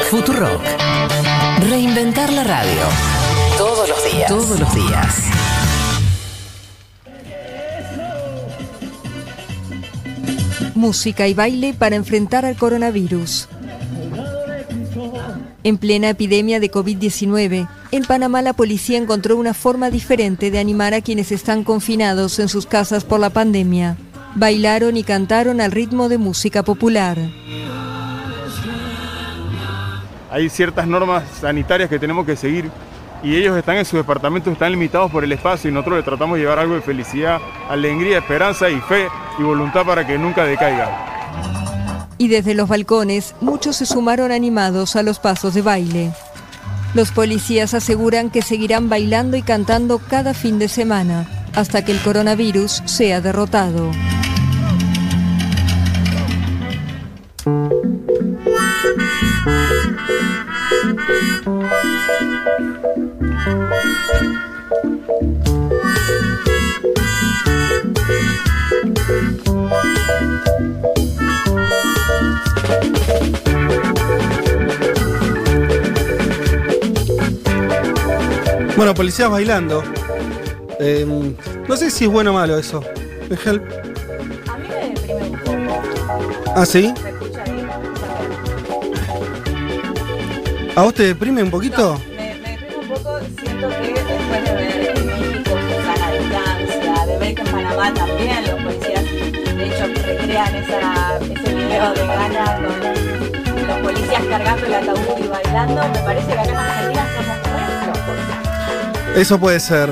Futurock. Reinventar la radio. Todos los días. Todos los días. Música y baile para enfrentar al coronavirus. En plena epidemia de COVID-19, en Panamá la policía encontró una forma diferente de animar a quienes están confinados en sus casas por la pandemia. Bailaron y cantaron al ritmo de música popular. Hay ciertas normas sanitarias que tenemos que seguir y ellos están en sus departamentos, están limitados por el espacio y nosotros les tratamos de llevar algo de felicidad, alegría, esperanza y fe y voluntad para que nunca decaigan. Y desde los balcones, muchos se sumaron animados a los pasos de baile. Los policías aseguran que seguirán bailando y cantando cada fin de semana, hasta que el coronavirus sea derrotado. Bueno, policías bailando. No sé si es bueno o malo eso. Miguel. A mí me deprime un poco. ¿Ah, sí? ¿Se escucha ahí? ¿A vos te deprime un poquito? No, me deprime un poco. Siento que después de ver en México Susana distancia, de ver que en Panamá también los policías, de hecho, recrean ese video de Gana con los policías cargando el ataúd y bailando, me parece que acá en Argentina somos muy flojos. Eso puede ser.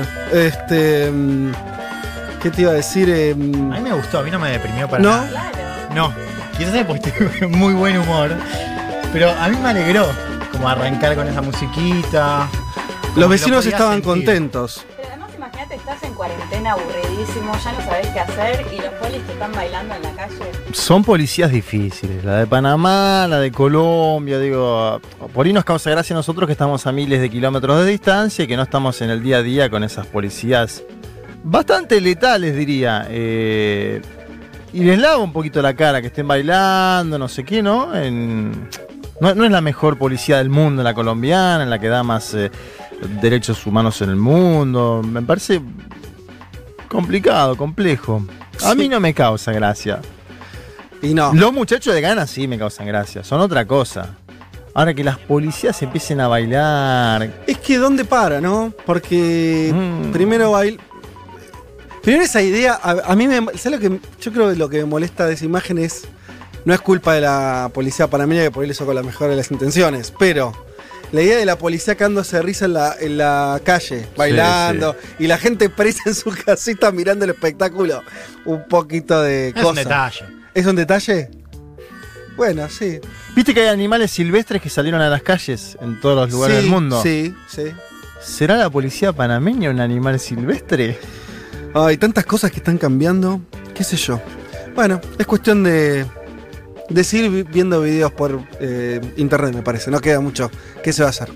¿Qué te iba a decir? A mí me gustó, a mí no me deprimió para ¿No? nada. Claro. No, quizás es porque tengo muy buen humor, pero a mí me alegró como arrancar con esa musiquita. Los vecinos estaban contentos. Pero además imagínate, estás en cuarentena aburridísimo, ya no sabés qué hacer y los polis te están bailando en la calle. Son policías difíciles, la de Panamá, la de Colombia, digo, por ahí nos causa gracia a nosotros que estamos a miles de kilómetros de distancia y que no estamos en el día a día con esas policías bastante letales, diría. Y les lavo un poquito la cara, que estén bailando, no sé qué, ¿no? No es la mejor policía del mundo, la colombiana, en la que da más derechos humanos en el mundo. Me parece complicado, complejo. A mí no me causa gracia. Y no. Los muchachos de Ghana sí me causan gracia, son otra cosa. Ahora que las policías empiecen a bailar. Es que ¿dónde para, no? Porque primero esa idea, a mí ¿sabes lo que yo creo que lo que me molesta de esa imagen es? No es culpa de la policía panameña, que por ahí le hizo con la mejor de las intenciones, pero la idea de la policía cagándose de risa en la calle, bailando, sí. Y la gente presa en su casita mirando el espectáculo, un poquito de cosa. Es un detalle. ¿Es un detalle? Bueno, sí. ¿Viste que hay animales silvestres que salieron a las calles en todos los lugares del mundo? Sí, sí. ¿Será la policía panameña un animal silvestre? Hay tantas cosas que están cambiando, qué sé yo. Bueno, es cuestión de seguir viendo videos por internet, me parece. No queda mucho. ¿Qué se va a hacer?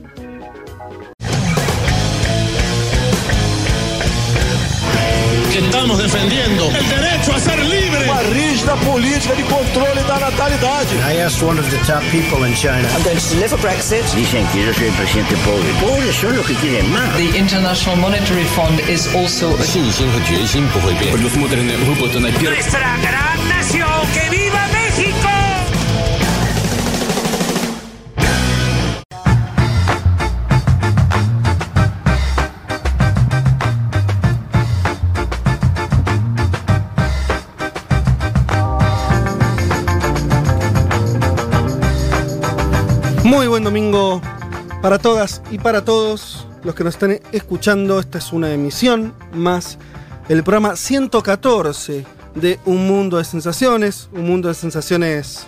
Estamos defendiendo el derecho a ser libre. Uma rígida política de controle da natalidade. I asked one of the top people in China. I'm going to deliver Brexit. Dicen que yo soy el presidente pobre. Pobres son los que quieren más. The International Monetary Fund is also. 信心和决心不会变。 Nuestra gran nación, que viva México. Muy buen domingo para todas y para todos los que nos están escuchando. Esta es una emisión más, el programa 114 de Un Mundo de Sensaciones. Un mundo de sensaciones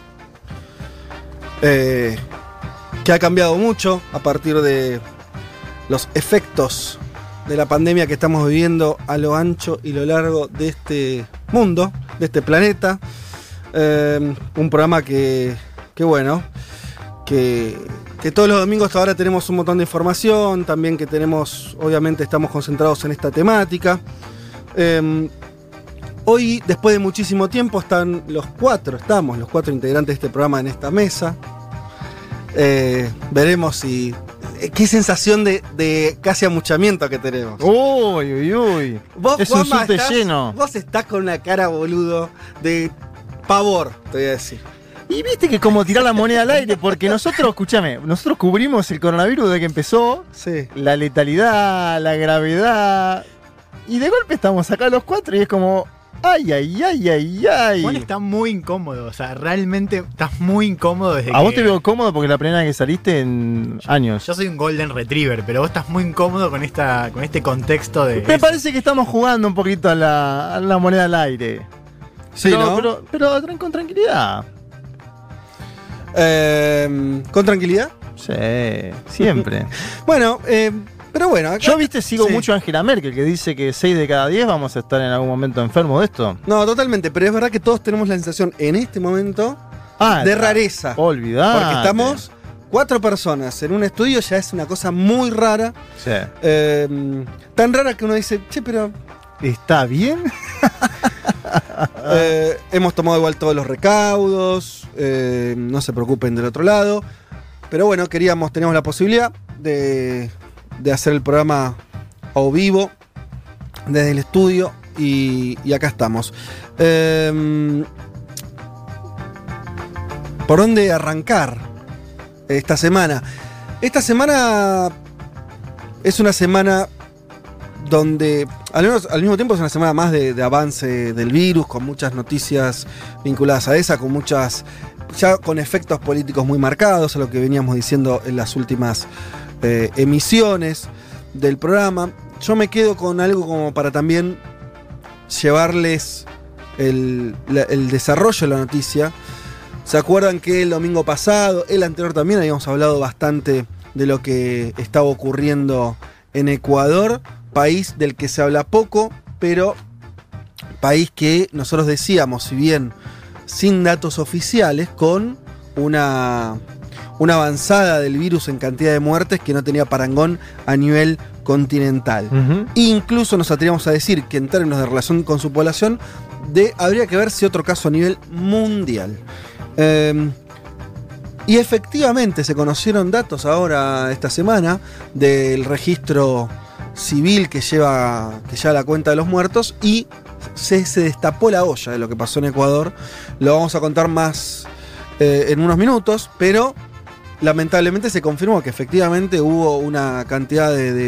que ha cambiado mucho a partir de los efectos de la pandemia que estamos viviendo a lo ancho y lo largo de este mundo, de este planeta. Un programa que bueno, que todos los domingos hasta ahora tenemos un montón de información, también que tenemos, obviamente estamos concentrados en esta temática. Hoy, después de muchísimo tiempo, estamos los cuatro integrantes de este programa en esta mesa. Veremos si... Qué sensación de casi amuchamiento que tenemos. Uy. Vos, es un Juanma, subte lleno. Vos estás con una cara, boludo, de pavor, te voy a decir. Y viste que como tirar la moneda al aire, porque nosotros cubrimos el coronavirus desde que empezó. Sí. La letalidad, la gravedad. Y de golpe estamos acá los 4 y es como... Ay. Juan está muy incómodo, o sea, realmente estás muy incómodo desde que... A vos te veo cómodo porque es la primera vez que saliste en años. Yo soy un Golden Retriever, pero vos estás muy incómodo con este contexto de... Me parece que estamos jugando un poquito a la moneda al aire. Sí, pero con tranquilidad. ¿Con tranquilidad? Sí, siempre. Bueno, pero bueno, acá, yo sigo mucho a Angela Merkel, que dice que 6 de cada 10 vamos a estar en algún momento enfermos de esto. No, totalmente, pero es verdad que todos tenemos la sensación en este momento de rareza. Olvidate. Porque estamos 4 personas en un estudio, ya es una cosa muy rara. Sí. Tan rara que uno dice, che, pero... ¿Está bien? Hemos tomado igual todos los recaudos, no se preocupen del otro lado. Pero bueno, teníamos la posibilidad de hacer el programa a vivo desde el estudio y acá estamos. ¿Por dónde arrancar esta semana? Esta semana es una semana donde, al mismo tiempo, es una semana más de avance del virus, con muchas noticias vinculadas a esa, ya con efectos políticos muy marcados, a lo que veníamos diciendo en las últimas emisiones del programa. Yo me quedo con algo como para también llevarles el desarrollo de la noticia. ¿Se acuerdan que el domingo pasado, el anterior también, habíamos hablado bastante de lo que estaba ocurriendo en Ecuador? País del que se habla poco, pero país que nosotros decíamos, si bien sin datos oficiales, con una avanzada del virus en cantidad de muertes que no tenía parangón a nivel continental. Incluso nos atrevíamos a decir que en términos de relación con su población, habría que ver si otro caso a nivel mundial. Y efectivamente se conocieron datos ahora esta semana del registro civil que lleva la cuenta de los muertos y se destapó la olla de lo que pasó en Ecuador. Lo vamos a contar más en unos minutos, pero lamentablemente se confirmó que efectivamente hubo una cantidad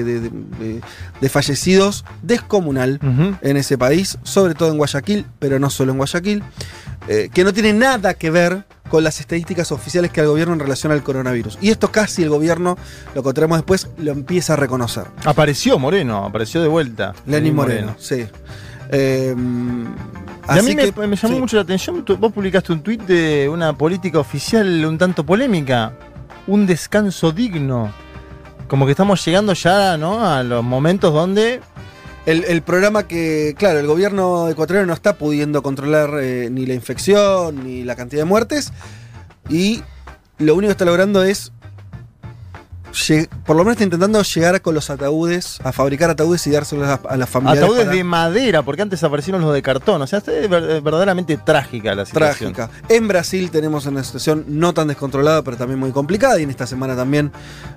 de fallecidos descomunal en ese país, sobre todo en Guayaquil, pero no solo en Guayaquil, que no tiene nada que ver con las estadísticas oficiales que hay al gobierno en relación al coronavirus. Y esto casi el gobierno, lo encontramos después, lo empieza a reconocer. Apareció de vuelta. Lenín Moreno, sí. Y a mí me llamó mucho la atención, vos publicaste un tuit de una política oficial un tanto polémica, un descanso digno. Como que estamos llegando ya, ¿no?, a los momentos donde... El programa que, claro, el gobierno ecuatoriano no está pudiendo controlar ni la infección ni la cantidad de muertes, y lo único que está logrando es, por lo menos está intentando llegar con los ataúdes, a fabricar ataúdes y dárselos a las familias. Ataúdes de madera, porque antes aparecieron los de cartón. O sea, es verdaderamente trágica la situación. Trágica. En Brasil tenemos una situación no tan descontrolada, pero también muy complicada, y en esta semana también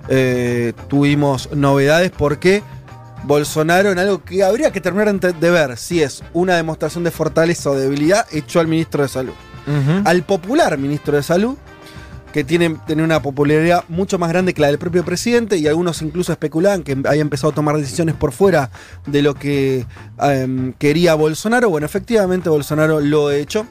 tuvimos novedades porque Bolsonaro, en algo que habría que terminar de ver si es una demostración de fortaleza o debilidad, echó al ministro de Salud. Al popular ministro de Salud, que tiene una popularidad mucho más grande que la del propio presidente, y algunos incluso especulaban que había empezado a tomar decisiones por fuera de lo que quería Bolsonaro. Bueno, efectivamente Bolsonaro lo ha hecho,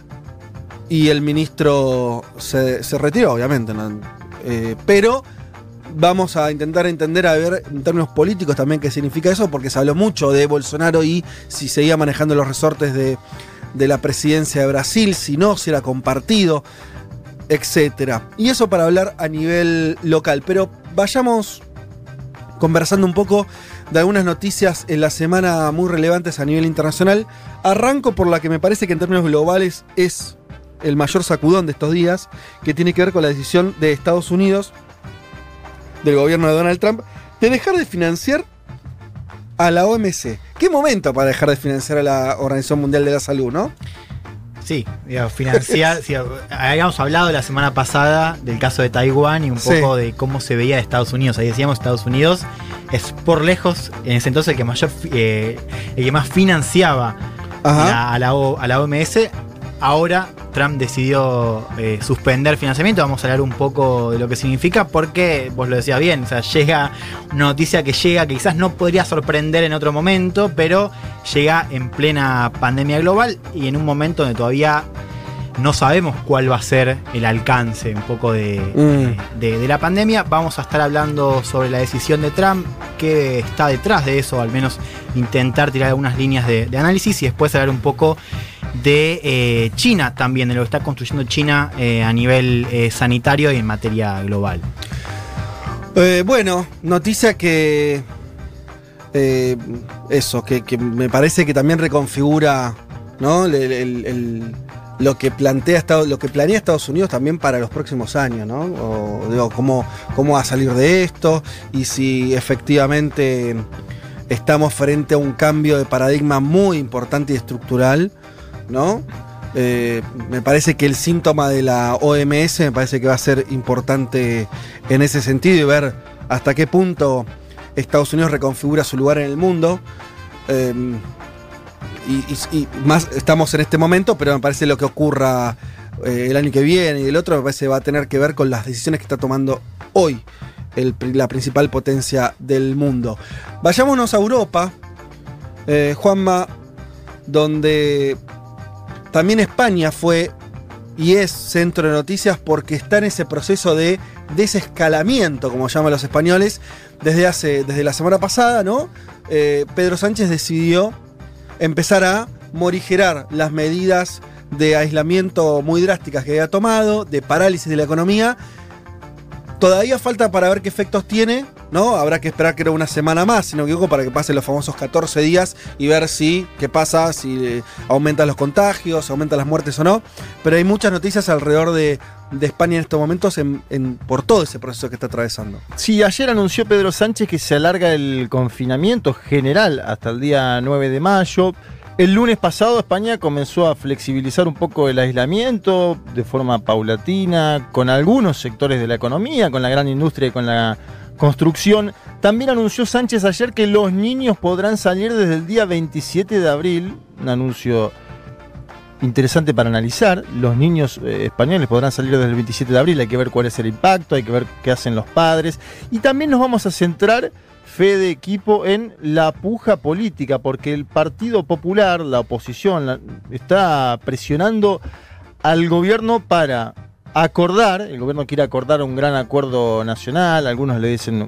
y el ministro se retiró, obviamente, ¿no? Pero vamos a intentar entender, a ver en términos políticos también qué significa eso, porque se habló mucho de Bolsonaro y si seguía manejando los resortes de la presidencia de Brasil, si no, si era compartido, etcétera. Y eso para hablar a nivel local. Pero vayamos conversando un poco de algunas noticias en la semana muy relevantes a nivel internacional. Arranco por la que me parece que en términos globales es el mayor sacudón de estos días, que tiene que ver con la decisión de Estados Unidos, del gobierno de Donald Trump, de dejar de financiar a la OMS. ¿Qué momento para dejar de financiar a la Organización Mundial de la Salud, no? Sí, financiar. Sí, habíamos hablado la semana pasada del caso de Taiwán y un poco de cómo se veía Estados Unidos. Ahí decíamos, Estados Unidos es por lejos, en ese entonces, el que más financiaba a la OMS. Ahora Trump decidió suspender financiamiento. Vamos a hablar un poco de lo que significa, porque vos lo decías bien, o sea, llega una noticia que quizás no podría sorprender en otro momento, pero llega en plena pandemia global y en un momento donde todavía no sabemos cuál va a ser el alcance un poco de la pandemia. Vamos a estar hablando sobre la decisión de Trump, que está detrás de eso, al menos intentar tirar algunas líneas de análisis, y después hablar un poco de China también, de lo que está construyendo China a nivel sanitario y en materia global. Bueno, noticia que que me parece que también reconfigura, ¿no? Lo que planea Estados Unidos también para los próximos años, ¿no? O, digo, cómo va a salir de esto, y si efectivamente estamos frente a un cambio de paradigma muy importante y estructural, ¿no? Me parece que el síntoma de la OMS me parece que va a ser importante en ese sentido, y ver hasta qué punto Estados Unidos reconfigura su lugar en el mundo. Y más estamos en este momento, pero me parece lo que ocurra el año que viene y el otro, me parece va a tener que ver con las decisiones que está tomando hoy la principal potencia del mundo. Vayámonos a Europa, Juanma, donde también España fue y es centro de noticias porque está en ese proceso de desescalamiento, como llaman los españoles, desde la semana pasada, ¿no? Pedro Sánchez decidió empezar a morigerar las medidas de aislamiento muy drásticas que había tomado, de parálisis de la economía. Todavía falta para ver qué efectos tiene, ¿no? Habrá que esperar, creo, una semana más, si no me equivoco, para que pasen los famosos 14 días y ver qué pasa, si aumentan los contagios, aumentan las muertes o no. Pero hay muchas noticias alrededor de España en estos momentos por todo ese proceso que está atravesando. Sí, ayer anunció Pedro Sánchez que se alarga el confinamiento general hasta el día 9 de mayo. El lunes pasado España comenzó a flexibilizar un poco el aislamiento de forma paulatina, con algunos sectores de la economía, con la gran industria y con la construcción. También anunció Sánchez ayer que los niños podrán salir desde el día 27 de abril, un anuncio interesante para analizar. Los niños españoles podrán salir desde el 27 de abril, hay que ver cuál es el impacto, hay que ver qué hacen los padres. Y también nos vamos a centrar, Fede, equipo, en la puja política, porque el Partido Popular, la oposición, está presionando al gobierno para acordar. El gobierno quiere acordar un gran acuerdo nacional, algunos le dicen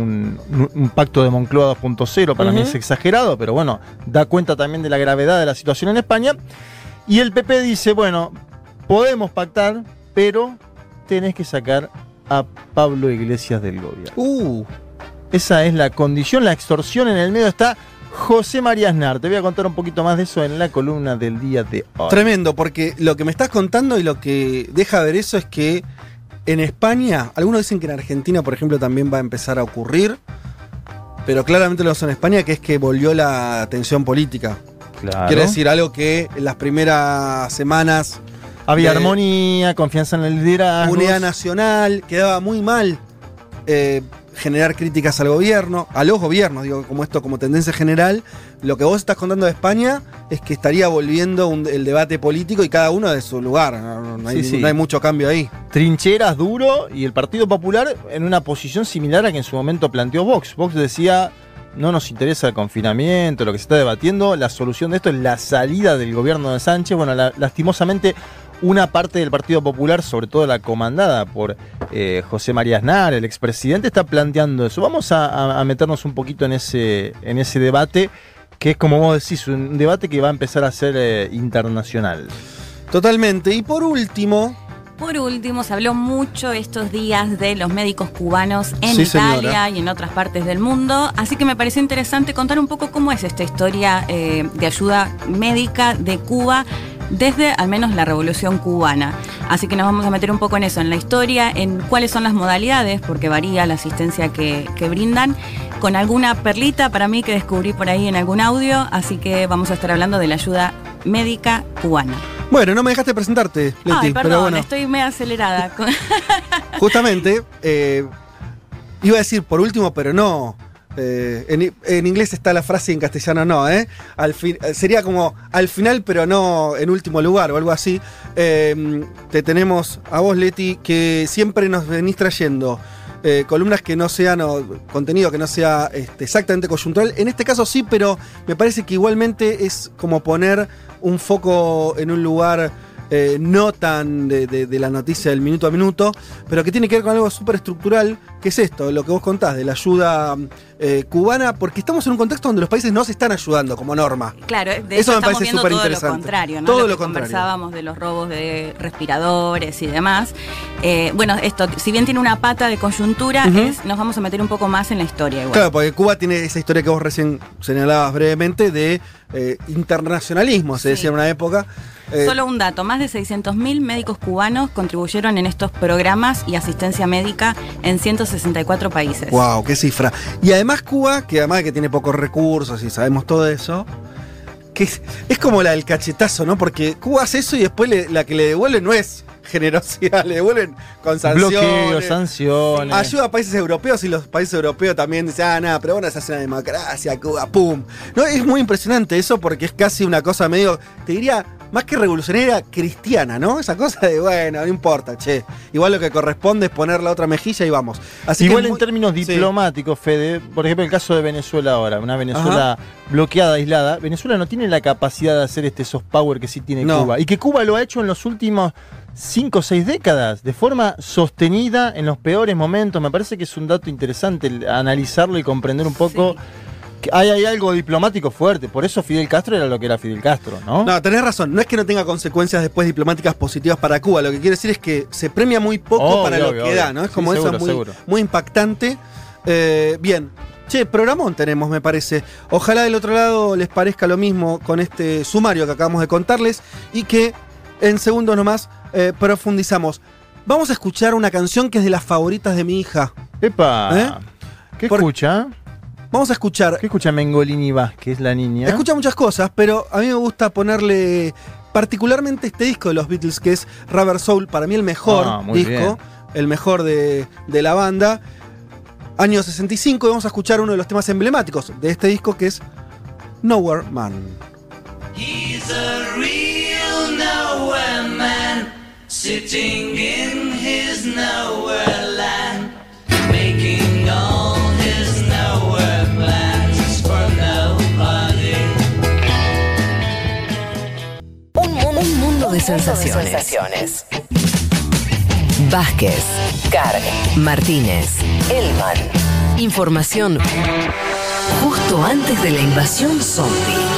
un pacto de Moncloa 2.0, para mí es exagerado, pero bueno, da cuenta también de la gravedad de la situación en España. Y el PP dice, bueno, podemos pactar, pero tenés que sacar a Pablo Iglesias del gobierno. Esa es la condición, la extorsión. En el medio está José María Aznar. Te voy a contar un poquito más de eso en la columna del día de hoy. Tremendo, porque lo que me estás contando y lo que deja ver eso es que en España, algunos dicen que en Argentina, por ejemplo, también va a empezar a ocurrir, pero claramente lo son en España, que es que volvió la tensión política. Claro. Quiere decir algo que en las primeras semanas había armonía, confianza en el liderazgo, unidad nacional, quedaba muy mal generar críticas al gobierno, a los gobiernos, digo, como tendencia general. Lo que vos estás contando de España es que estaría volviendo el debate político y cada uno de su lugar. No hay mucho cambio ahí. Trincheras, duro, y el Partido Popular en una posición similar a que en su momento planteó Vox. Vox decía, no nos interesa el confinamiento, lo que se está debatiendo, la solución de esto es la salida del gobierno de Sánchez. Bueno, lastimosamente una parte del Partido Popular, sobre todo la comandada por José María Aznar, el expresidente, está planteando eso. Vamos a meternos un poquito en ese debate, que es, como vos decís, un debate que va a empezar a ser internacional. Totalmente. Y por último, se habló mucho estos días de los médicos cubanos en Italia y en otras partes del mundo, así que me pareció interesante contar un poco cómo es esta historia de ayuda médica de Cuba desde al menos la Revolución Cubana. Así que nos vamos a meter un poco en eso, en la historia, en cuáles son las modalidades, porque varía la asistencia que brindan, con alguna perlita para mí que descubrí por ahí en algún audio, así que vamos a estar hablando de la ayuda médica cubana. Bueno, no me dejaste presentarte, Leti. Ay, perdón, pero bueno, estoy medio acelerada. justamente, iba a decir por último, pero no. En inglés está la frase y en castellano no, sería como al final, pero no en último lugar o algo así. Te tenemos a vos, Leti, que siempre nos venís trayendo columnas que no sean, o contenido que no sea exactamente coyuntural. En este caso sí, pero me parece que igualmente es como poner un foco en un lugar no tan de la noticia del minuto a minuto, pero que tiene que ver con algo súper estructural, que es esto, lo que vos contás, de la ayuda cubana, porque estamos en un contexto donde los países no se están ayudando como norma. Claro, de eso hecho me estamos parece viendo súper todo interesante. lo contrario, ¿no? Todo lo lo que contrario. Conversábamos de los robos de respiradores y demás. Bueno, esto, si bien tiene una pata de coyuntura, nos vamos a meter un poco más en la historia igual. Claro, porque Cuba tiene esa historia que vos recién señalabas brevemente de internacionalismo, se decía en una época. Solo un dato, más de 600.000 médicos cubanos contribuyeron en estos programas y asistencia médica en 164 países. ¡Wow! ¡Qué cifra! Y además Cuba, que además de que tiene pocos recursos y sabemos todo eso, que es como la del cachetazo, ¿no? Porque Cuba hace eso y después la que le devuelven no es generosidad, le devuelven con sanciones. Bloqueos, sanciones. Ayuda a países europeos y los países europeos también dicen, nada, pero bueno, se hace una democracia, Cuba, ¡pum! No, es muy impresionante eso porque es casi una cosa medio, te diría, más que revolucionaria, cristiana, ¿no? Esa cosa de, bueno, no importa, che. Igual lo que corresponde es poner la otra mejilla y vamos. Así igual que en términos diplomáticos, Fede, por ejemplo, el caso de Venezuela ahora, una Venezuela bloqueada, aislada. Venezuela no tiene la capacidad de hacer este soft power que sí tiene Cuba. Y que Cuba lo ha hecho en los últimos 5 o 6 décadas, de forma sostenida en los peores momentos. Me parece que es un dato interesante analizarlo y comprender un poco. Que hay algo diplomático fuerte, por eso Fidel Castro era lo que era Fidel Castro, ¿no? No, tenés razón, no es que no tenga consecuencias después diplomáticas positivas para Cuba, lo que quiero decir es que se premia muy poco para lo que da, ¿no? Es como eso muy impactante. Bien, che, programón tenemos, me parece. Ojalá del otro lado les parezca lo mismo con este sumario que acabamos de contarles y que en segundos nomás profundizamos. Vamos a escuchar una canción que es de las favoritas de mi hija. ¡Epa! ¿Qué escucha? Vamos a escuchar. ¿Qué escucha Mengolini Vázquez, la niña? Escucha muchas cosas, pero a mí me gusta ponerle particularmente este disco de los Beatles, que es Rubber Soul, para mí el mejor disco, el mejor de la banda. Año 65, y vamos a escuchar uno de los temas emblemáticos de este disco, que es Nowhere Man. He's a real nowhere man, sitting in his nowhere land, making all his nowhere plans for nobody. Un mundo de sensaciones. Vázquez, Carg, Martínez, Elman. Información justo antes de la invasión zombie.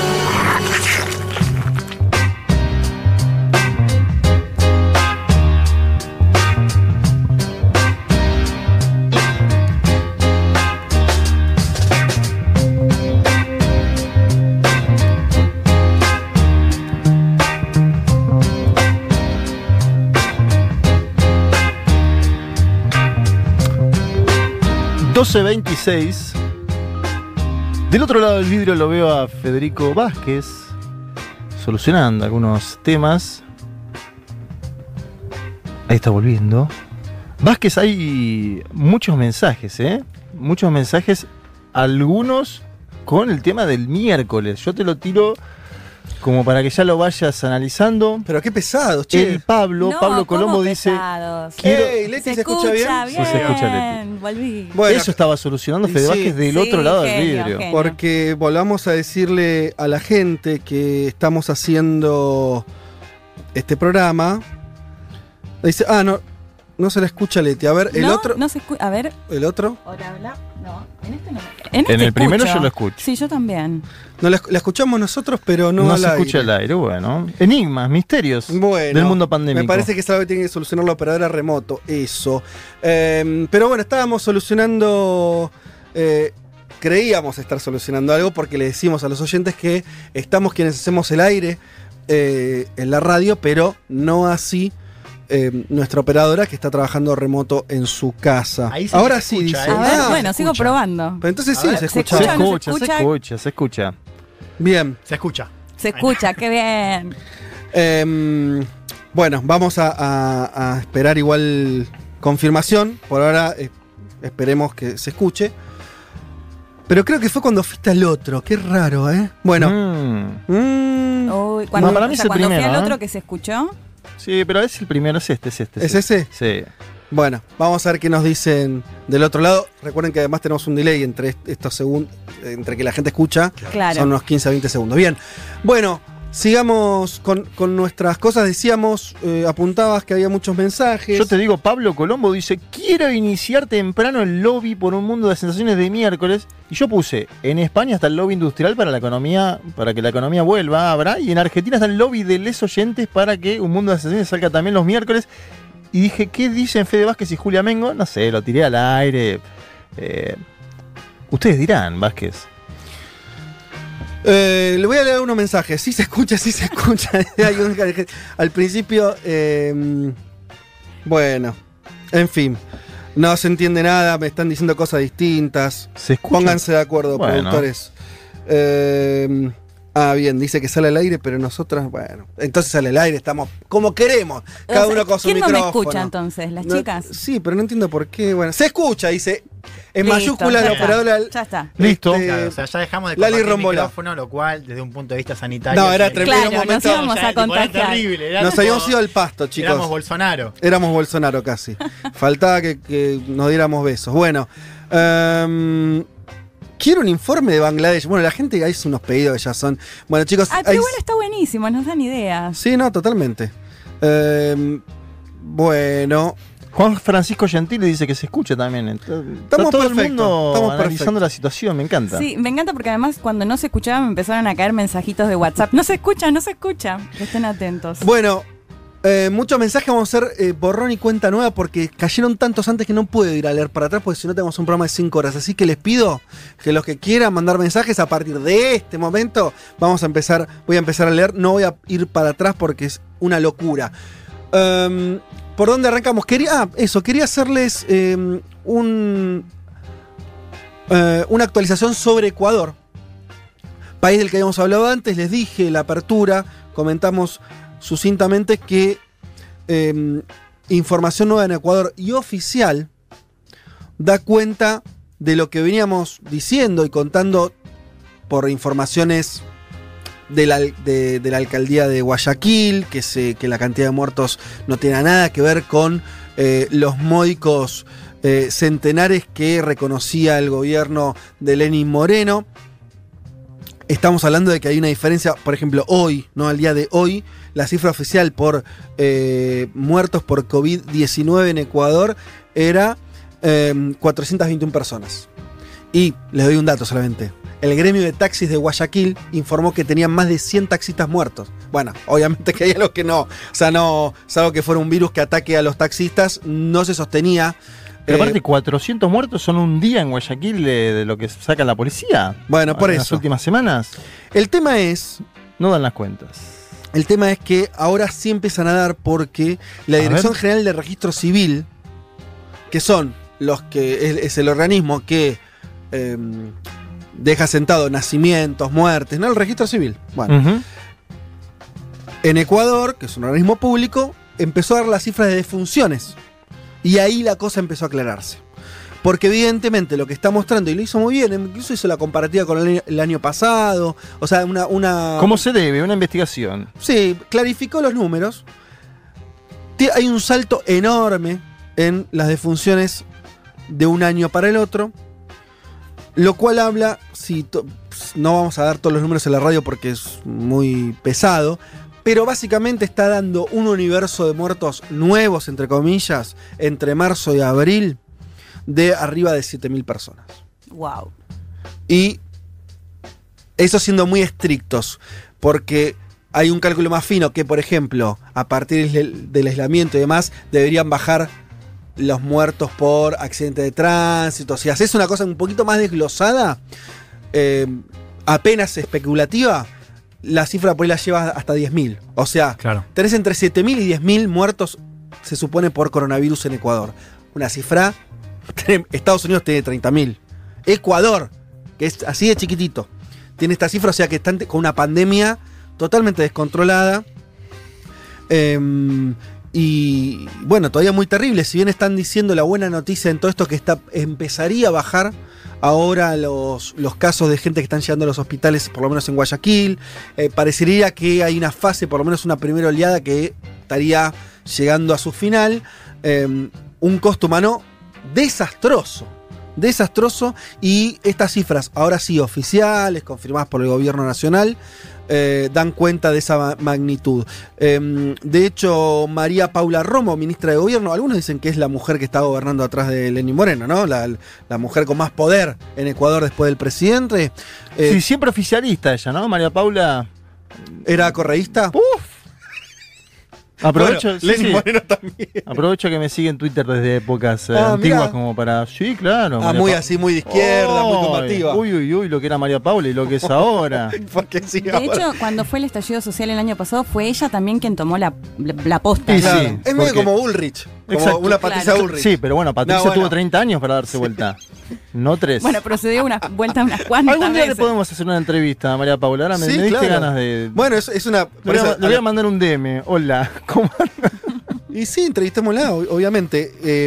.26. Del otro lado del vidrio lo veo a Federico Vázquez solucionando algunos temas. Ahí está volviendo. Vázquez, hay muchos mensajes, muchos mensajes, algunos con el tema del miércoles. Yo te lo tiro como para que ya lo vayas analizando. Pero qué pesados, che. El Pablo Colombo dice... ¿Leti se escucha bien? Sí, se escucha Leti. Volví. Bueno, eso estaba solucionando Fede Vázquez del otro lado del vidrio. Genio. Porque volvamos a decirle a la gente que estamos haciendo este programa. Dice, no se la escucha Leti. A ver, el otro. No se escucha. A ver. ¿El otro? Ahora habla. No, en este no. En el primero yo lo escucho. Sí, yo también. No, la escuchamos nosotros, pero no se escucha al aire. Bueno, enigmas, misterios del mundo pandémico. Me parece que es algo que tiene que solucionar la operadora remoto. Eso. Pero bueno, estábamos solucionando. Creíamos estar solucionando algo porque le decimos a los oyentes que estamos quienes hacemos el aire en la radio, pero no así. Nuestra operadora que está trabajando remoto en su casa. Ahora sí dice. A ver, bueno, sigo probando. Pero entonces sí, se escucha. Se escucha. Bien. Se escucha. Se escucha, qué bien. Bueno, vamos a esperar igual confirmación. Por ahora esperemos que se escuche. Pero creo que fue cuando fuiste al otro. Qué raro, ¿eh? Bueno. Uy, cuando, para mí es el cuando primero, fui al ¿no? otro que se escuchó. Sí, pero es el primero, es este. ¿Es ese? Sí. Bueno, vamos a ver qué nos dicen del otro lado. Recuerden que además tenemos un delay entre estos segundos, entre que la gente escucha. Claro. Son unos 15 a 20 segundos. Bien. Bueno, sigamos con nuestras cosas. Decíamos, apuntabas que había muchos mensajes. Yo te digo, Pablo Colombo dice: quiero iniciar temprano el lobby por un mundo de sensaciones de miércoles. Y yo puse, en España está el lobby industrial para la economía, para que la economía vuelva, habrá. Y en Argentina está el lobby de les oyentes para que un mundo de sensaciones salga también los miércoles. Y dije, ¿qué dicen Fede Vázquez y Julia Mengo? No sé, lo tiré al aire. Ustedes dirán, Vázquez. Le voy a leer unos mensajes. Sí se escucha. Hay al principio, bueno, en fin. No se entiende nada, me están diciendo cosas distintas. ¿Se escucha? Pónganse de acuerdo, productores. Bien, dice que sale al aire, pero nosotras, bueno, entonces sale al aire, estamos como queremos, cada uno con su ¿quién micrófono. ¿Quién no me escucha entonces? ¿Las chicas? Sí, pero no entiendo por qué. Bueno, se escucha, dice. En Listo, mayúscula la operadora. Ya está. Listo. Claro, o sea, ya dejamos de Lali compartir el Rombola. micrófono, lo cual, desde un punto de vista sanitario... No, era tremendo Claro, momento. nos íbamos a contagiar. terrible. Nos habíamos ido al pasto, chicos. Éramos Bolsonaro. Éramos Bolsonaro casi. Faltaba que nos diéramos besos. Bueno, quiero un informe de Bangladesh. Bueno, la gente hace unos pedidos que ya son. Bueno, chicos. Pero bueno, está buenísimo, nos dan ideas. Sí, no, totalmente. Bueno. Juan Francisco Gentile dice que se escucha también. Está todo el mundo analizando la situación, me encanta. Sí, me encanta porque además cuando no se escuchaba me empezaron a caer mensajitos de WhatsApp. No se escucha. Estén atentos. Bueno, muchos mensajes, vamos a hacer borrón y cuenta nueva porque cayeron tantos antes que no puedo ir a leer para atrás porque si no tenemos un programa de 5 horas. Así que les pido que los que quieran mandar mensajes a partir de este momento, voy a empezar a leer. No voy a ir para atrás porque es una locura. ¿Por dónde arrancamos? Quería hacerles una actualización sobre Ecuador. País del que habíamos hablado antes, les dije la apertura, comentamos sucintamente que información nueva en Ecuador y oficial da cuenta de lo que veníamos diciendo y contando por informaciones de la alcaldía de Guayaquil, que la cantidad de muertos no tiene nada que ver con los módicos centenares que reconocía el gobierno de Lenín Moreno. Estamos hablando de que hay una diferencia, por ejemplo, hoy, ¿no? Al día de hoy, la cifra oficial por muertos por COVID-19 en Ecuador era 421 personas. Y les doy un dato solamente. El gremio de taxis de Guayaquil informó que tenían más de 100 taxistas muertos. Bueno, obviamente que hay algo que no. O sea, no, salvo que fuera un virus que ataque a los taxistas, no se sostenía. Pero aparte, 400 muertos son un día en Guayaquil de lo que saca la policía. Bueno, por en eso. las últimas semanas. El tema es... No dan las cuentas. El tema es que ahora sí empiezan a dar porque la Dirección General de Registro Civil, que son los que es el organismo que deja sentado nacimientos, muertes, ¿no? El registro civil. Bueno. En Ecuador, que es un organismo público, empezó a dar las cifras de defunciones. Y ahí la cosa empezó a aclararse. Porque evidentemente lo que está mostrando, y lo hizo muy bien, incluso hizo la comparativa con el año pasado, o sea, una... ¿Cómo se debe? Una investigación. Sí, clarificó los números. Hay un salto enorme en las defunciones de un año para el otro, lo cual habla, no vamos a dar todos los números en la radio porque es muy pesado, pero básicamente está dando un universo de muertos nuevos, entre comillas, entre marzo y abril, de arriba de 7.000 personas. Wow. Y eso siendo muy estrictos, porque hay un cálculo más fino que, por ejemplo, a partir del aislamiento y demás, deberían bajar los muertos por accidente de tránsito. Si haces una cosa un poquito más desglosada, apenas especulativa, la cifra por ahí la lleva hasta 10.000. O sea, claro, tenés entre 7.000 y 10.000 muertos, se supone, por coronavirus en Ecuador. Una cifra... Estados Unidos tiene 30.000. Ecuador, que es así de chiquitito, tiene esta cifra, o sea que están con una pandemia totalmente descontrolada. Y bueno, todavía muy terrible. Si bien están diciendo la buena noticia en todo esto, que empezaría a bajar ahora los casos de gente que están llegando a los hospitales, por lo menos en Guayaquil. Parecería que hay una fase, por lo menos una primera oleada, que estaría llegando a su final. Un costo humano desastroso. Y estas cifras, ahora sí oficiales, confirmadas por el gobierno nacional, dan cuenta de esa magnitud. De hecho, María Paula Romo, ministra de Gobierno, algunos dicen que es la mujer que está gobernando atrás de Lenín Moreno, ¿no? La mujer con más poder en Ecuador después del presidente. Sí, siempre oficialista ella, ¿no? María Paula. ¿Era correísta? Aprovecho, bueno, Lenín Moreno también. Aprovecho que me sigue en Twitter desde épocas antiguas, mirá, como para. Sí, claro. Muy así, muy de izquierda, muy combativa. Uy, lo que era María Paula y lo que es ahora. De hecho, cuando fue el estallido social el año pasado, fue ella también quien tomó la posta. Sí, ¿no? sí, es medio como Ulrich. Como una Patricia Ulrich. Sí, pero bueno, Patricia tuvo 30 años para darse vuelta. No 3. Bueno, pero se dio una vuelta unas cuantas Algún día veces. Le podemos hacer una entrevista a María Paula. Ahora me diste ganas de. Bueno, es una. Le voy a mandar un DM. Hola, ¿cómo andas? Y sí, entrevistémosla, obviamente.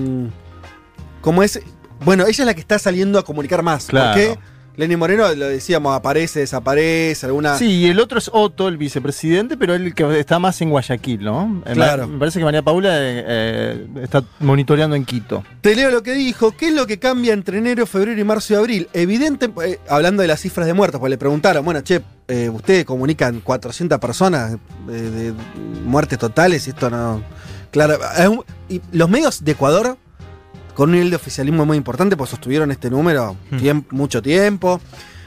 Como es. Bueno, ella es la que está saliendo a comunicar más. Claro. Porque Lenín Moreno, lo decíamos, aparece, desaparece, alguna. Sí, y el otro es Otto, el vicepresidente, pero él que está más en Guayaquil, ¿no? Claro. Me parece que María Paula está monitoreando en Quito. Te leo lo que dijo. ¿Qué es lo que cambia entre enero, febrero y marzo y abril? Evidente, hablando de las cifras de muertos, pues le preguntaron, bueno, che, ustedes comunican 400 personas de muertes totales y esto no. Claro, y los medios de Ecuador, con un nivel de oficialismo muy importante, pues sostuvieron este número mucho tiempo.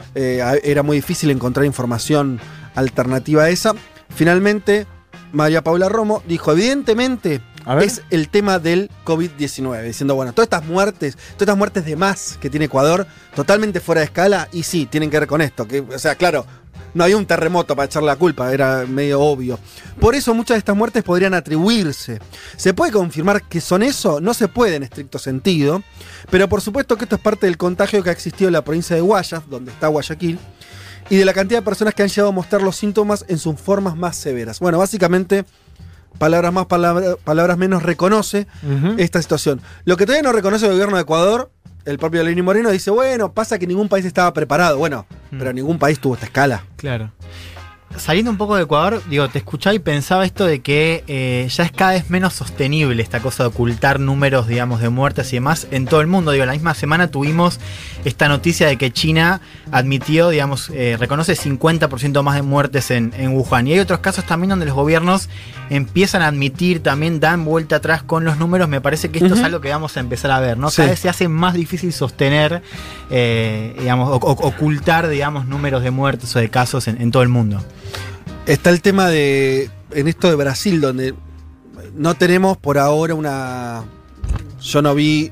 Era muy difícil encontrar información alternativa a esa. Finalmente, María Paula Romo dijo, evidentemente, es el tema del COVID-19. Diciendo, bueno, todas estas muertes de más que tiene Ecuador, totalmente fuera de escala, y sí, tienen que ver con esto. O sea, claro, no había un terremoto para echarle la culpa, era medio obvio. Por eso muchas de estas muertes podrían atribuirse. ¿Se puede confirmar que son eso? No se puede en estricto sentido, pero por supuesto que esto es parte del contagio que ha existido en la provincia de Guayas, donde está Guayaquil, y de la cantidad de personas que han llegado a mostrar los síntomas en sus formas más severas. Bueno, básicamente, palabras más, palabras menos, reconoce esta situación. Lo que todavía no reconoce el gobierno de Ecuador, el propio Lenín Moreno dice, bueno, pasa que ningún país estaba preparado. Bueno, pero ningún país tuvo esta escala. Claro. Saliendo un poco de Ecuador, digo, te escuchaba y pensaba esto de que ya es cada vez menos sostenible esta cosa de ocultar números, digamos, de muertes y demás en todo el mundo. Digo, la misma semana tuvimos esta noticia de que China admitió, digamos, reconoce 50% más de muertes en Wuhan. Y hay otros casos también donde los gobiernos empiezan a admitir, también dan vuelta atrás con los números. Me parece que esto es algo que vamos a empezar a ver, ¿no? Cada vez se hace más difícil sostener, digamos, ocultar, digamos, números de muertes o de casos en todo el mundo. Está el tema en esto de Brasil, donde no tenemos por ahora yo no vi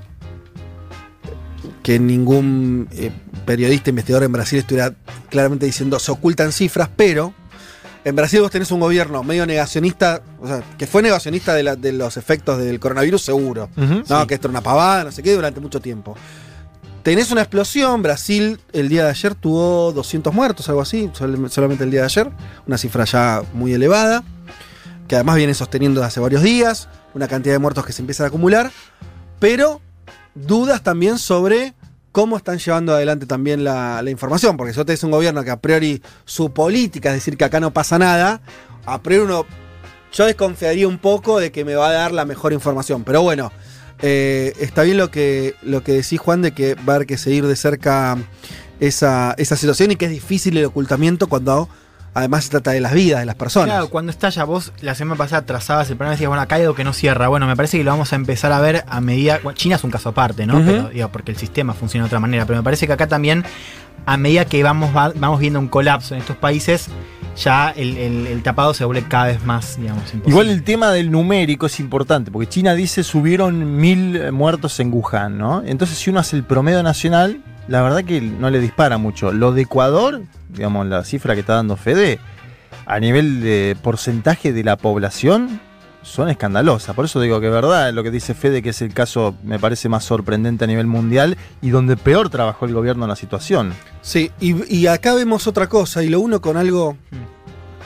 que ningún periodista investigador en Brasil estuviera claramente diciendo se ocultan cifras, pero en Brasil vos tenés un gobierno medio negacionista, o sea, que fue negacionista de los efectos del coronavirus seguro, ¿no? Sí. Que esto era una pavada, no sé qué, durante mucho tiempo. Tenés una explosión, Brasil el día de ayer tuvo 200 muertos, algo así, solamente el día de ayer, una cifra ya muy elevada, que además viene sosteniendo desde hace varios días, una cantidad de muertos que se empiezan a acumular, pero dudas también sobre cómo están llevando adelante también la información, porque si vos tenés un gobierno que a priori su política es decir que acá no pasa nada, a priori yo desconfiaría un poco de que me va a dar la mejor información, pero bueno. Está bien lo que decís, Juan, de que va a haber que seguir de cerca esa situación y que es difícil el ocultamiento cuando además se trata de las vidas de las personas. Claro, cuando estalla, vos la semana pasada trazabas el programa y decías, bueno, acá hay algo que no cierra. Bueno, me parece que lo vamos a empezar a ver a medida. Bueno, China es un caso aparte, ¿no? Pero, digo, porque el sistema funciona de otra manera. Pero me parece que acá también, a medida que vamos viendo un colapso en estos países, ya el tapado se vuelve cada vez más, digamos, imposible. Igual el tema del numérico es importante, porque China dice subieron 1000 muertos en Wuhan, ¿no? Entonces si uno hace el promedio nacional, la verdad que no le dispara mucho. Lo de Ecuador, digamos, la cifra que está dando Fede, a nivel de porcentaje de la población, son escandalosas. Por eso digo que es verdad lo que dice Fede, que es el caso, me parece más sorprendente a nivel mundial y donde peor trabajó el gobierno en la situación. Sí, y acá vemos otra cosa, y lo uno con algo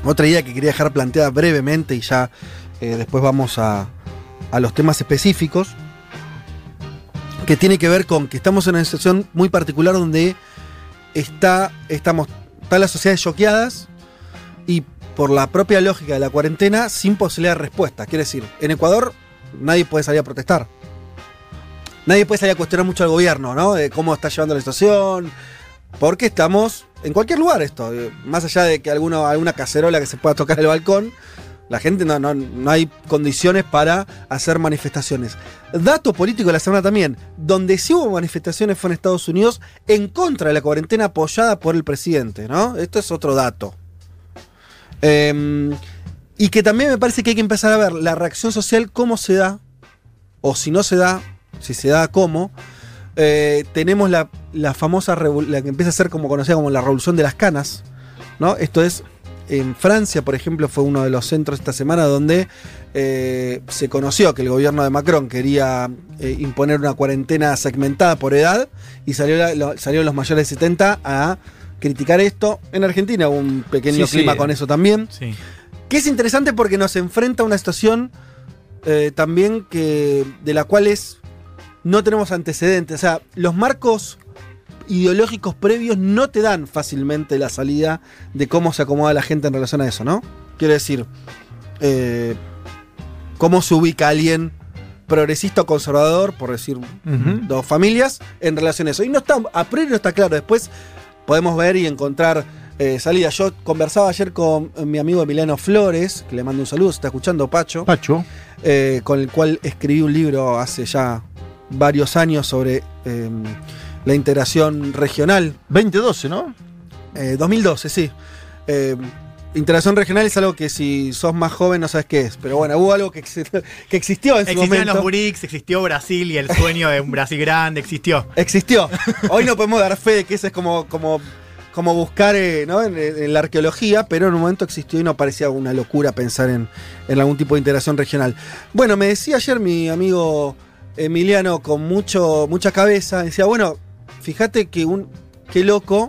Otra idea que quería dejar planteada brevemente y ya después vamos a los temas específicos, que tiene que ver con que estamos en una situación muy particular donde están las sociedades choqueadas y por la propia lógica de la cuarentena sin posibilidad de respuesta. Quiere decir, en Ecuador nadie puede salir a protestar. Nadie puede salir a cuestionar mucho al gobierno, ¿no? De cómo está llevando la situación. Porque estamos en cualquier lugar esto. Más allá de que alguna cacerola que se pueda tocar el balcón, la gente no hay condiciones para hacer manifestaciones. Dato político de la semana también. Donde sí hubo manifestaciones fue en Estados Unidos en contra de la cuarentena apoyada por el presidente, ¿no? Esto es otro dato. Y que también me parece que hay que empezar a ver la reacción social, cómo se da, o si no se da, si se da, cómo. Tenemos la famosa, la que empieza a ser como conocida como la revolución de las canas, ¿no? Esto es, en Francia, por ejemplo, fue uno de los centros esta semana donde se conoció que el gobierno de Macron quería imponer una cuarentena segmentada por edad y salieron los mayores de 70 a criticar esto. En Argentina hubo un pequeño clima con eso también. Sí. Que es interesante porque nos enfrenta a una situación también de la cual no tenemos antecedentes. O sea, los marcos ideológicos previos no te dan fácilmente la salida de cómo se acomoda la gente en relación a eso, ¿no? Quiero decir, cómo se ubica alguien progresista o conservador, por decir dos familias, en relación a eso. Y no está, a priori no está claro. Después podemos ver y encontrar salidas. Yo conversaba ayer con mi amigo Emiliano Flores, que le mando un saludo, se está escuchando, Pacho. Con el cual escribí un libro hace ya varios años sobre la integración regional. 2012, ¿no? 2012, sí. Integración regional es algo que si sos más joven no sabes qué es. Pero bueno, hubo algo que existió en su momento. Existían los BRICS, existió Brasil y el sueño de un Brasil grande, existió. Hoy no podemos dar fe de que eso es como buscar ¿no? en la arqueología, pero en un momento existió y no parecía una locura pensar en algún tipo de integración regional. Bueno, me decía ayer mi amigo Emiliano con mucha cabeza, decía, bueno, fíjate que qué loco,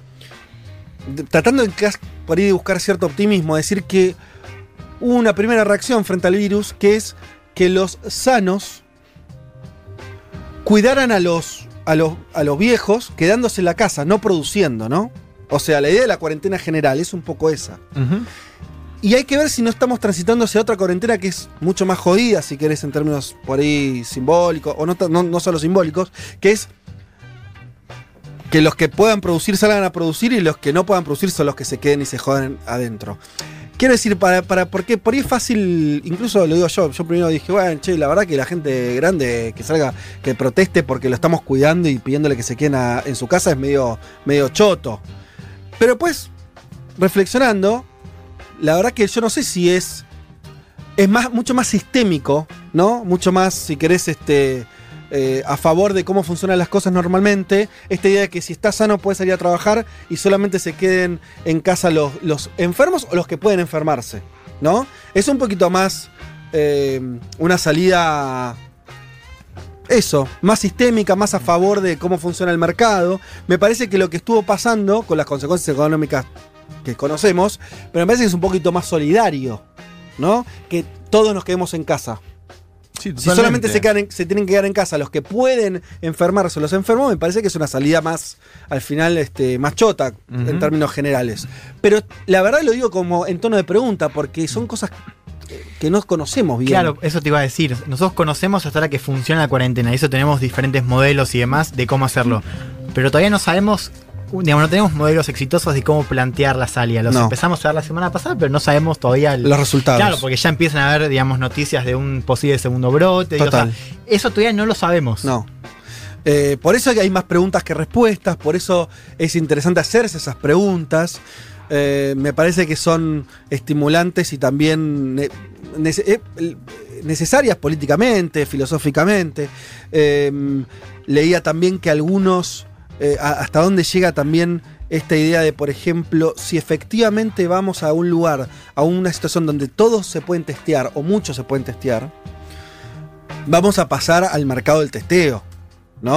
tratando por ahí de buscar cierto optimismo, decir que hubo una primera reacción frente al virus, que es que los sanos cuidaran a los viejos quedándose en la casa, no produciendo, ¿no? O sea, la idea de la cuarentena general es un poco esa. Y hay que ver si no estamos transitando hacia otra cuarentena que es mucho más jodida, si querés, en términos por ahí simbólicos, o no solo simbólicos, que es que los que puedan producir salgan a producir y los que no puedan producir son los que se queden y se joden adentro. Quiero decir, porque por ahí es fácil, incluso lo digo yo primero dije, bueno, che, la verdad que la gente grande que salga, que proteste porque lo estamos cuidando y pidiéndole que se queden en su casa es medio choto. Pero pues, reflexionando, la verdad que yo no sé si es mucho más sistémico, ¿no? Mucho más, si querés, a favor de cómo funcionan las cosas normalmente. Esta idea de que si estás sano puedes salir a trabajar y solamente se queden en casa los enfermos o los que pueden enfermarse, ¿no? Es un poquito más una salida, más sistémica, más a favor de cómo funciona el mercado. Me parece que lo que estuvo pasando, con las consecuencias económicas que conocemos, pero me parece que es un poquito más solidario, ¿no? Que todos nos quedemos en casa. Sí, si solamente se tienen que quedar en casa los que pueden enfermarse o los enfermos, me parece que es una salida más, al final, más chota en términos generales. Pero la verdad lo digo como en tono de pregunta, porque son cosas que no conocemos bien. Claro, eso te iba a decir. Nosotros conocemos hasta ahora que funciona la cuarentena, y eso tenemos diferentes modelos y demás de cómo hacerlo. Pero todavía no sabemos, digamos, no tenemos modelos exitosos de cómo plantear la salida. Los empezamos a ver la semana pasada, pero no sabemos todavía los resultados. Claro, porque ya empiezan a haber, digamos, noticias de un posible segundo brote. Total. O sea, eso todavía no lo sabemos. No. Por eso hay más preguntas que respuestas, por eso es interesante hacerse esas preguntas. Me parece que son estimulantes y también necesarias políticamente, filosóficamente. Leía también que algunos... hasta dónde llega también esta idea de, por ejemplo, si efectivamente vamos a un lugar, a una situación donde todos se pueden testear o muchos se pueden testear, vamos a pasar al mercado del testeo, ¿no?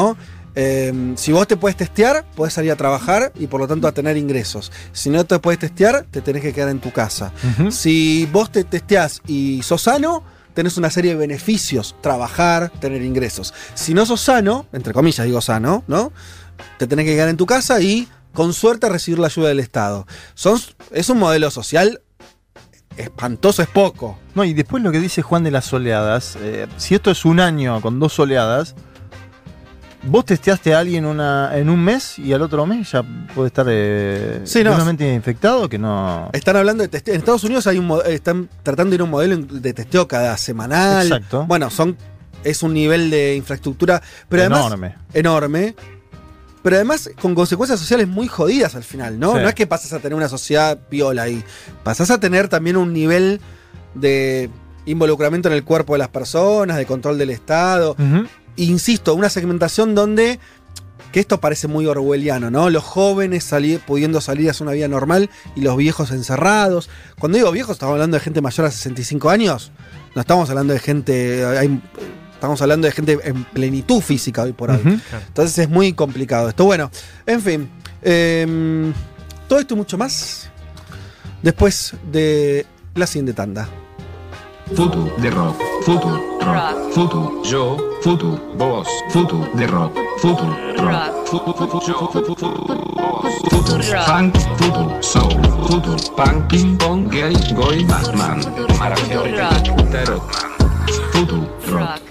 Si vos te puedes testear, podés salir a trabajar y por lo tanto a tener ingresos. Si no te puedes testear, te tenés que quedar en tu casa. Si vos te testeás y sos sano, tenés una serie de beneficios, trabajar, tener ingresos. Si no sos sano, entre comillas digo sano, ¿no? Te tenés que quedar en tu casa y con suerte recibir la ayuda del Estado. Es un modelo social espantoso, es poco. No, y después lo que dice Juan de las oleadas, si esto es un año con 2 oleadas, vos testeaste a alguien en un mes y al otro mes ya puede estar nuevamente infectado, que no... Están hablando de testeo. En Estados Unidos están tratando de ir a un modelo de testeo cada semanal. Exacto. Bueno, es un nivel de infraestructura, pero además enorme. Pero además con consecuencias sociales muy jodidas al final, ¿no? Sí. No es que pasas a tener una sociedad piola ahí. Pasás a tener también un nivel de involucramiento en el cuerpo de las personas, de control del Estado. Insisto, una segmentación donde, que esto parece muy orwelliano, ¿no? Los jóvenes pudiendo salir a hacer una vida normal y los viejos encerrados. Cuando digo viejos, estamos hablando de gente mayor a 65 años. No estamos hablando de gente... Estamos hablando de gente en plenitud física hoy por hoy. Entonces es muy complicado esto. Bueno, en fin. Todo esto y mucho más después de la siguiente tanda. Futu de rock, futu rock, futu yo, futu vos, futu de rock, futu rock, futu yo, futu funk, futu soul, futu punk, ping pong, gay, goy, Batman, maravilloso, futu rock.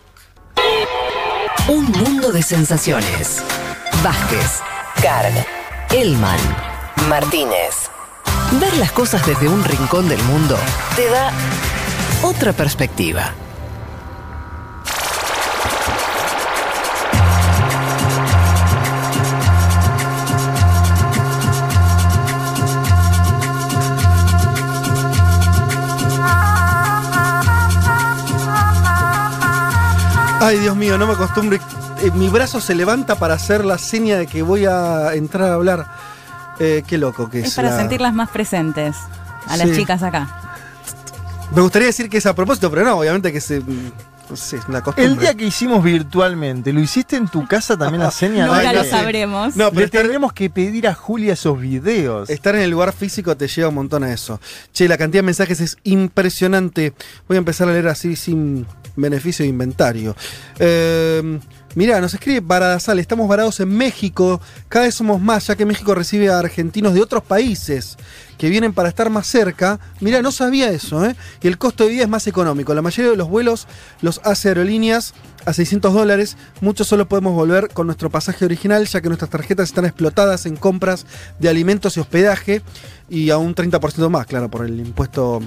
Un mundo de sensaciones. Vázquez, Carg, Elman, Martínez. Ver las cosas desde un rincón del mundo te da otra perspectiva. Ay, Dios mío, no me acostumbro. Mi brazo se levanta para hacer la seña de que voy a entrar a hablar. Qué loco que es. Es para sentirlas más presentes a las chicas acá. Me gustaría decir que es a propósito, pero no, obviamente que no sé, es una costumbre. El día que hicimos virtualmente, ¿lo hiciste en tu casa también la seña? Nunca lo sabremos. No, pero tendremos que pedir a Julia esos videos. Estar en el lugar físico te lleva un montón a eso. Che, la cantidad de mensajes es impresionante. Voy a empezar a leer así sin beneficio de inventario. Mirá, nos escribe Baradazal, estamos varados en México, cada vez somos más, ya que México recibe a argentinos de otros países que vienen para estar más cerca. Mirá, no sabía eso, ¿eh? Y el costo de vida es más económico. La mayoría de los vuelos los hace aerolíneas a $600. Muchos solo podemos volver con nuestro pasaje original, ya que nuestras tarjetas están explotadas en compras de alimentos y hospedaje, y a un 30% más, claro, por el impuesto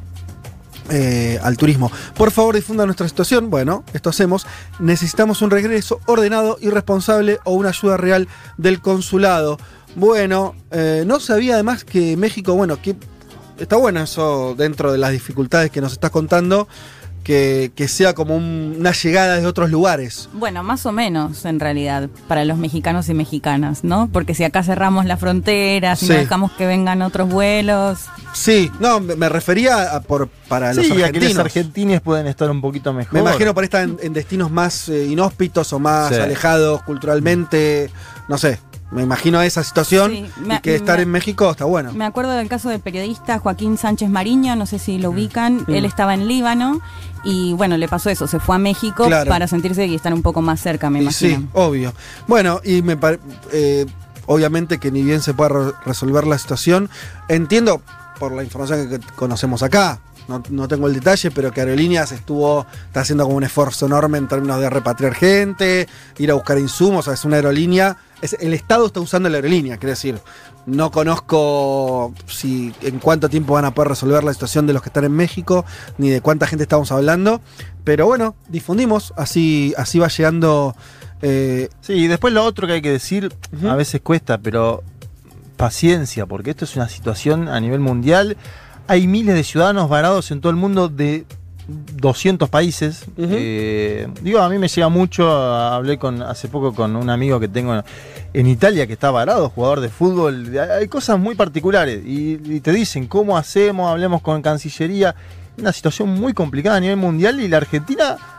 al turismo. Por favor, difunda nuestra situación. Bueno, esto hacemos. Necesitamos un regreso ordenado y responsable o una ayuda real del consulado. Bueno, no sabía además que México, bueno, que está bueno eso dentro de las dificultades que nos estás contando, que sea como una llegada de otros lugares. Bueno, más o menos en realidad para los mexicanos y mexicanas, ¿no? Porque si acá cerramos las fronteras, si no dejamos que vengan otros vuelos. Sí, no, me refería para los argentinos. Sí, a que los argentines pueden estar un poquito mejor. Me imagino por estar en destinos más inhóspitos o más alejados culturalmente, no sé. Me imagino esa situación y que estar en México está bueno. Me acuerdo del caso del periodista Joaquín Sánchez Mariño, no sé si lo ubican, él estaba en Líbano y bueno, le pasó eso, se fue a México para sentirse y estar un poco más cerca, me imagino. Sí, obvio. Bueno, y obviamente que ni bien se pueda resolver la situación, entiendo por la información que conocemos acá, no tengo el detalle, pero que Aerolíneas está haciendo como un esfuerzo enorme en términos de repatriar gente, ir a buscar insumos, o sea, es una aerolínea, el Estado está usando la aerolínea, quiero decir, no conozco en cuánto tiempo van a poder resolver la situación de los que están en México, ni de cuánta gente estamos hablando, pero bueno, difundimos, así va llegando. Sí, y después lo otro que hay que decir, a veces cuesta, pero paciencia, porque esto es una situación a nivel mundial. Hay miles de ciudadanos varados en todo el mundo de 200 países. A mí me llega mucho, hablé hace poco con un amigo que tengo en Italia que está varado, jugador de fútbol. Hay cosas muy particulares y te dicen, ¿cómo hacemos? Hablemos con Cancillería. Una situación muy complicada a nivel mundial y la Argentina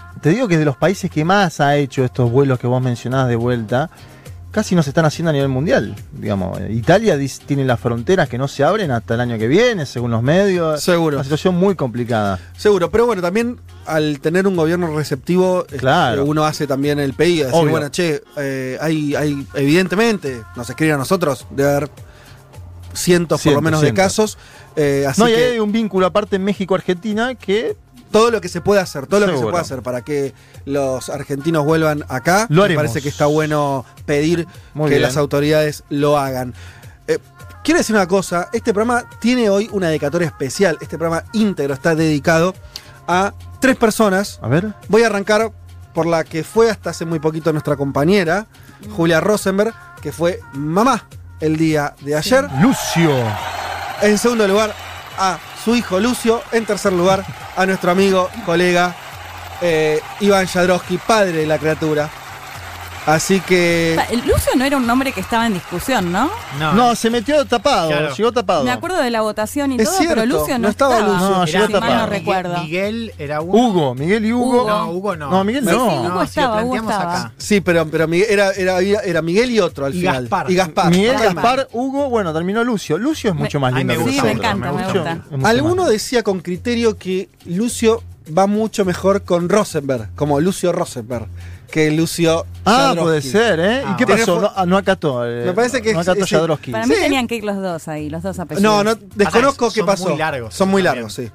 te digo que de los países que más ha hecho estos vuelos que vos mencionás de vuelta, casi no se están haciendo a nivel mundial. Digamos, Italia tiene las fronteras que no se abren hasta el año que viene, según los medios. Seguro. Una situación muy complicada. Seguro, pero bueno, también al tener un gobierno receptivo, claro, uno hace también el pedido, decir, obvio, bueno, che, hay evidentemente, nos escriben a nosotros, debe haber cientos por lo menos de casos. Así y que hay un vínculo aparte en México-Argentina que... todo lo que se puede hacer, todo lo que se puede hacer para que los argentinos vuelvan acá, me parece que está bueno pedir que las autoridades lo hagan. Quiero decir una cosa, este programa tiene hoy una dedicatoria especial, este programa íntegro está dedicado a 3 personas. A ver. Voy a arrancar por la que fue hasta hace muy poquito nuestra compañera, Julia Rosenberg, que fue mamá el día de ayer. Lucio. En segundo lugar, a su hijo Lucio. En tercer lugar, a nuestro amigo, colega Iván Jadrowski, padre de la criatura. Así que... Lucio no era un nombre que estaba en discusión, ¿no? No, se metió tapado, claro, llegó tapado. Me acuerdo de la votación y es todo, cierto, pero Lucio no estaba. Lucio. No, llegó si tapado. mal no recuerdo. Miguel era uno. Hugo, Miguel y Hugo. No, Hugo no. No, Miguel Sí, no. sí, Hugo estaba, Hugo estaba. Acá. Sí, pero Miguel, era Miguel y otro al Y final. Gaspar. Y Gaspar. Miguel, Ay, Gaspar, Hugo, bueno, terminó Lucio. Lucio es mucho más lindo. me que gusta. Sí, me nosotros. encanta, me gusta. Es mucho Alguno más. decía con criterio que Lucio va mucho mejor con Rosenberg, como Lucio Rosenberg, que Lucio Jadrowski. Puede ser, ¿eh? ¿Y qué pasó? No acató. Me parece que no acató sí. Jadrowski. Para mí tenían que ir los dos ahí, los dos apellidos. No, desconozco qué pasó. Son muy largos. Son muy largos, sí.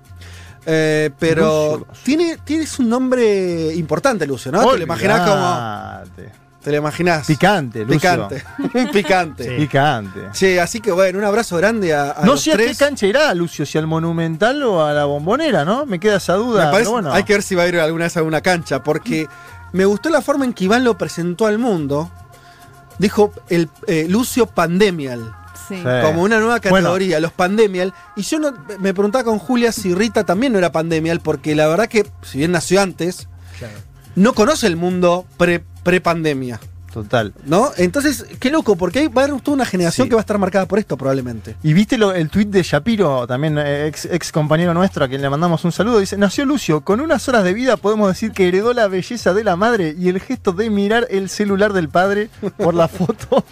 Pero tienes un nombre importante, Lucio, ¿no? Te lo imaginás como... Te lo imaginás. Picante, Lucio. Picante. Picante. Sí. Picante. Che, así que bueno, un abrazo grande a No los sé a tres. qué cancha irá, Lucio, si al Monumental o a la Bombonera, ¿no? Me queda esa duda. Me parece, pero bueno. hay que ver si va a ir alguna vez a alguna cancha, porque me gustó la forma en que Iván lo presentó al mundo. Dijo el Lucio Pandemial. Sí. Como una nueva categoría, los Pandemial. Y yo me preguntaba con Julia si Rita también no era Pandemial, porque la verdad que, si bien nació antes, no conoce el mundo pre-pandemia. Total. ¿No? Entonces, qué loco, porque va a haber toda una generación que va a estar marcada por esto, probablemente. ¿Y viste el tuit de Shapiro, también ex compañero nuestro, a quien le mandamos un saludo? Dice, nació Lucio, con unas horas de vida podemos decir que heredó la belleza de la madre y el gesto de mirar el celular del padre por la foto.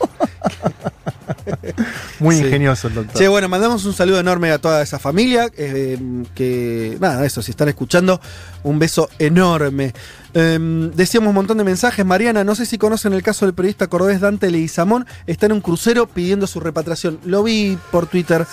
Muy ingenioso el doctor. Che, bueno, mandamos un saludo enorme a toda esa familia, que, nada, eso, si están escuchando, un beso enorme. Decíamos un montón de mensajes. Mariana, no sé si conocen el caso del periodista cordobés Dante Leguizamón, está en un crucero pidiendo su repatriación. Lo vi por Twitter.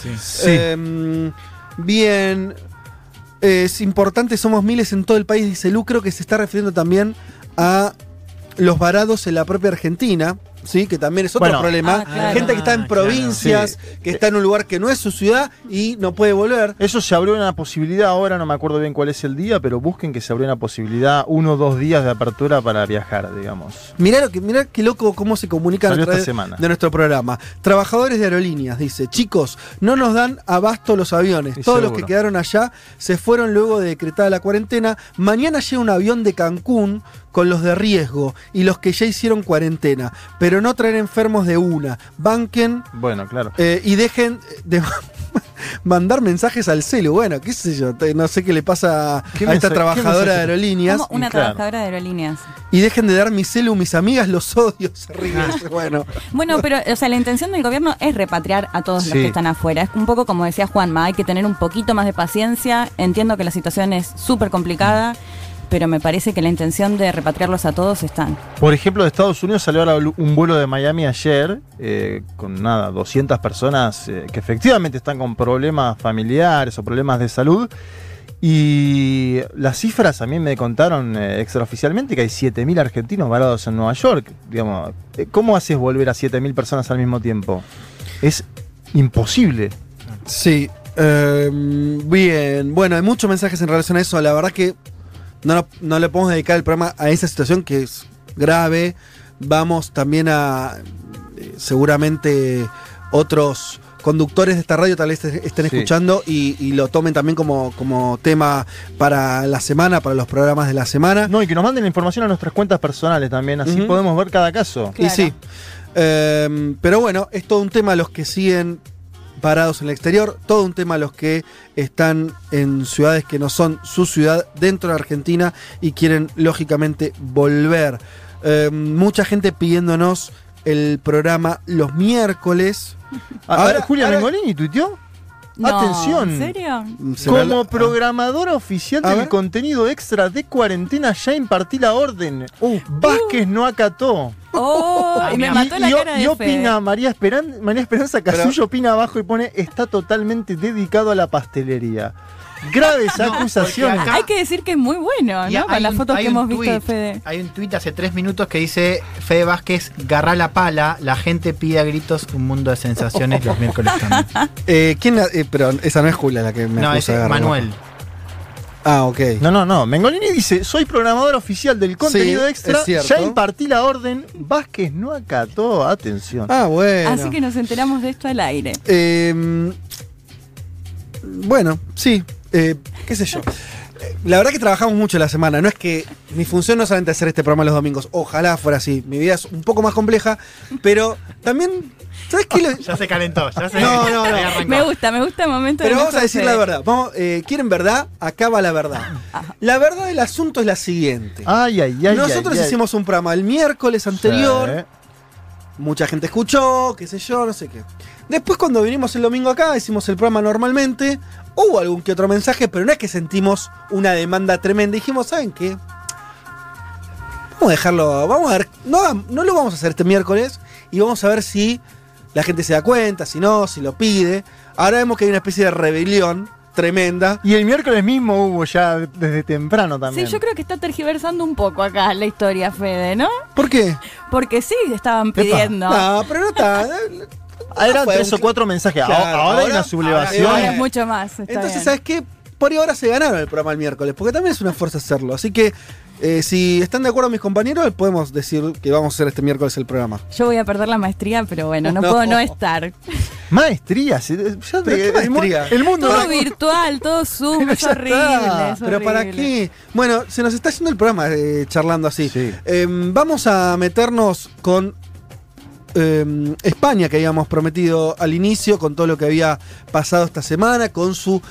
Bien, es importante, somos miles en todo el país, dice Lu. Creo que se está refiriendo también a los varados en la propia Argentina. Sí, que también es otro problema. Claro. Gente que está en provincias, que está en un lugar que no es su ciudad y no puede volver. Eso se abrió una posibilidad ahora, no me acuerdo bien cuál es el día, pero busquen que se abrió una posibilidad, 1 o 2 días de apertura para viajar, digamos. Mirá qué loco cómo se comunican Salió a través esta semana de nuestro programa. Trabajadores de aerolíneas, dice, chicos, no nos dan abasto los aviones. Y todos seguro. los que quedaron allá se fueron luego de decretada la cuarentena. Mañana llega un avión de Cancún con los de riesgo y los que ya hicieron cuarentena, pero no traer enfermos de una. Banquen. Bueno, claro. Y dejen de mandar mensajes al celu. Bueno, qué sé yo, no sé qué le pasa a esta trabajadora de aerolíneas. Como una trabajadora de aerolíneas. Y dejen de dar mi celu, mis amigas, los odio, se ríe. Bueno, pero, o sea, la intención del gobierno es repatriar a todos los que están afuera. Es un poco como decía Juanma, hay que tener un poquito más de paciencia. Entiendo que la situación es súper complicada, pero me parece que la intención de repatriarlos a todos están. Por ejemplo, de Estados Unidos salió ahora un vuelo de Miami ayer, con 200 personas que efectivamente están con problemas familiares o problemas de salud. Y las cifras a mí me contaron extraoficialmente que hay 7.000 argentinos varados en Nueva York. Digamos, ¿cómo haces volver a 7.000 personas al mismo tiempo? Es imposible. Sí. Bien. Bueno, hay muchos mensajes en relación a eso. La verdad que no le podemos dedicar el programa a esa situación que es grave. Vamos también a seguramente otros conductores de esta radio tal vez estén escuchando y lo tomen también como tema para la semana, para los programas de la semana. No, y que nos manden la información a nuestras cuentas personales también, así podemos ver cada caso. Claro. Y sí. Pero bueno, es todo un tema los que siguen parados en el exterior. Todo un tema los que están en ciudades que no son su ciudad dentro de Argentina y quieren lógicamente volver. Mucha gente pidiéndonos el programa los miércoles. Ahora Julia Mengolini tuiteó. No, Atención. ¿en serio? Como programadora oficial del contenido extra de cuarentena ya impartí la orden. Vázquez no acató. Y me mató la cara de Y opina Fede. María Esperanza Casullo, opina abajo y pone: está totalmente dedicado a la pastelería. Graves acusaciones. Hay que decir que es muy bueno, ¿no? Con las fotos que hemos visto de Fede. Hay un tuit hace 3 minutos que dice: Fede Vázquez, garra la pala, la gente pide a gritos un mundo de sensaciones los miércoles también. ¿Quién? Pero esa no es Julia la que me No, acusa es de agarrar. Manuel. Ah, ok. No. Mengolini dice: soy programador oficial del contenido Sí, extra. es cierto. Ya impartí la orden. Vázquez no acató. Atención. Ah, bueno. Así que nos enteramos de esto al aire. Bueno, sí. Qué sé yo. La verdad que trabajamos mucho la semana. No es que mi función no es solamente hacer este programa los domingos. Ojalá fuera así. Mi vida es un poco más compleja, pero también, ¿sabes qué? Ya se calentó. No. Me gusta el momento. Pero de vamos a decir Fede. la verdad. ¿Quieren verdad? Acá va la verdad. La verdad del asunto es la siguiente. Nosotros hicimos un programa el miércoles anterior. Sí. Mucha gente escuchó, qué sé yo, no sé qué. Después cuando vinimos el domingo acá, hicimos el programa normalmente. Hubo algún que otro mensaje, pero no es que sentimos una demanda tremenda. Dijimos, ¿saben qué? Vamos a dejarlo, vamos a ver. No lo vamos a hacer este miércoles. Y vamos a ver si la gente se da cuenta, si no, si lo pide. Ahora vemos que hay una especie de rebelión tremenda. Y el miércoles mismo hubo ya desde temprano también. Sí, yo creo que está tergiversando un poco acá la historia, Fede, ¿no? ¿Por qué? Porque sí, estaban pidiendo. No, pero no está. Eran 3 o 4 mensajes. Claro, ahora hay una sublevación. Ahora es mucho más. Está Entonces, bien. ¿sabes qué? Por ahora se ganaron el programa el miércoles, porque también es una fuerza hacerlo. Así que, si están de acuerdo mis compañeros, podemos decir que vamos a hacer este miércoles el programa. Yo voy a perder la maestría, pero bueno, no puedo no estar. Maestría. El mundo todo virtual, todo Zoom, es horrible. Pero ¿para qué? Bueno, se nos está haciendo el programa charlando así. Sí. Vamos a meternos con España, que habíamos prometido al inicio, con todo lo que había pasado esta semana, con su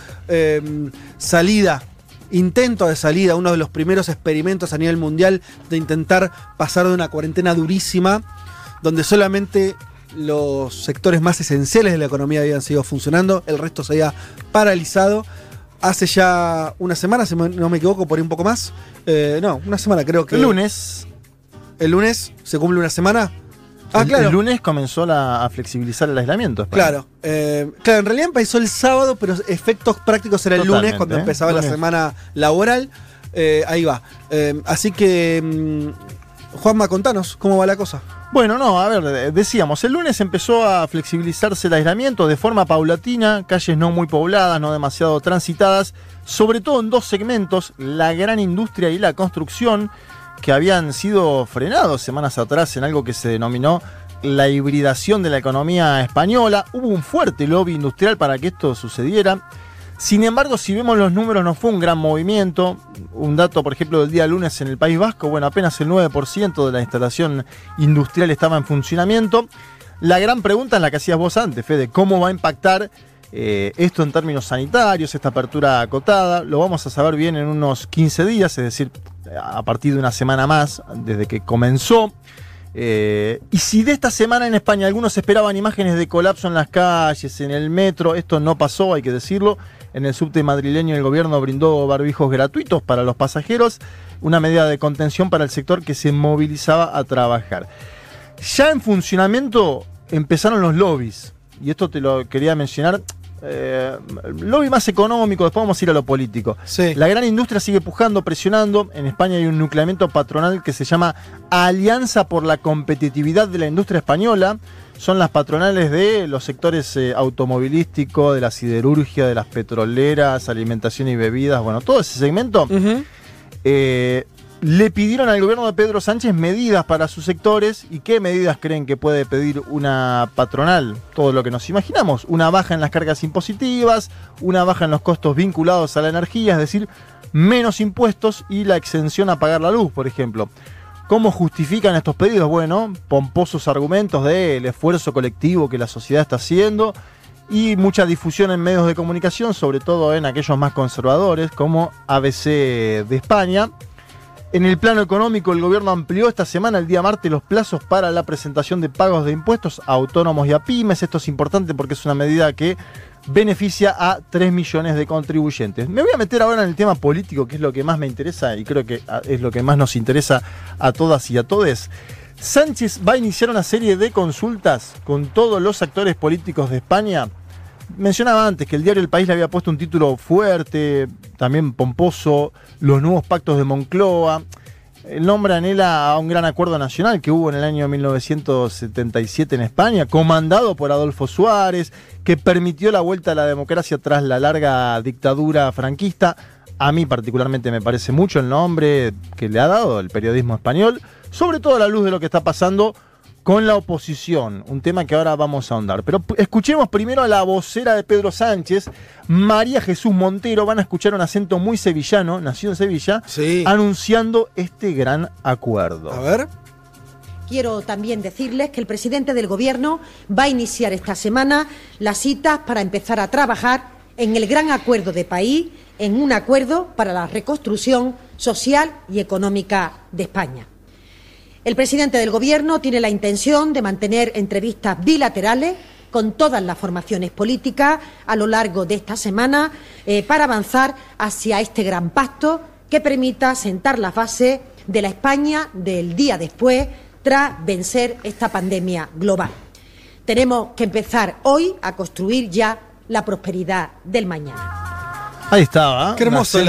intento de salida, uno de los primeros experimentos a nivel mundial de intentar pasar de una cuarentena durísima, donde solamente los sectores más esenciales de la economía habían seguido funcionando, el resto se había paralizado. Hace ya una semana, si no me equivoco, por ahí un poco más. Una semana creo que. El lunes se cumple una semana. El lunes comenzó a flexibilizar el aislamiento. Claro, en realidad empezó el sábado, pero efectos prácticos era el lunes, cuando empezaba la semana laboral. Ahí va. Así que, Juanma, contanos cómo va la cosa. Bueno, a ver, decíamos, el lunes empezó a flexibilizarse el aislamiento de forma paulatina, calles no muy pobladas, no demasiado transitadas, sobre todo en 2 segmentos, la gran industria y la construcción, que habían sido frenados semanas atrás en algo que se denominó la hibridación de la economía española. Hubo un fuerte lobby industrial para que esto sucediera. Sin embargo, si vemos los números, no fue un gran movimiento. Un dato, por ejemplo, del día lunes en el País Vasco, apenas el 9% de la instalación industrial estaba en funcionamiento. La gran pregunta es la que hacías vos antes, Fede: ¿cómo va a impactar esto en términos sanitarios, esta apertura acotada? Lo vamos a saber bien en unos 15 días, es decir, a partir de una semana más desde que comenzó. Y si de esta semana en España algunos esperaban imágenes de colapso en las calles, en el metro, esto no pasó, hay que decirlo. En el subte madrileño el gobierno brindó barbijos gratuitos para los pasajeros, una medida de contención para el sector que se movilizaba a trabajar. Ya en funcionamiento empezaron los lobbies, y esto te lo quería mencionar. Lobby más económico, después vamos a ir a lo político. Sí. La gran industria sigue pujando, presionando. En España hay un nucleamiento patronal que se llama Alianza por la Competitividad de la Industria Española. Son las patronales de los sectores automovilísticos, de la siderurgia, de las petroleras, alimentación y bebidas, todo ese segmento. Le pidieron al gobierno de Pedro Sánchez medidas para sus sectores. ¿Y qué medidas creen que puede pedir una patronal? Todo lo que nos imaginamos: una baja en las cargas impositivas, una baja en los costos vinculados a la energía, es decir, menos impuestos y la exención a pagar la luz, por ejemplo. ¿Cómo justifican estos pedidos? Pomposos argumentos del esfuerzo colectivo que la sociedad está haciendo y mucha difusión en medios de comunicación, sobre todo en aquellos más conservadores, como ABC de España. En el plano económico, el gobierno amplió esta semana, el día martes, los plazos para la presentación de pagos de impuestos a autónomos y a pymes. Esto es importante porque es una medida que beneficia a 3 millones de contribuyentes. Me voy a meter ahora en el tema político, que es lo que más me interesa y creo que es lo que más nos interesa a todas y a todes. Sánchez va a iniciar una serie de consultas con todos los actores políticos de España. Mencionaba antes que el diario El País le había puesto un título fuerte, también pomposo, los nuevos pactos de Moncloa. El nombre anhela a un gran acuerdo nacional que hubo en el año 1977 en España, comandado por Adolfo Suárez, que permitió la vuelta a la democracia tras la larga dictadura franquista. A mí particularmente me parece mucho el nombre que le ha dado el periodismo español, sobre todo a la luz de lo que está pasando con la oposición, un tema que ahora vamos a ahondar. Pero escuchemos primero a la vocera de Pedro Sánchez, María Jesús Montero. Van a escuchar un acento muy sevillano, nacido en Sevilla, sí, anunciando este gran acuerdo. A ver. Quiero también decirles que el presidente del Gobierno va a iniciar esta semana las citas para empezar a trabajar en el gran acuerdo de país, en un acuerdo para la reconstrucción social y económica de España. El presidente del Gobierno tiene la intención de mantener entrevistas bilaterales con todas las formaciones políticas a lo largo de esta semana para avanzar hacia este gran pacto que permita sentar la base de la España del día después tras vencer esta pandemia global. Tenemos que empezar hoy a construir ya la prosperidad del mañana. Ahí estaba. Qué hermoso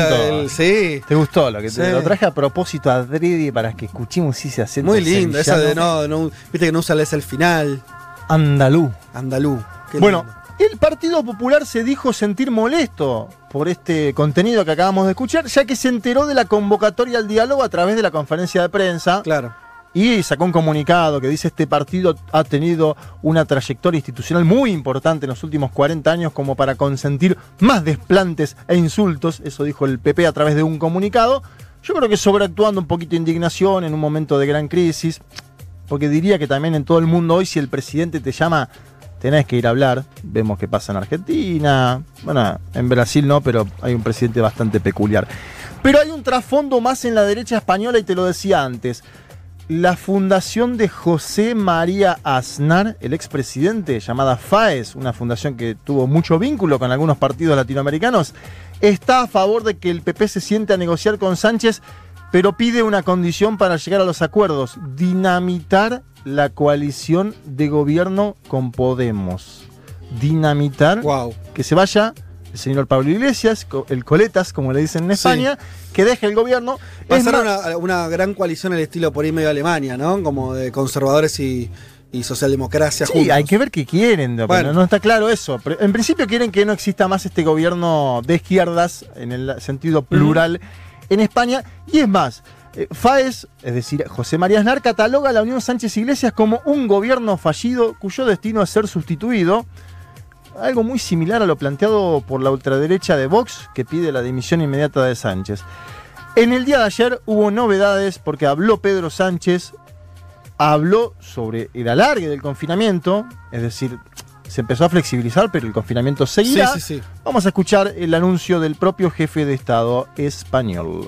sí. ¿Te gustó lo que sí, te lo traje a propósito adrede para que escuchemos ese acento? Muy lindo, esa de no, viste que no usa el final. Andalú. Bueno, el Partido Popular se dijo sentir molesto por este contenido que acabamos de escuchar, ya que se enteró de la convocatoria al diálogo a través de la conferencia de prensa. Claro. Y sacó un comunicado que dice: este partido ha tenido una trayectoria institucional muy importante en los últimos 40 años como para consentir más desplantes e insultos. Eso dijo el PP a través de un comunicado. Yo creo que sobreactuando un poquito de indignación en un momento de gran crisis, porque diría que también en todo el mundo hoy, si el presidente te llama, tenés que ir a hablar. Vemos qué pasa en Argentina, bueno, en Brasil no, pero hay un presidente bastante peculiar. Pero hay un trasfondo más en la derecha española y te lo decía antes. La fundación de José María Aznar, el expresidente, llamada FAES, una fundación que tuvo mucho vínculo con algunos partidos latinoamericanos, está a favor de que el PP se siente a negociar con Sánchez, pero pide una condición para llegar a los acuerdos: dinamitar la coalición de gobierno con Podemos. Dinamitar, que se vaya el señor Pablo Iglesias, el Coletas, como le dicen en España, sí, que deje el gobierno. Va a ser una gran coalición al estilo por ahí medio Alemania, ¿no? Como de conservadores y socialdemocracia sí, juntos. Hay que ver qué quieren, bueno, no está claro eso. Pero en principio quieren que no exista más este gobierno de izquierdas, en el sentido plural, en España. Y es más, FAES, es decir, José María Aznar, cataloga a la Unión Sánchez Iglesias como un gobierno fallido cuyo destino es ser sustituido. Algo muy similar a lo planteado por la ultraderecha de Vox, que pide la dimisión inmediata de Sánchez. En el día de ayer hubo novedades porque habló Pedro Sánchez, habló sobre el alargue del confinamiento, es decir, se empezó a flexibilizar, pero el confinamiento seguirá. Sí. Vamos a escuchar el anuncio del propio jefe de Estado español.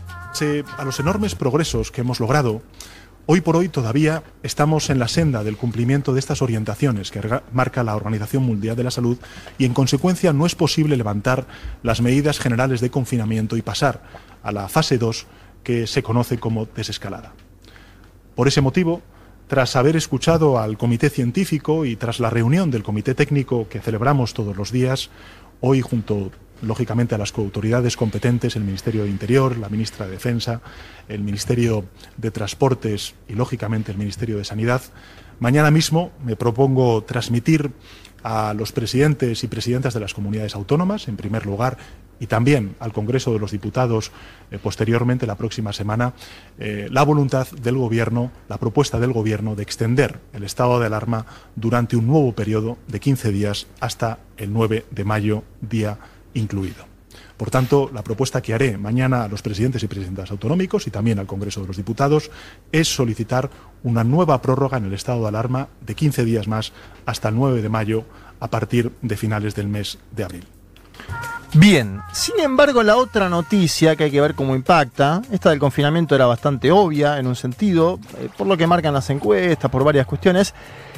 A los enormes progresos que hemos logrado, hoy por hoy todavía estamos en la senda del cumplimiento de estas orientaciones que marca la Organización Mundial de la Salud y en consecuencia no es posible levantar las medidas generales de confinamiento y pasar a la fase 2 que se conoce como desescalada. Por ese motivo, tras haber escuchado al Comité Científico y tras la reunión del Comité Técnico que celebramos todos los días, hoy junto lógicamente a las autoridades competentes, el Ministerio de Interior, la Ministra de Defensa, el Ministerio de Transportes y lógicamente el Ministerio de Sanidad, mañana mismo me propongo transmitir a los presidentes y presidentas de las comunidades autónomas, en primer lugar, y también al Congreso de los Diputados posteriormente, la próxima semana, la voluntad del Gobierno, la propuesta del Gobierno de extender el estado de alarma durante un nuevo periodo de 15 días hasta el 9 de mayo, día incluido. Por tanto, la propuesta que haré mañana a los presidentes y presidentas autonómicos y también al Congreso de los Diputados es solicitar una nueva prórroga en el estado de alarma de 15 días más hasta el 9 de mayo a partir de finales del mes de abril. Bien, sin embargo, la otra noticia que hay que ver cómo impacta, esta del confinamiento era bastante obvia en un sentido, por lo que marcan las encuestas, por varias cuestiones.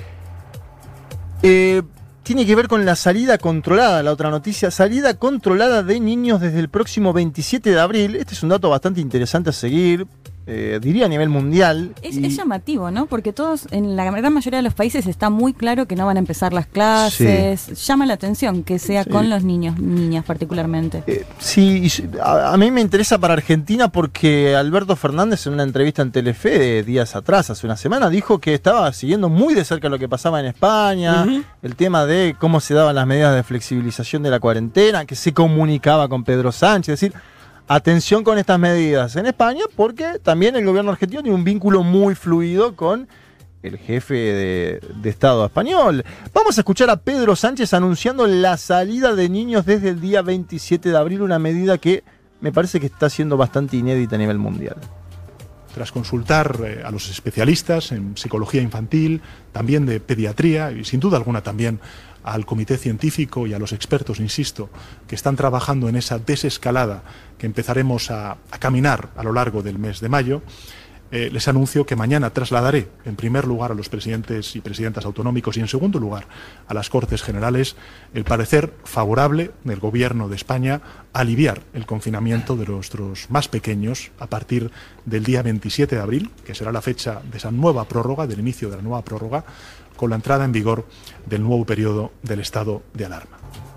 Tiene que ver con la salida controlada, la otra noticia, salida controlada de niños desde el próximo 27 de abril. Este es un dato bastante interesante a seguir, diría a nivel mundial. Es llamativo, ¿no? Porque todos, en la gran mayoría de los países está muy claro que no van a empezar las clases. Sí. Llama la atención que sea con los niños, niñas particularmente. Sí, a mí me interesa para Argentina porque Alberto Fernández en una entrevista en Telefe de días atrás, hace una semana, dijo que estaba siguiendo muy de cerca lo que pasaba en España, el tema de cómo se daban las medidas de flexibilización de la cuarentena, que se comunicaba con Pedro Sánchez, es decir, atención con estas medidas en España, porque también el gobierno argentino tiene un vínculo muy fluido con el jefe de Estado español. Vamos a escuchar a Pedro Sánchez anunciando la salida de niños desde el día 27 de abril, una medida que me parece que está siendo bastante inédita a nivel mundial. Tras consultar a los especialistas en psicología infantil, también de pediatría y sin duda alguna también al comité científico y a los expertos, insisto, que están trabajando en esa desescalada que empezaremos a caminar a lo largo del mes de mayo, les anuncio que mañana trasladaré, en primer lugar, a los presidentes y presidentas autonómicos y, en segundo lugar, a las Cortes Generales, el parecer favorable del Gobierno de España a aliviar el confinamiento de nuestros más pequeños a partir del día 27 de abril, que será la fecha de esa nueva prórroga, del inicio de la nueva prórroga, con la entrada en vigor del nuevo periodo del estado de alarma.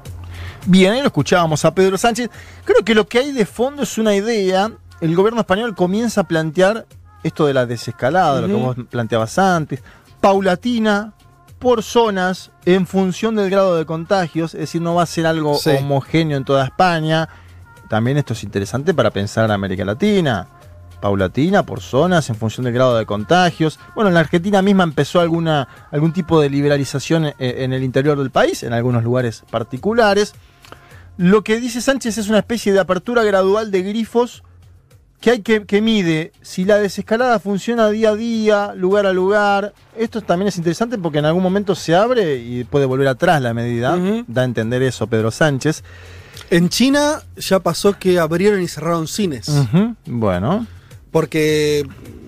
Bien, ahí lo escuchábamos a Pedro Sánchez. Creo que lo que hay de fondo es una idea. El gobierno español comienza a plantear esto de la desescalada, lo que vos planteabas antes, paulatina, por zonas, en función del grado de contagios, es decir, no va a ser algo homogéneo en toda España. También esto es interesante para pensar en América Latina. Paulatina, por zonas, en función del grado de contagios. Bueno, en la Argentina misma empezó algún tipo de liberalización en el interior del país, en algunos lugares particulares. Lo que dice Sánchez es una especie de apertura gradual de grifos que mide si la desescalada funciona día a día, lugar a lugar. Esto también es interesante porque en algún momento se abre y puede volver atrás la medida. Da a entender eso Pedro Sánchez. En China ya pasó que abrieron y cerraron cines. Bueno. Porque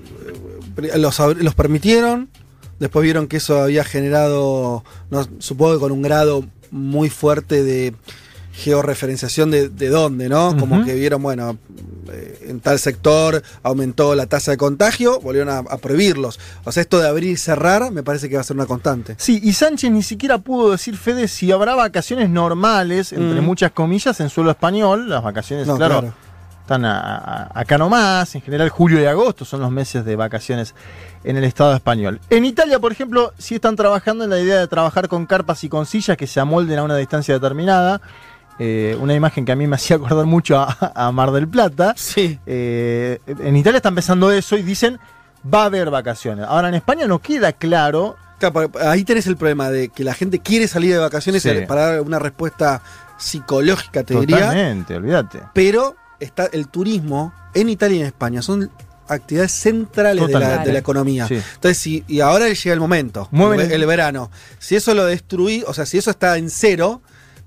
los permitieron, después vieron que eso había generado, supongo que con un grado muy fuerte de georreferenciación de dónde, ¿no? Como que vieron, bueno, en tal sector aumentó la tasa de contagio, volvieron a prohibirlos. O sea, esto de abrir y cerrar me parece que va a ser una constante. Sí, y Sánchez ni siquiera pudo decir, Fede, si habrá vacaciones normales, entre muchas comillas, en suelo español. Las vacaciones, claro. Están acá nomás, en general julio y agosto son los meses de vacaciones en el Estado español. En Italia, por ejemplo, sí están trabajando en la idea de trabajar con carpas y con sillas que se amolden a una distancia determinada. Una imagen que a mí me hacía acordar mucho a Mar del Plata. Sí. En Italia está empezando eso y dicen, va a haber vacaciones. Ahora en España no queda claro. Claro, ahí tenés el problema de que la gente quiere salir de vacaciones para dar una respuesta psicológica, te diría. Totalmente, olvídate. Pero está el turismo en Italia y en España, son actividades centrales de la economía. Sí. Entonces, y ahora llega el momento, el verano. Si eso lo destruí, o sea, si eso está en cero,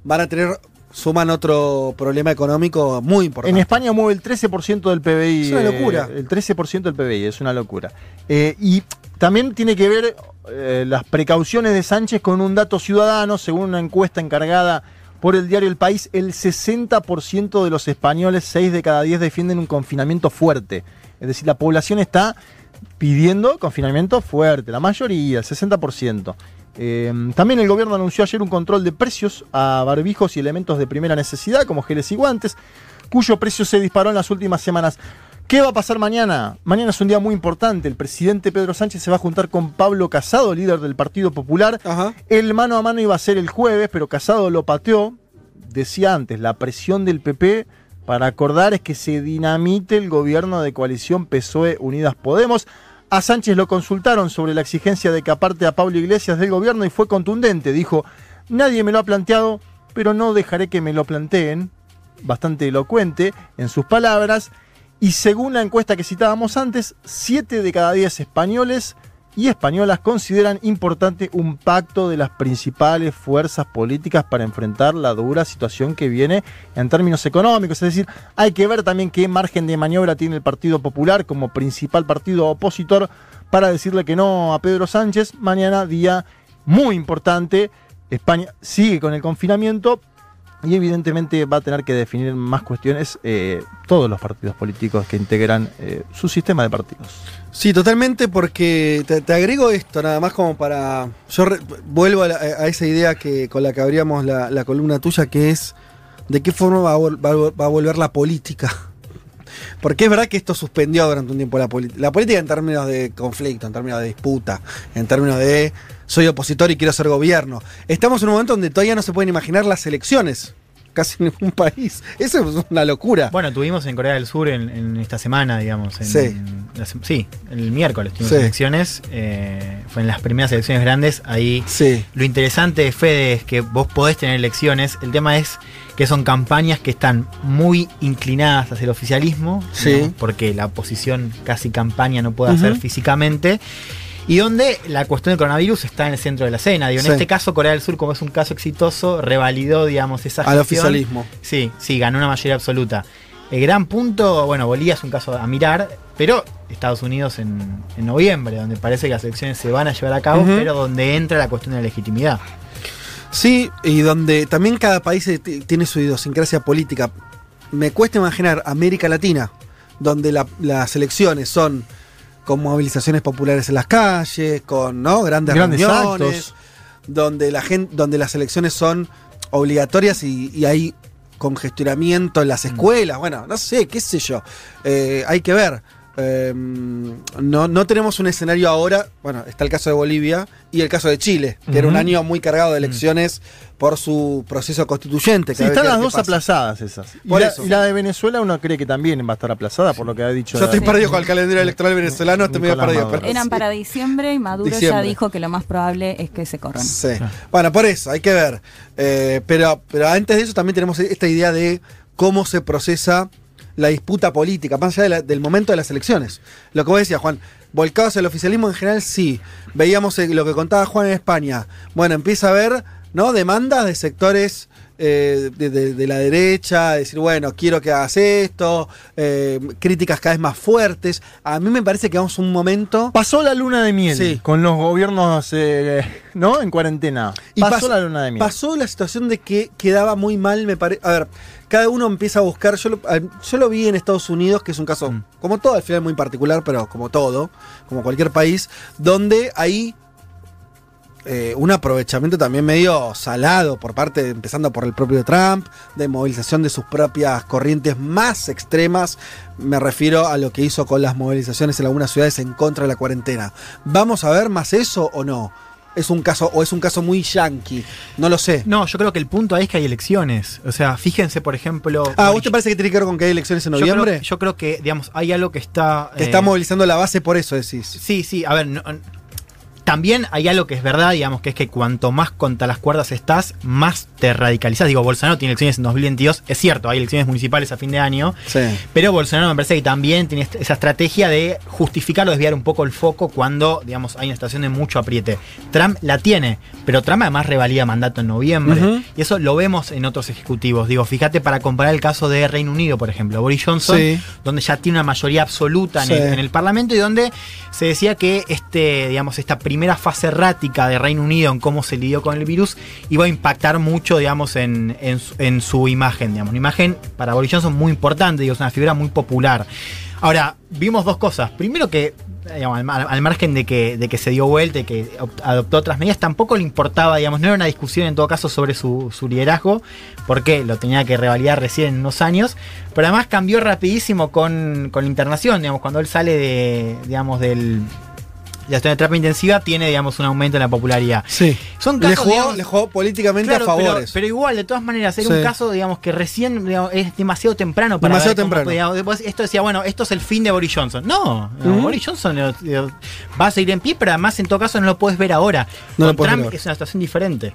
suman otro problema económico muy importante. En España mueve el 13% del PBI. Es una locura. El 13% del PBI, es una locura. Y también tiene que ver las precauciones de Sánchez con un dato ciudadano, según una encuesta encargada por el diario El País, el 60% de los españoles, 6 de cada 10, defienden un confinamiento fuerte. Es decir, la población está pidiendo confinamiento fuerte, la mayoría, el 60%. También el gobierno anunció ayer un control de precios a barbijos y elementos de primera necesidad, como geles y guantes, cuyo precio se disparó en las últimas semanas. ¿Qué va a pasar mañana? Mañana es un día muy importante. El presidente Pedro Sánchez se va a juntar con Pablo Casado, líder del Partido Popular. El mano a mano iba a ser el jueves, pero Casado lo pateó. Decía antes, la presión del PP para acordar es que se dinamite el gobierno de coalición PSOE Unidas Podemos. A Sánchez lo consultaron sobre la exigencia de que aparte a Pablo Iglesias del gobierno y fue contundente. Dijo, nadie me lo ha planteado, pero no dejaré que me lo planteen. Bastante elocuente en sus palabras. Y según la encuesta que citábamos antes, 7 de cada 10 españoles y españolas consideran importante un pacto de las principales fuerzas políticas para enfrentar la dura situación que viene en términos económicos. Es decir, hay que ver también qué margen de maniobra tiene el Partido Popular como principal partido opositor para decirle que no a Pedro Sánchez. Mañana, día muy importante, España sigue con el confinamiento y evidentemente va a tener que definir más cuestiones todos los partidos políticos que integran su sistema de partidos. Sí, totalmente, porque te agrego esto, nada más como para... Yo vuelvo a esa idea con la que abríamos la columna tuya, que es de qué forma va a volver la política. Porque es verdad que esto suspendió durante un tiempo la política. La política en términos de conflicto, en términos de disputa, en términos de soy opositor y quiero ser gobierno. Estamos en un momento donde todavía no se pueden imaginar las elecciones. Casi en ningún país. Eso es una locura. Bueno, tuvimos en Corea del Sur en esta semana, digamos. Sí, el miércoles tuvimos elecciones. Fue en las primeras elecciones grandes. Ahí lo interesante de Fede es que vos podés tener elecciones. El tema es que son campañas que están muy inclinadas hacia el oficialismo, ¿no? Porque la oposición casi campaña no puede hacer físicamente. Y donde la cuestión del coronavirus está en el centro de la escena. Digo, en este caso, Corea del Sur, como es un caso exitoso, revalidó, digamos, esa gestión. Al oficialismo. Sí, ganó una mayoría absoluta. El gran punto, bueno, Bolivia es un caso a mirar, pero Estados Unidos en noviembre, donde parece que las elecciones se van a llevar a cabo, pero donde entra la cuestión de la legitimidad. Sí, y donde también cada país tiene su idiosincrasia política. Me cuesta imaginar América Latina, donde las elecciones son con movilizaciones populares en las calles, con grandes reuniones, actos, donde las elecciones son obligatorias y hay congestionamiento en las escuelas. Bueno, no sé, qué sé yo. Hay que ver. No tenemos un escenario ahora. Bueno, está el caso de Bolivia y el caso de Chile, que era un año muy cargado de elecciones por su proceso constituyente. Sí, están las dos aplazadas esas. Y la de Venezuela uno cree que también va a estar aplazada, por lo que ha dicho. Yo estoy perdido con el calendario electoral venezolano, estoy medio perdido. Eran para diciembre y Maduro ya dijo que lo más probable es que se corran. Sí. Bueno, por eso, hay que ver. Pero antes de eso también tenemos esta idea de cómo se procesa la disputa política, más allá del momento de las elecciones. Lo que vos decías, Juan, volcados al oficialismo en general, sí. Veíamos lo que contaba Juan en España. Bueno, empieza a haber demandas de sectores de la derecha, decir, bueno, quiero que hagas esto, críticas cada vez más fuertes. A mí me parece que vamos a un momento... Pasó la luna de miel con los gobiernos en cuarentena. Pasó la luna de miel. Pasó la situación de que quedaba muy mal, me parece... A ver, cada uno empieza a buscar... Yo lo vi en Estados Unidos, que es un caso, como todo, al final muy particular, pero como todo, como cualquier país, donde hay un aprovechamiento también medio salado por parte, empezando por el propio Trump, de movilización de sus propias corrientes más extremas. Me refiero a lo que hizo con las movilizaciones en algunas ciudades en contra de la cuarentena. ¿Vamos a ver más eso o no? ¿Es un caso muy yanqui? No lo sé. No, yo creo que el punto ahí es que hay elecciones. O sea, fíjense, por ejemplo... ¿vos te parece que tiene que ver con que hay elecciones en noviembre? Yo creo que, digamos, hay algo que está... Que está movilizando la base, por eso decís. Sí, a ver... También hay algo que es verdad, digamos, que es que cuanto más contra las cuerdas estás, más te radicalizás. Digo, Bolsonaro tiene elecciones en 2022. Es cierto, hay elecciones municipales a fin de año. Sí. Pero Bolsonaro me parece que también tiene esa estrategia de justificar o desviar un poco el foco cuando, digamos, hay una situación de mucho apriete. Trump la tiene, pero Trump además revalida mandato en noviembre. Y eso lo vemos en otros ejecutivos. Digo, fíjate, para comparar el caso de Reino Unido, por ejemplo, Boris Johnson, donde ya tiene una mayoría absoluta en el Parlamento y donde se decía que esta primera fase errática de Reino Unido en cómo se lidió con el virus iba a impactar mucho, digamos, en su imagen, digamos. Una imagen para Boris Johnson muy importante, digo, es una figura muy popular. Ahora, vimos dos cosas. Primero que, digamos, al margen de que se dio vuelta y que adoptó otras medidas, tampoco le importaba, digamos, no era una discusión en todo caso sobre su liderazgo, porque lo tenía que revalidar recién en unos años, pero además cambió rapidísimo con la internación, digamos, cuando él sale la situación de terapia intensiva tiene, digamos, un aumento en la popularidad. Sí. Son casos, le jugó políticamente a favores. Pero igual, de todas maneras, era un caso, digamos, que recién, digamos, es demasiado temprano para demasiado temprano. Después esto decía, bueno, esto es el fin de Boris Johnson. No, Boris Johnson va a seguir en pie, pero además en todo caso no lo puedes ver ahora. Con Trump es una situación diferente.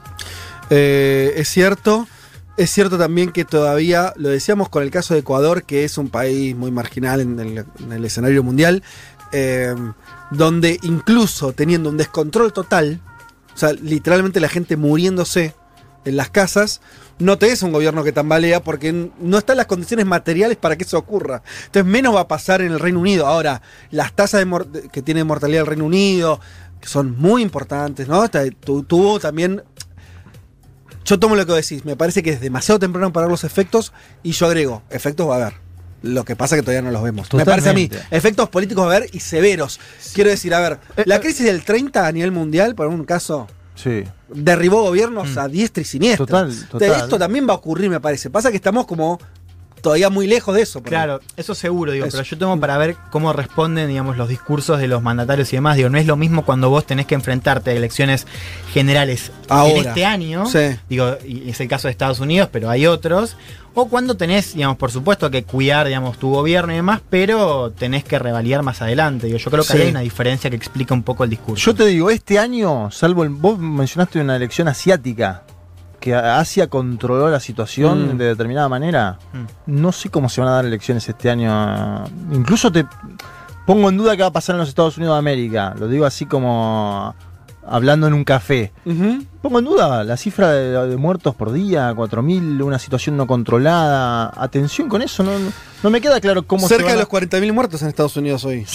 Es cierto. Es cierto también que todavía, lo decíamos con el caso de Ecuador, que es un país muy marginal en el escenario mundial, donde incluso teniendo un descontrol total, o sea, literalmente la gente muriéndose en las casas, no tenés un gobierno que tambalea porque no están las condiciones materiales para que eso ocurra. Entonces menos va a pasar en el Reino Unido. Ahora, las tasas que tiene mortalidad el Reino Unido, que son muy importantes, ¿no? Tuvo también... Yo tomo lo que decís, me parece que es demasiado temprano para ver los efectos y yo agrego, efectos va a haber. Lo que pasa es que todavía no los vemos. Totalmente. Me parece a mí, efectos políticos va a haber y severos. Quiero decir, a ver, la crisis del 30 a nivel mundial, por un caso... Sí. Derribó gobiernos a diestra y siniestra. Total. Esto también va a ocurrir, me parece. Pasa que estamos como todavía muy lejos de eso. Claro, eso seguro, digo, pero yo tengo para ver cómo responden, digamos, los discursos de los mandatarios y demás. Digo, no es lo mismo cuando vos tenés que enfrentarte a elecciones generales ahora, en este año. Sí. Digo, y es el caso de Estados Unidos, pero hay otros. O cuando tenés, digamos, por supuesto que cuidar, digamos, tu gobierno y demás, pero tenés que revalidar más adelante. Digo, yo creo que hay una diferencia que explica un poco el discurso. Yo te digo, este año, salvo vos mencionaste una elección asiática, que Asia controló la situación de determinada manera. No sé cómo se van a dar elecciones este año. Incluso te pongo en duda qué va a pasar en los Estados Unidos de América. Lo digo así como hablando en un café. Pongo en duda la cifra de muertos por día, 4.000, una situación no controlada. Atención con eso, no me queda claro cómo cerca de los 40.000 muertos en Estados Unidos hoy.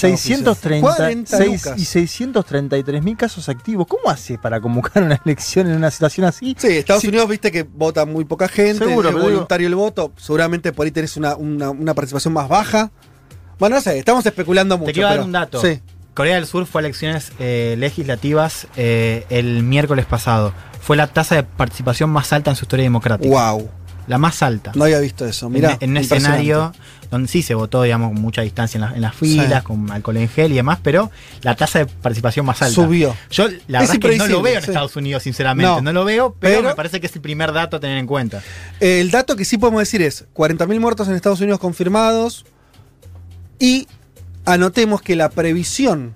633.000 casos activos. ¿Cómo hace para convocar una elección en una situación así? Sí, Estados Unidos, viste que vota muy poca gente, seguro, es voluntario el voto. Seguramente por ahí tenés una participación más baja. Bueno, no sé, estamos especulando mucho. Te quiero dar un dato. Sí. Corea del Sur fue a elecciones legislativas el miércoles pasado. Fue la tasa de participación más alta en su historia democrática. ¡Wow! La más alta. No había visto eso. Mirá, en un escenario donde sí se votó, digamos, con mucha distancia en las filas, con alcohol en gel y demás, pero la tasa de participación más alta. Subió. Yo la verdad es que no lo veo en Estados Unidos, sinceramente. No lo veo, pero me parece que es el primer dato a tener en cuenta. El dato que sí podemos decir es 40.000 muertos en Estados Unidos confirmados y anotemos que la previsión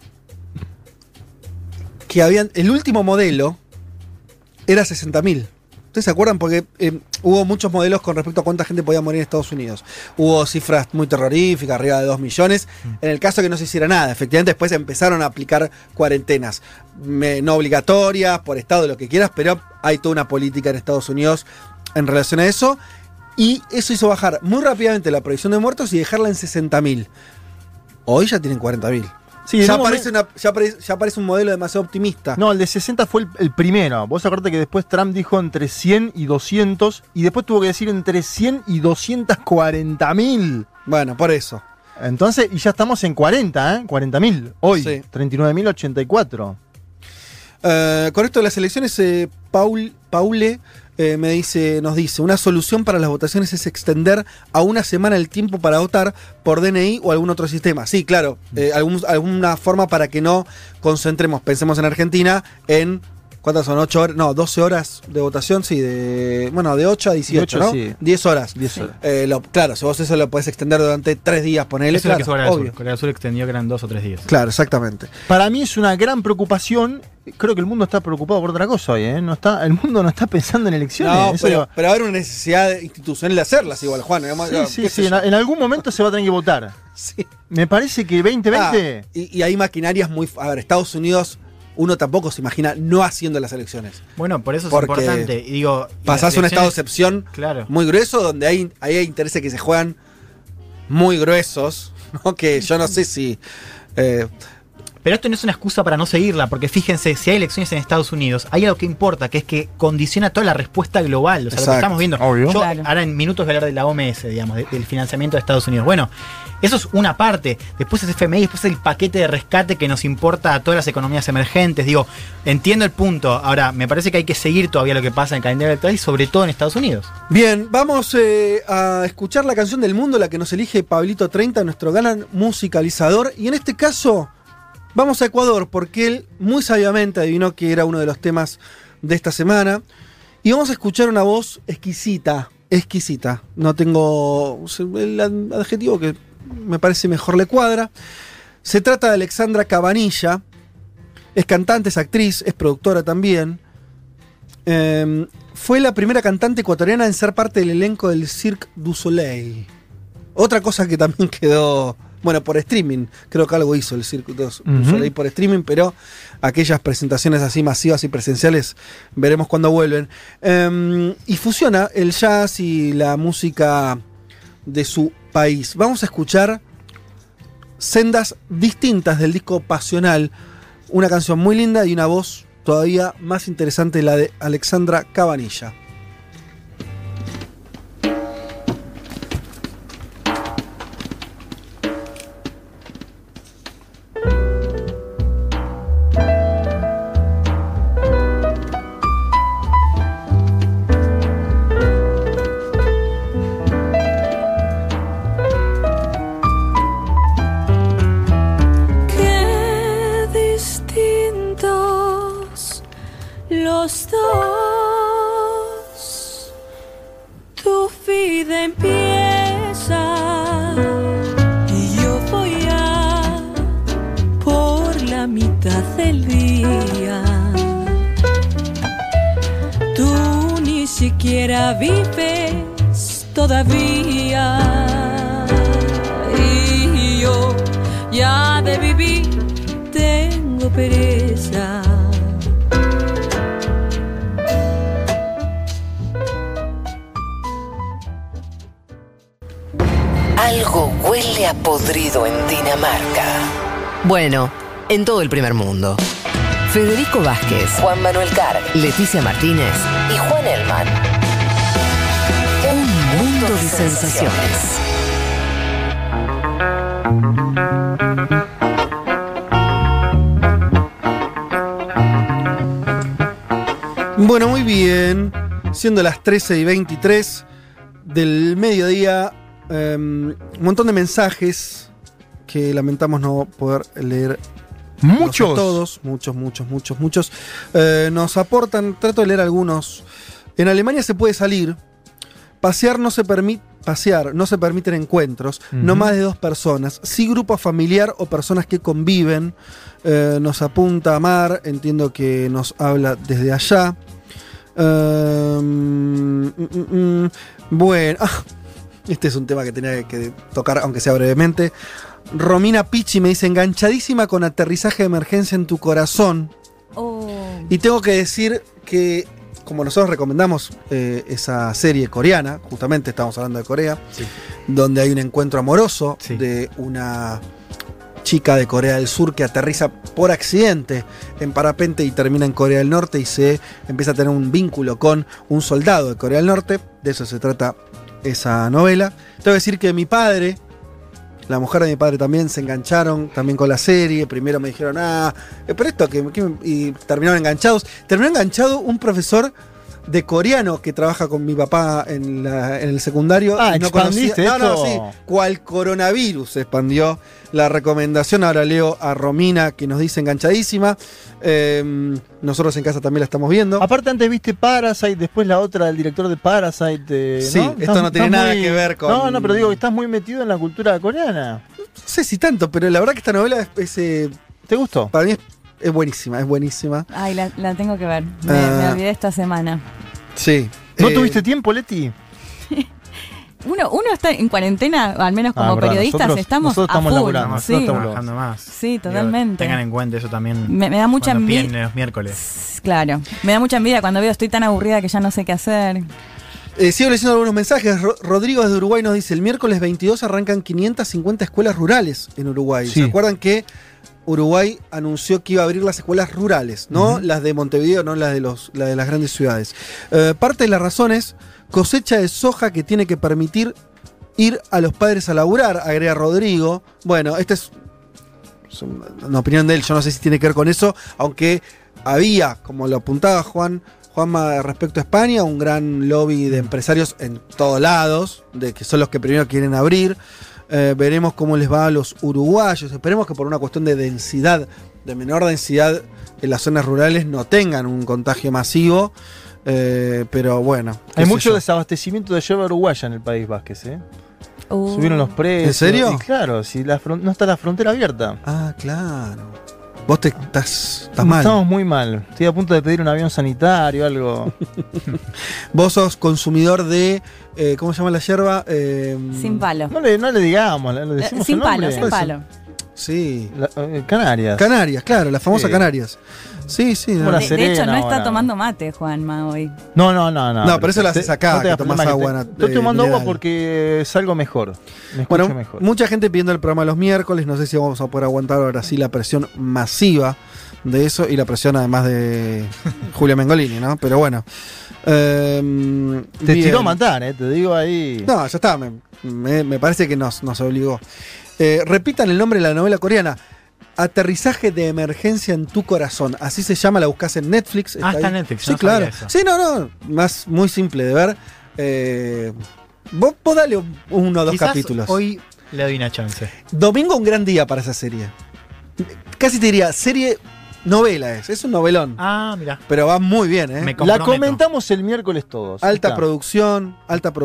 que habían, el último modelo era 60.000. ¿Ustedes se acuerdan? Porque hubo muchos modelos con respecto a cuánta gente podía morir en Estados Unidos. Hubo cifras muy terroríficas, arriba de 2 millones. En el caso que no se hiciera nada, efectivamente después empezaron a aplicar cuarentenas. No obligatorias, por estado, lo que quieras, pero hay toda una política en Estados Unidos en relación a eso. Y eso hizo bajar muy rápidamente la previsión de muertos y dejarla en 60.000. Hoy ya tienen 40.000. Sí, ya aparece un modelo demasiado optimista. No, el de 60 fue el primero. Vos acordate que después Trump dijo entre 100 y 200 y después tuvo que decir entre 100 y 240.000. Bueno, por eso. Entonces, y ya estamos en 40.000 hoy. Sí. 39.084. Con esto de las elecciones, Paule nos dice, una solución para las votaciones es extender a una semana el tiempo para votar por DNI o algún otro sistema. Sí, claro, alguna forma para que no concentremos, pensemos en Argentina, en ¿cuántas son? 8 horas, no, 12 horas de votación, sí, de 8 a 18, ¿no? Sí. 10 horas. 10 horas. Claro, si vos eso lo podés extender durante 3 días, ponele. Eso es lo que Corea del Sur. Corea del Sur extendió que eran 2 o 3 días. Claro, exactamente. Para mí es una gran preocupación. Creo que el mundo está preocupado por otra cosa hoy, ¿eh? El mundo no está pensando en elecciones. No, pero va a haber una necesidad institucional de hacerlas igual, Juan. Sí, en algún momento se va a tener que votar. Sí. Me parece que 2020... y hay maquinarias muy... A ver, Estados Unidos... Uno tampoco se imagina no haciendo las elecciones. Bueno, por eso es importante. Digo, pasás un estado de excepción muy grueso donde hay intereses que se juegan muy gruesos, ¿no? Que yo no sé si... Pero esto no es una excusa para no seguirla, porque fíjense, si hay elecciones en Estados Unidos, hay algo que importa, que es que condiciona toda la respuesta global. O sea, lo que estamos viendo. Yo ahora en minutos voy a hablar de la OMS, digamos, del financiamiento de Estados Unidos. Bueno, eso es una parte. Después es FMI, después el paquete de rescate que nos importa a todas las economías emergentes. Digo, entiendo el punto. Ahora, me parece que hay que seguir todavía lo que pasa en el calendario electoral y sobre todo en Estados Unidos. Bien, vamos a escuchar la canción del mundo, la que nos elige Pablito 30, nuestro gran musicalizador. Y en este caso... vamos a Ecuador, porque él muy sabiamente adivinó que era uno de los temas de esta semana. Y vamos a escuchar una voz exquisita. No tengo el adjetivo que me parece mejor le cuadra. Se trata de Alexandra Cabanilla. Es cantante, es actriz, es productora también. Fue la primera cantante ecuatoriana en ser parte del elenco del Cirque du Soleil. Otra cosa que también quedó Bueno, por streaming, creo que algo hizo el Cirque du Soleil por streaming, pero aquellas presentaciones así masivas y presenciales veremos cuando vuelven. Y fusiona el jazz y la música de su país. Vamos a escuchar Sendas Distintas del disco Pasional, una canción muy linda y una voz todavía más interesante, la de Alexandra Cabanilla. Los dos, tu vida empieza y yo voy por la mitad del día. Tú ni siquiera vives todavía y yo ya de vivir tengo pereza. Algo huele a podrido en Dinamarca. Bueno, en todo el primer mundo. Federico Vázquez, Juan Manuel Carr, Leticia Martínez y Juan Elman. Un mundo de sensaciones. Bueno, muy bien. Siendo las 13:23 del mediodía. Un montón de mensajes que lamentamos no poder leer. Muchos. Todos, muchos. Nos aportan, trato de leer algunos. En Alemania se puede salir. Pasear no se permiten encuentros, no más de 2 personas. Sí grupo familiar o personas que conviven. Nos apunta Mar, entiendo que nos habla desde allá. Bueno, este es un tema que tenía que tocar, aunque sea brevemente. Romina Pichi me dice, enganchadísima con Aterrizaje de Emergencia en tu Corazón. Y tengo que decir que, como nosotros recomendamos esa serie coreana, justamente estamos hablando de Corea, donde hay un encuentro amoroso de una chica de Corea del Sur que aterriza por accidente en parapente y termina en Corea del Norte y se empieza a tener un vínculo con un soldado de Corea del Norte. De eso se trata esa novela. Tengo que decir que mi padre, la mujer de mi padre también se engancharon también con la serie. Primero me dijeron, pero esto y terminaron enganchados. Terminó enganchado un profesor de coreano que trabaja con mi papá en el secundario. Y no conocía. Sí. Cual coronavirus se expandió la recomendación. Ahora leo a Romina que nos dice enganchadísima. Nosotros en casa también la estamos viendo. Aparte antes viste Parasite, después la otra del director de Parasite. Sí, ¿no? Esto no tiene nada que ver con... No, pero digo que estás muy metido en la cultura coreana. No sé si tanto, pero la verdad que esta novela es ¿te gustó? Para mí es buenísima. Ay, la tengo que ver. Me olvidé esta semana. Sí. ¿No tuviste tiempo, Leti? Uno está en cuarentena, al menos como periodistas, estamos a full. Nosotros estamos trabajando más. Sí, totalmente. Tengan en cuenta eso también. Me da mucha envidia. Los miércoles. Claro. Me da mucha envidia cuando veo estoy tan aburrida que ya no sé qué hacer. Sigo leyendo algunos mensajes. Rodrigo desde Uruguay nos dice, el miércoles 22 arrancan 550 escuelas rurales en Uruguay. Sí. ¿Se acuerdan que Uruguay anunció que iba a abrir las escuelas rurales, no las de Montevideo, no las de las grandes ciudades? Parte de la razón es cosecha de soja que tiene que permitir ir a los padres a laburar, agrega Rodrigo. Bueno, esta es una opinión de él, yo no sé si tiene que ver con eso, aunque había, como lo apuntaba Juanma respecto a España, un gran lobby de empresarios en todos lados, de que son los que primero quieren abrir. Veremos cómo les va a los uruguayos. Esperemos que por una cuestión de densidad, de menor densidad en las zonas rurales, no tengan un contagio masivo. Pero bueno. Hay mucho desabastecimiento de yerba uruguaya en el País Vázquez, ¿eh? Subieron los precios. ¿En serio? Y claro, si no está la frontera abierta. Claro. Vos estás mal. Estamos muy mal. Estoy a punto de pedir un avión sanitario, algo. Vos sos consumidor de. ¿Cómo se llama la yerba? Sin palo. No le digamos, le decimos sin el nombre. palo, sin palo. Sí. Canarias. Canarias, claro, la famosa Canarias. Sí. No. De hecho, no está tomando mate, Juanma, hoy. No. No, pero eso lo haces acá, que tomás agua. Estoy tomando agua porque salgo mejor. Me escucho mejor. Mucha gente pidiendo el programa los miércoles. No sé si vamos a poder aguantar ahora sí la presión masiva de eso y la presión además de Julia Mengolini, ¿no? Pero bueno. Te tiró a matar, te digo ahí. No, ya está. Me parece que nos obligó. Repitan el nombre de la novela coreana. Aterrizaje de emergencia en tu corazón. Así se llama, la buscas en Netflix. Está en Netflix. Sí, no claro. eso. Sí, más muy simple de ver. Vos dale uno o dos Quizás capítulos. Hoy le doy una chance. Domingo, un gran día para esa serie. Casi te diría, novela es un novelón. Ah, mira. Pero va muy bien, La comentamos el miércoles todos. Alta producción.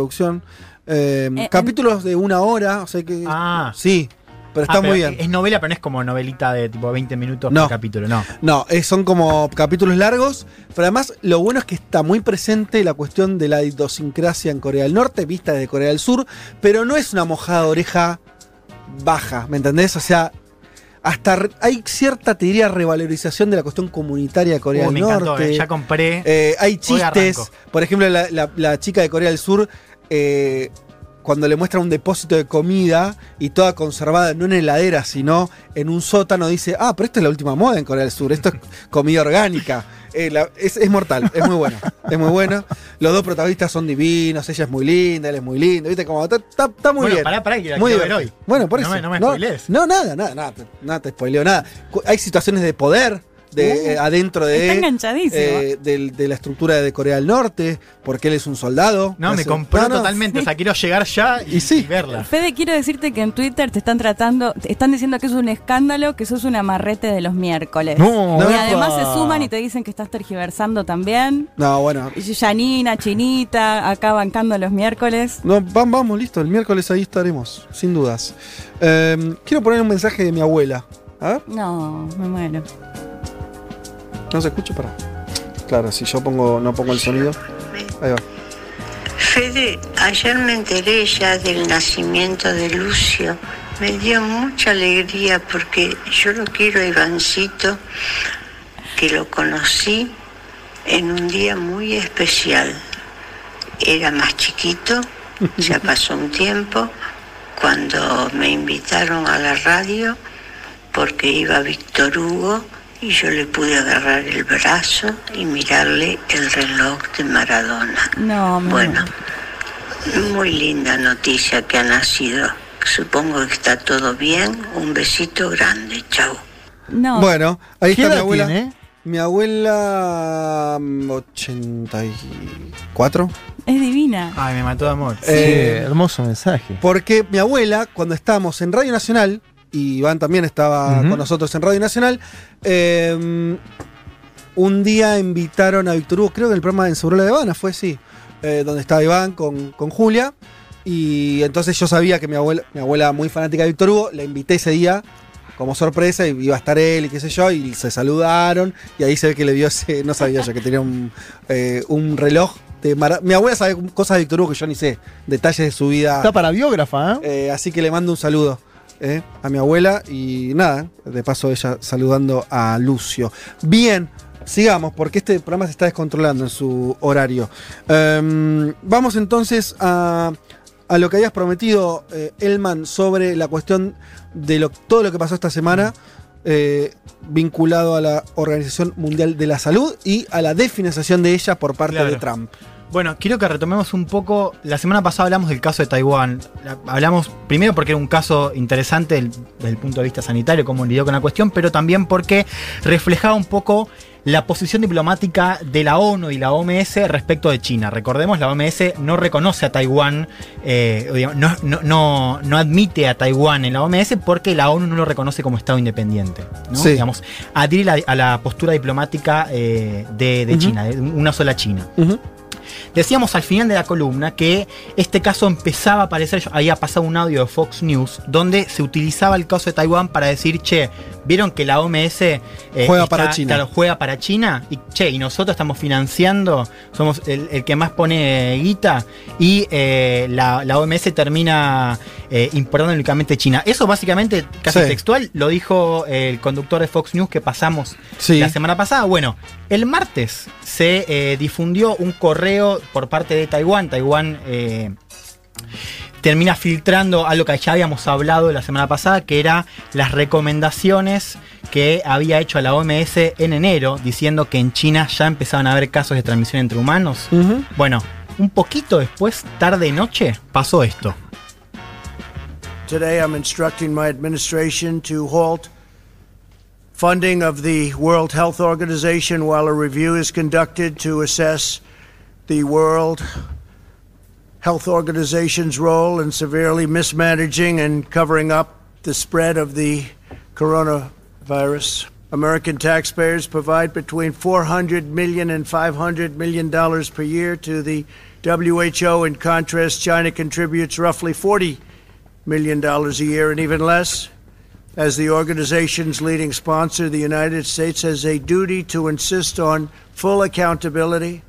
Capítulos de 1 hora, o sea que. Sí. Pero está muy bien. Es novela, pero no es como novelita de tipo 20 minutos por capítulo, no. No, son como capítulos largos, pero además lo bueno es que está muy presente la cuestión de la idiosincrasia en Corea del Norte, vista desde Corea del Sur, pero no es una mojada de oreja baja, ¿me entendés? O sea, hasta hay cierta, te diría, revalorización de la cuestión comunitaria de Corea del me Norte. encantó, ya compré. Hay chistes, por ejemplo, la chica de Corea del Sur... cuando le muestra un depósito de comida y toda conservada, no en heladera, sino en un sótano, dice, pero esto es la última moda en Corea del Sur, esto es comida orgánica. Es mortal, es muy bueno. Es muy bueno. Los dos protagonistas son divinos, ella es muy linda, él es muy lindo. ¿Viste? Como está muy bien. Pará, que la muy quiero ver hoy. Bueno, por eso. No me spoilees. No, nada te spoileo nada. Hay situaciones de poder. Adentro está enganchadísimo. De la estructura de Corea del Norte, porque él es un soldado. No, me compró totalmente. Sí. O sea, quiero llegar ya y verla. Fede, quiero decirte que en Twitter te están diciendo que es un escándalo, que sos un amarrete de los miércoles. Y además se suman y te dicen que estás tergiversando también. No, bueno. Janina, Chinita, acá bancando los miércoles. No, vamos, listo. El miércoles ahí estaremos, sin dudas. Quiero poner un mensaje de mi abuela. A ver. No, me muero. ¿No se escucha? Claro, si yo no pongo el sonido. Ahí va. Fede, ayer me enteré ya del nacimiento de Lucio. Me dio mucha alegría porque yo lo quiero a Ivancito, que lo conocí en un día muy especial. Era más chiquito, ya pasó un tiempo, cuando me invitaron a la radio porque iba Víctor Hugo. Y yo le pude agarrar el brazo y mirarle el reloj de Maradona. Bueno, muy linda noticia que ha nacido. Supongo que está todo bien. Un besito grande. Chau. Bueno, ahí está mi abuela. ¿Tiene? Mi abuela 84. Es divina. Ay, me mató de amor. Sí, hermoso mensaje. Porque mi abuela, cuando estábamos en Radio Nacional, y Iván también estaba con nosotros en Radio Nacional, un día invitaron a Víctor Hugo, creo que el programa de En Segurola de Habana fue, donde estaba Iván con Julia, y entonces yo sabía que mi abuela muy fanática de Víctor Hugo, la invité ese día como sorpresa, y iba a estar él y qué sé yo, y se saludaron, y ahí se ve que le vio no sabía yo, que tenía un reloj. Mi abuela sabe cosas de Víctor Hugo que yo ni sé, detalles de su vida. Está para biógrafa, así que le mando un saludo a mi abuela y nada, de paso ella saludando a Lucio. Bien, sigamos porque este programa se está descontrolando en su horario. Vamos entonces a lo que habías prometido, Elman, sobre la cuestión de todo lo que pasó esta semana vinculado a la Organización Mundial de la Salud y a la definanciación de ella por parte de Trump. Bueno, quiero que retomemos un poco. La semana pasada hablamos del caso de Taiwán. Hablamos primero porque era un caso interesante desde el punto de vista sanitario, cómo lidió con la cuestión, pero también porque reflejaba un poco la posición diplomática de la ONU y la OMS respecto de China. Recordemos, la OMS no reconoce a Taiwán, no admite a Taiwán en la OMS porque la ONU no lo reconoce como Estado independiente, ¿no? Sí. Digamos, adhiere a la postura diplomática de China, de una sola China. Decíamos al final de la columna que este caso empezaba a aparecer, había pasado un audio de Fox News donde se utilizaba el caso de Taiwán para decir, che, ¿vieron que la OMS juega para China? Claro, juega para China y nosotros estamos financiando, somos el que más pone guita y la OMS termina importando únicamente China. Eso básicamente, casi textual, lo dijo el conductor de Fox News que pasamos la semana pasada. Bueno, el martes se difundió un correo por parte de Taiwán. Taiwán termina filtrando algo que ya habíamos hablado la semana pasada, que era las recomendaciones que había hecho a la OMS en enero, diciendo que en China ya empezaban a haber casos de transmisión entre humanos. Bueno, un poquito después, tarde-noche, pasó esto. Today I'm instructing my administration to halt funding of the World Health Organization while a review is conducted to assess the World Health Organization's role in severely mismanaging and covering up the spread of the coronavirus. American taxpayers provide between $400 million and $500 million per year to the WHO. In contrast, China contributes roughly $40 million a year, and even less. As the organization's leading sponsor, the United States has a duty to insist on full accountability.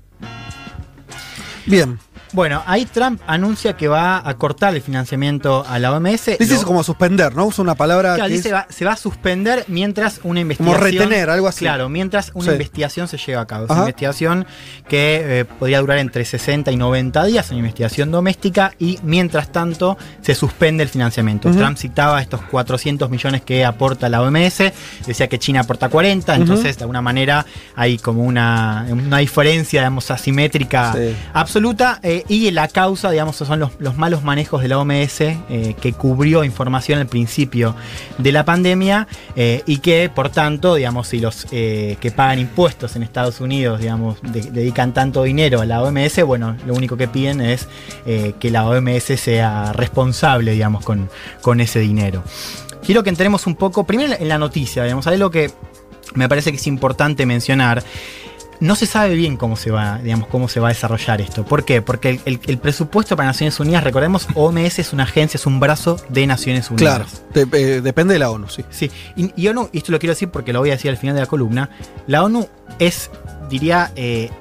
Bien. Bueno, ahí Trump anuncia que va a cortar el financiamiento a la OMS. Dice eso como suspender, ¿no? Usa una palabra claro, que dice se va a suspender mientras una investigación... Como retener, algo así. Claro, mientras una investigación se lleva a cabo. Es una investigación que podría durar entre 60 y 90 días, una investigación doméstica, y mientras tanto se suspende el financiamiento. Trump citaba estos 400 millones que aporta la OMS, decía que China aporta 40, entonces de alguna manera hay como una diferencia, digamos, asimétrica absoluta. Y la causa, digamos, son los malos manejos de la OMS que cubrió información al principio de la pandemia y que, por tanto, digamos, si los que pagan impuestos en Estados Unidos, digamos, dedican tanto dinero a la OMS, bueno, lo único que piden es que la OMS sea responsable, digamos, con ese dinero. Quiero que entremos un poco, primero en la noticia, digamos, algo que me parece que es importante mencionar. No se sabe bien cómo se va a desarrollar esto. ¿Por qué? Porque el presupuesto para Naciones Unidas, recordemos, OMS es una agencia, es un brazo de Naciones Unidas. Claro, depende de la ONU, sí. Sí, y ONU, y esto lo quiero decir porque lo voy a decir al final de la columna, la ONU es, diría,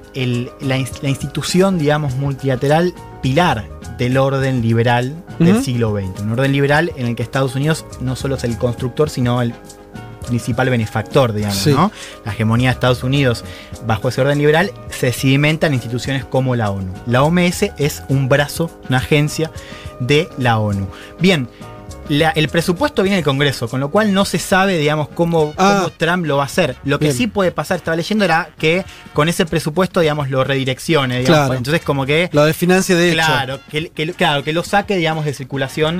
la institución, digamos, multilateral pilar del orden liberal del siglo XX. Un orden liberal en el que Estados Unidos no solo es el constructor, sino el principal benefactor, digamos, ¿no? La hegemonía de Estados Unidos bajo ese orden liberal se cimenta en instituciones como la ONU. La OMS es un brazo, una agencia de la ONU. Bien, el presupuesto viene del Congreso, con lo cual no se sabe, digamos, cómo Trump lo va a que Lo que sí puede pasar, estaba leyendo, era que con ese presupuesto, digamos, lo redireccione, digamos. Claro. Entonces, como que lo desfinancie de hecho. Que lo saque, digamos, de circulación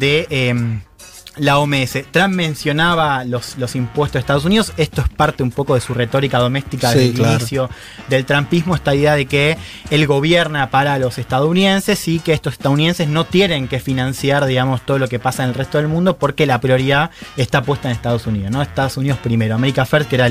de la OMS. Trump mencionaba los impuestos de Estados Unidos. Esto es parte un poco de su retórica doméstica del inicio del trumpismo, esta idea de que él gobierna para los estadounidenses y que estos estadounidenses no tienen que financiar, digamos, todo lo que pasa en el resto del mundo porque la prioridad está puesta en Estados Unidos, ¿no? Estados Unidos primero. America First, que era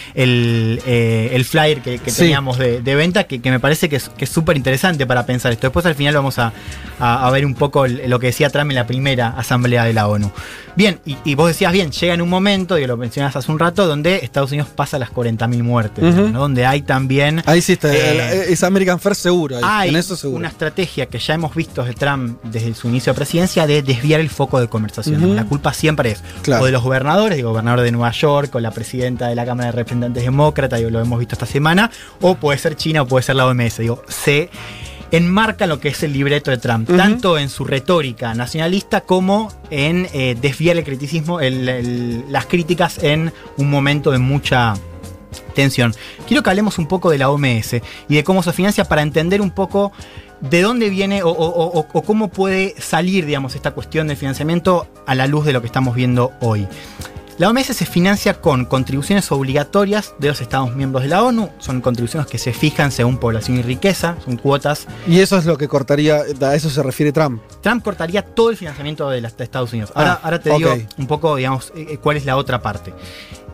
el flyer que teníamos de venta, que me parece que es súper interesante para pensar esto. Después al final vamos a ver un poco lo que decía Trump en la primera asamblea de la ONU. Bien, y vos decías bien, llega en un momento, y lo mencionas hace un rato, donde Estados Unidos pasa las 40.000 muertes, ¿no? Donde hay también... Ahí sí está, es American First seguro. Hay en eso seguro. Una estrategia que ya hemos visto de Trump desde su inicio de presidencia de desviar el foco de conversación. La culpa siempre es o de los gobernadores, el gobernador de Nueva York, o la presidenta de la Cámara de Representantes demócrata, lo hemos visto esta semana, o puede ser China o puede ser la OMS. Se enmarca lo que es el libreto de Trump, tanto en su retórica nacionalista como en desviar el criticismo, las críticas en un momento de mucha tensión. Quiero que hablemos un poco de la OMS y de cómo se financia para entender un poco de dónde viene o cómo puede salir, digamos, esta cuestión del financiamiento a la luz de lo que estamos viendo hoy. La OMS se financia con contribuciones obligatorias de los Estados miembros de la ONU. Son contribuciones que se fijan según población y riqueza, son cuotas. Y eso es lo que cortaría, a eso se refiere Trump. Trump cortaría todo el financiamiento de Estados Unidos. Ahora te digo un poco, digamos, cuál es la otra parte.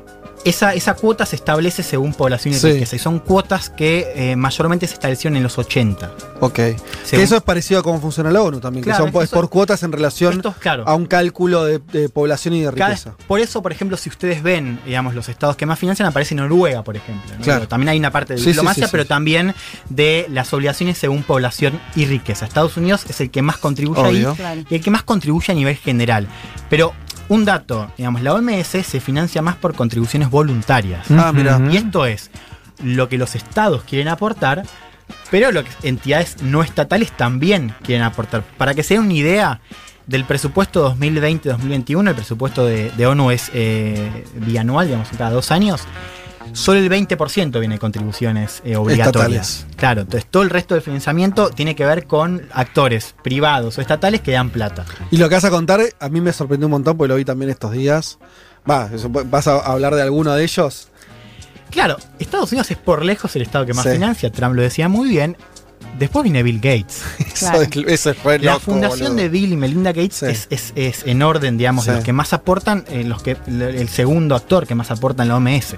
esa cuota se establece según población y riqueza. Y son cuotas que mayormente se establecieron en los 80. Ok. Que eso es parecido a cómo funciona la ONU también, claro, que son por cuotas en relación a un cálculo de población y de riqueza. Por eso, por ejemplo, si ustedes ven, digamos, los estados que más financian, aparece Noruega, por ejemplo, ¿no? Claro. También hay una parte de diplomacia, pero también de las obligaciones según población y riqueza. Estados Unidos es el que más contribuye ahí y el que más contribuye a nivel general. Pero un dato, digamos, la OMS se financia más por contribuciones voluntarias. Mira. Y esto es lo que los estados quieren aportar, pero lo que entidades no estatales también quieren aportar. Para que se den una idea, del presupuesto 2020-2021, el presupuesto de ONU es bianual, digamos, cada 2 años. Solo el 20% viene de contribuciones obligatorias. Estatales. Claro, entonces todo el resto del financiamiento tiene que ver con actores privados o estatales que dan plata. Y lo que vas a contar, a mí me sorprendió un montón porque lo vi también estos días. ¿Vas a hablar de alguno de ellos? Claro, Estados Unidos es por lejos el estado que más financia, Trump lo decía muy bien. Después viene Bill Gates. Claro. Eso fue la loco, fundación boludo. de Bill y Melinda Gates es en orden, digamos, de los que más aportan, el segundo actor que más aporta en la OMS.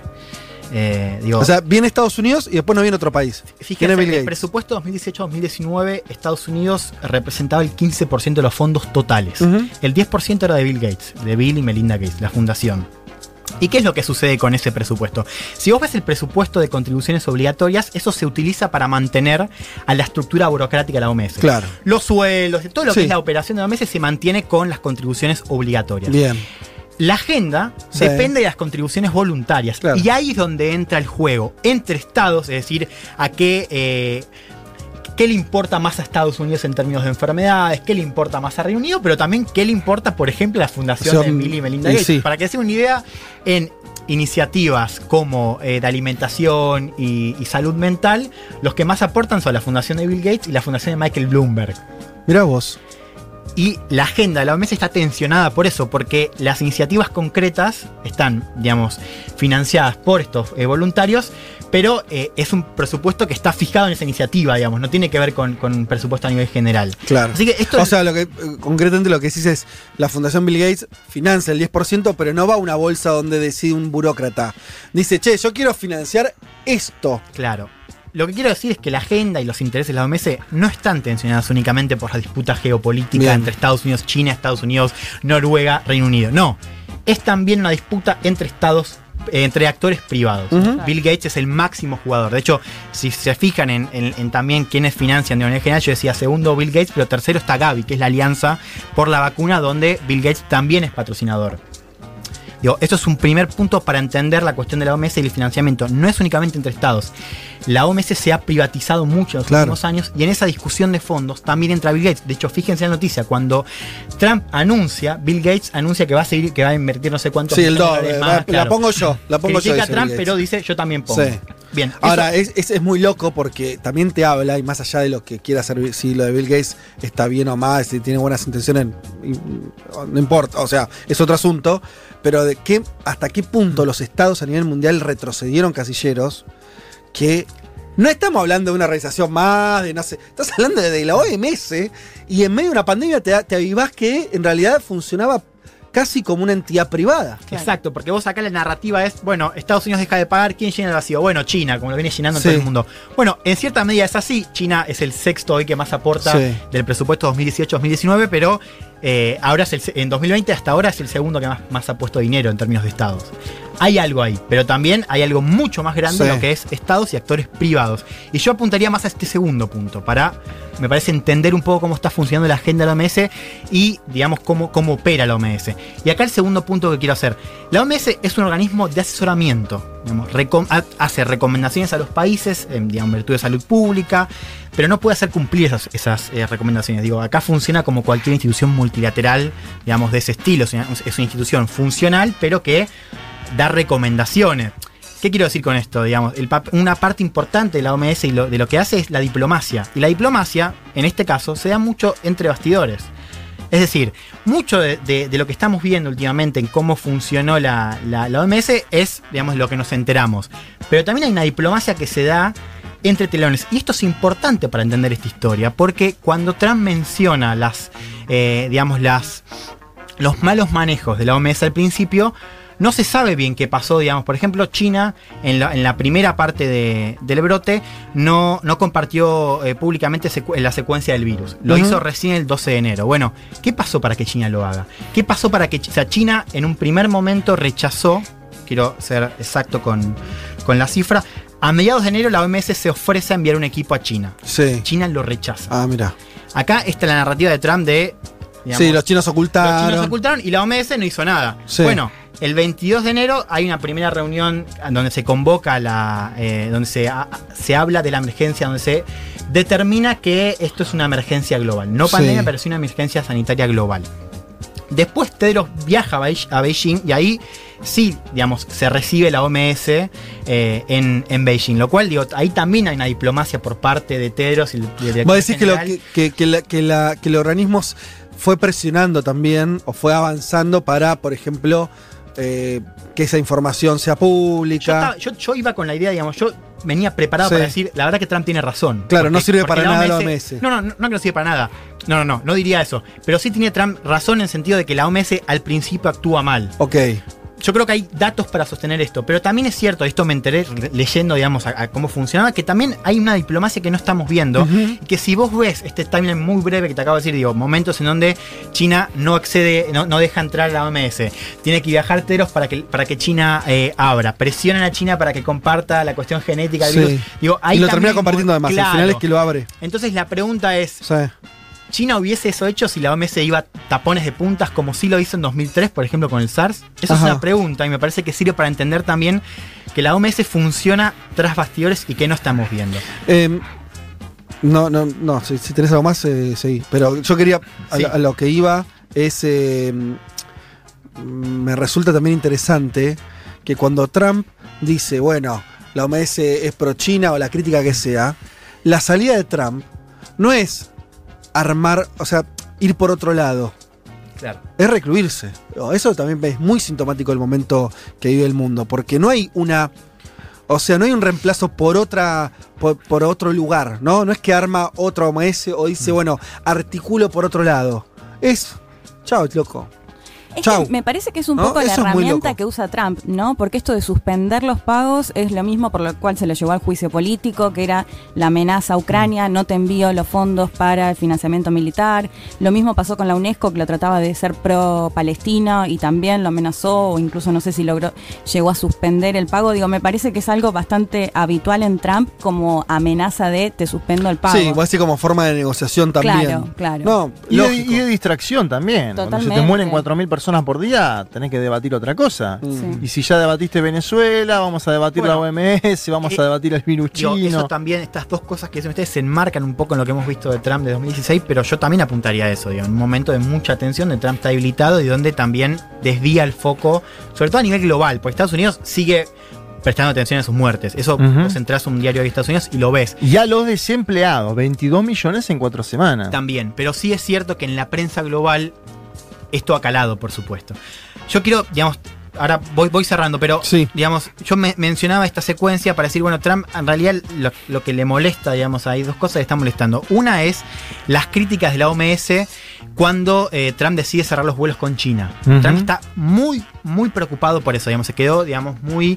O sea, viene Estados Unidos y después no viene otro país. Fíjense, el presupuesto 2018-2019, Estados Unidos representaba el 15% de los fondos totales. El 10% era de Bill Gates, de Bill y Melinda Gates, la fundación. ¿Y qué es lo que sucede con ese presupuesto? Si vos ves el presupuesto de contribuciones obligatorias, eso se utiliza para mantener a la estructura burocrática de la OMS. Claro. Los sueldos, todo lo que es la operación de la OMS se mantiene con las contribuciones obligatorias. Bien. La agenda depende de las contribuciones voluntarias. Claro. Y ahí es donde entra el juego entre estados, es decir, a qué le importa más a Estados Unidos en términos de enfermedades, qué le importa más a Reino Unido, pero también qué le importa, por ejemplo, a la fundación de Bill y Melinda Gates. Para que se den una idea, en iniciativas como de alimentación y salud mental, los que más aportan son la fundación de Bill Gates y la fundación de Michael Bloomberg. Mirá vos. Y la agenda de la OMS está tensionada por eso, porque las iniciativas concretas están, digamos, financiadas por estos voluntarios, pero es un presupuesto que está fijado en esa iniciativa, digamos, no tiene que ver con un presupuesto a nivel general. Claro. Así que esto concretamente lo que decís es, la Fundación Bill Gates financia el 10%, pero no va a una bolsa donde decide un burócrata. Dice, che, yo quiero financiar esto. Claro. Lo que quiero decir es que la agenda y los intereses de la OMS no están tensionados únicamente por la disputa geopolítica entre Estados Unidos, China, Estados Unidos, Noruega, Reino Unido. No, es también una disputa entre estados, entre actores privados. Bill Gates es el máximo jugador. De hecho, si se fijan en también quienes financian de manera general, yo decía segundo Bill Gates, pero tercero está Gavi, que es la Alianza por la Vacuna, donde Bill Gates también es patrocinador. Esto es un primer punto para entender la cuestión de la OMS y el financiamiento. No es únicamente entre estados. La OMS se ha privatizado mucho en los últimos años y en esa discusión de fondos también entra Bill Gates. De hecho, fíjense en la noticia, cuando Trump anuncia, Bill Gates anuncia que va a seguir, que va a invertir no sé cuántos $1 más. La pongo yo. Critica a Trump, pero dice, yo también pongo. Sí. Bien. Ahora, es muy loco porque también te habla, y más allá de lo que quiera hacer, si lo de Bill Gates está bien o mal, si tiene buenas intenciones, no importa, o sea, es otro asunto, pero de hasta qué punto los estados a nivel mundial retrocedieron casilleros, que no estamos hablando de una organización más, de no sé, estás hablando de la OMS, y en medio de una pandemia te avivás que en realidad funcionaba casi como una entidad privada. Claro. Exacto, porque vos acá la narrativa es, bueno, Estados Unidos deja de pagar, ¿quién llena el vacío? Bueno, China, como lo viene llenando en todo el mundo. Bueno, en cierta medida es así, China es el sexto hoy que más aporta del presupuesto 2018-2019, pero ahora en 2020 hasta ahora es el segundo que más ha puesto dinero en términos de estados. Hay algo ahí, pero también hay algo mucho más grande en lo que es estados y actores privados. Y yo apuntaría más a este segundo punto, para, me parece, entender un poco cómo está funcionando la agenda de la OMS y, digamos, cómo opera la OMS. Y acá el segundo punto que quiero hacer. La OMS es un organismo de asesoramiento, digamos, hace recomendaciones a los países, digamos, en virtud de salud pública, pero no puede hacer cumplir esas recomendaciones. Digo, acá funciona como cualquier institución multilateral, digamos, de ese estilo. Es una institución funcional, pero que da recomendaciones. ¿Qué quiero decir con esto? Digamos, una parte importante de la OMS y de lo que hace es la diplomacia. Y la diplomacia, en este caso, se da mucho entre bastidores. Es decir, mucho de lo que estamos viendo últimamente en cómo funcionó la OMS es, digamos, lo que nos enteramos. Pero también hay una diplomacia que se da entre telones. Y esto es importante para entender esta historia, porque cuando Trump menciona los malos manejos de la OMS al principio, no se sabe bien qué pasó, digamos. Por ejemplo, China, en la primera parte del brote, no compartió públicamente la secuencia del virus. Lo hizo recién el 12 de enero. Bueno, ¿qué pasó para que China lo haga? ¿Qué pasó para que... O sea, China en un primer momento rechazó, quiero ser exacto con la cifra, a mediados de enero la OMS se ofrece a enviar un equipo a China. Sí. China lo rechaza. Ah, mira. Acá está la narrativa de Trump de... Digamos, sí, los chinos ocultaron. Los chinos ocultaron y la OMS no hizo nada. Sí. Bueno, el 22 de enero hay una primera reunión donde se convoca donde se habla de la emergencia, donde se determina que esto es una emergencia global. No pandemia, pero sí una emergencia sanitaria global. Después Tedros viaja a Beijing y ahí sí, digamos, se recibe la OMS en Beijing. Lo cual, digo, ahí también hay una diplomacia por parte de Tedros y de vos decís que el organismo fue presionando también, o fue avanzando para, por ejemplo, que esa información sea pública. Yo iba con la idea, digamos, yo venía preparado para decir, la verdad que Trump tiene razón. Claro, no sirve para nada la OMS. No que no sirve para nada. No diría eso. Pero sí tiene Trump razón en el sentido de que la OMS al principio actúa mal. Ok. Yo creo que hay datos para sostener esto, pero también es cierto, esto me enteré leyendo, digamos, a cómo funcionaba, que también hay una diplomacia que no estamos viendo, y que si vos ves este timeline muy breve que te acabo de decir, digo, momentos en donde China no accede, no deja entrar a la OMS, tiene que viajar Tedros para que China abra, presionan a China para que comparta la cuestión genética del virus. Digo, ahí y lo termina compartiendo además, claro. Al final es que lo abre. Entonces la pregunta es... ¿China hubiese eso hecho si la OMS iba a tapones de puntas como sí lo hizo en 2003, por ejemplo, con el SARS? Eso es una pregunta y me parece que sirve para entender también que la OMS funciona tras bastidores y que no estamos viendo. No, si tenés algo más, seguí. Pero yo quería, a lo que iba es, me resulta también interesante que cuando Trump dice, bueno, la OMS es pro China o la crítica que sea, la salida de Trump no es armar, o sea, ir por otro lado. Claro. Es recluirse. Eso también es muy sintomático del momento que vive el mundo, porque no hay no hay un reemplazo por otro lugar, ¿no? No es que arma otra OMS o dice, bueno, articulo por otro lado. Es, chao, loco. Me parece que es un poco la herramienta que usa Trump, ¿no? Porque esto de suspender los pagos es lo mismo por lo cual se lo llevó al juicio político, que era la amenaza a Ucrania, no te envío los fondos para el financiamiento militar. Lo mismo pasó con la UNESCO, que lo trataba de ser pro-palestino y también lo amenazó, o incluso no sé si llegó a suspender el pago. Digo, me parece que es algo bastante habitual en Trump como amenaza de te suspendo el pago. Sí, va a ser como forma de negociación también. Claro. No, y de distracción también. Totalmente. Cuando se te mueren 4.000 personas por día, tenés que debatir otra cosa. Y si ya debatiste Venezuela, vamos a debatir la OMS, vamos a debatir el virus chino. Eso también, estas dos cosas que dicen ustedes se enmarcan un poco en lo que hemos visto de Trump de 2016, pero yo también apuntaría a eso, digo, en un momento de mucha tensión, de Trump está debilitado y donde también desvía el foco, sobre todo a nivel global, porque Estados Unidos sigue prestando atención a sus muertes. Eso vos entrás a un diario de Estados Unidos y lo ves. Y a los desempleados, 22 millones en 4 semanas. También, pero sí es cierto que en la prensa global esto ha calado, por supuesto. Yo quiero, digamos, ahora voy cerrando, pero digamos, yo mencionaba esta secuencia para decir, bueno, Trump en realidad lo que le molesta, digamos, hay dos cosas que le están molestando. Una es las críticas de la OMS cuando Trump decide cerrar los vuelos con China. Trump está muy, muy preocupado por eso, digamos, se quedó, digamos, muy...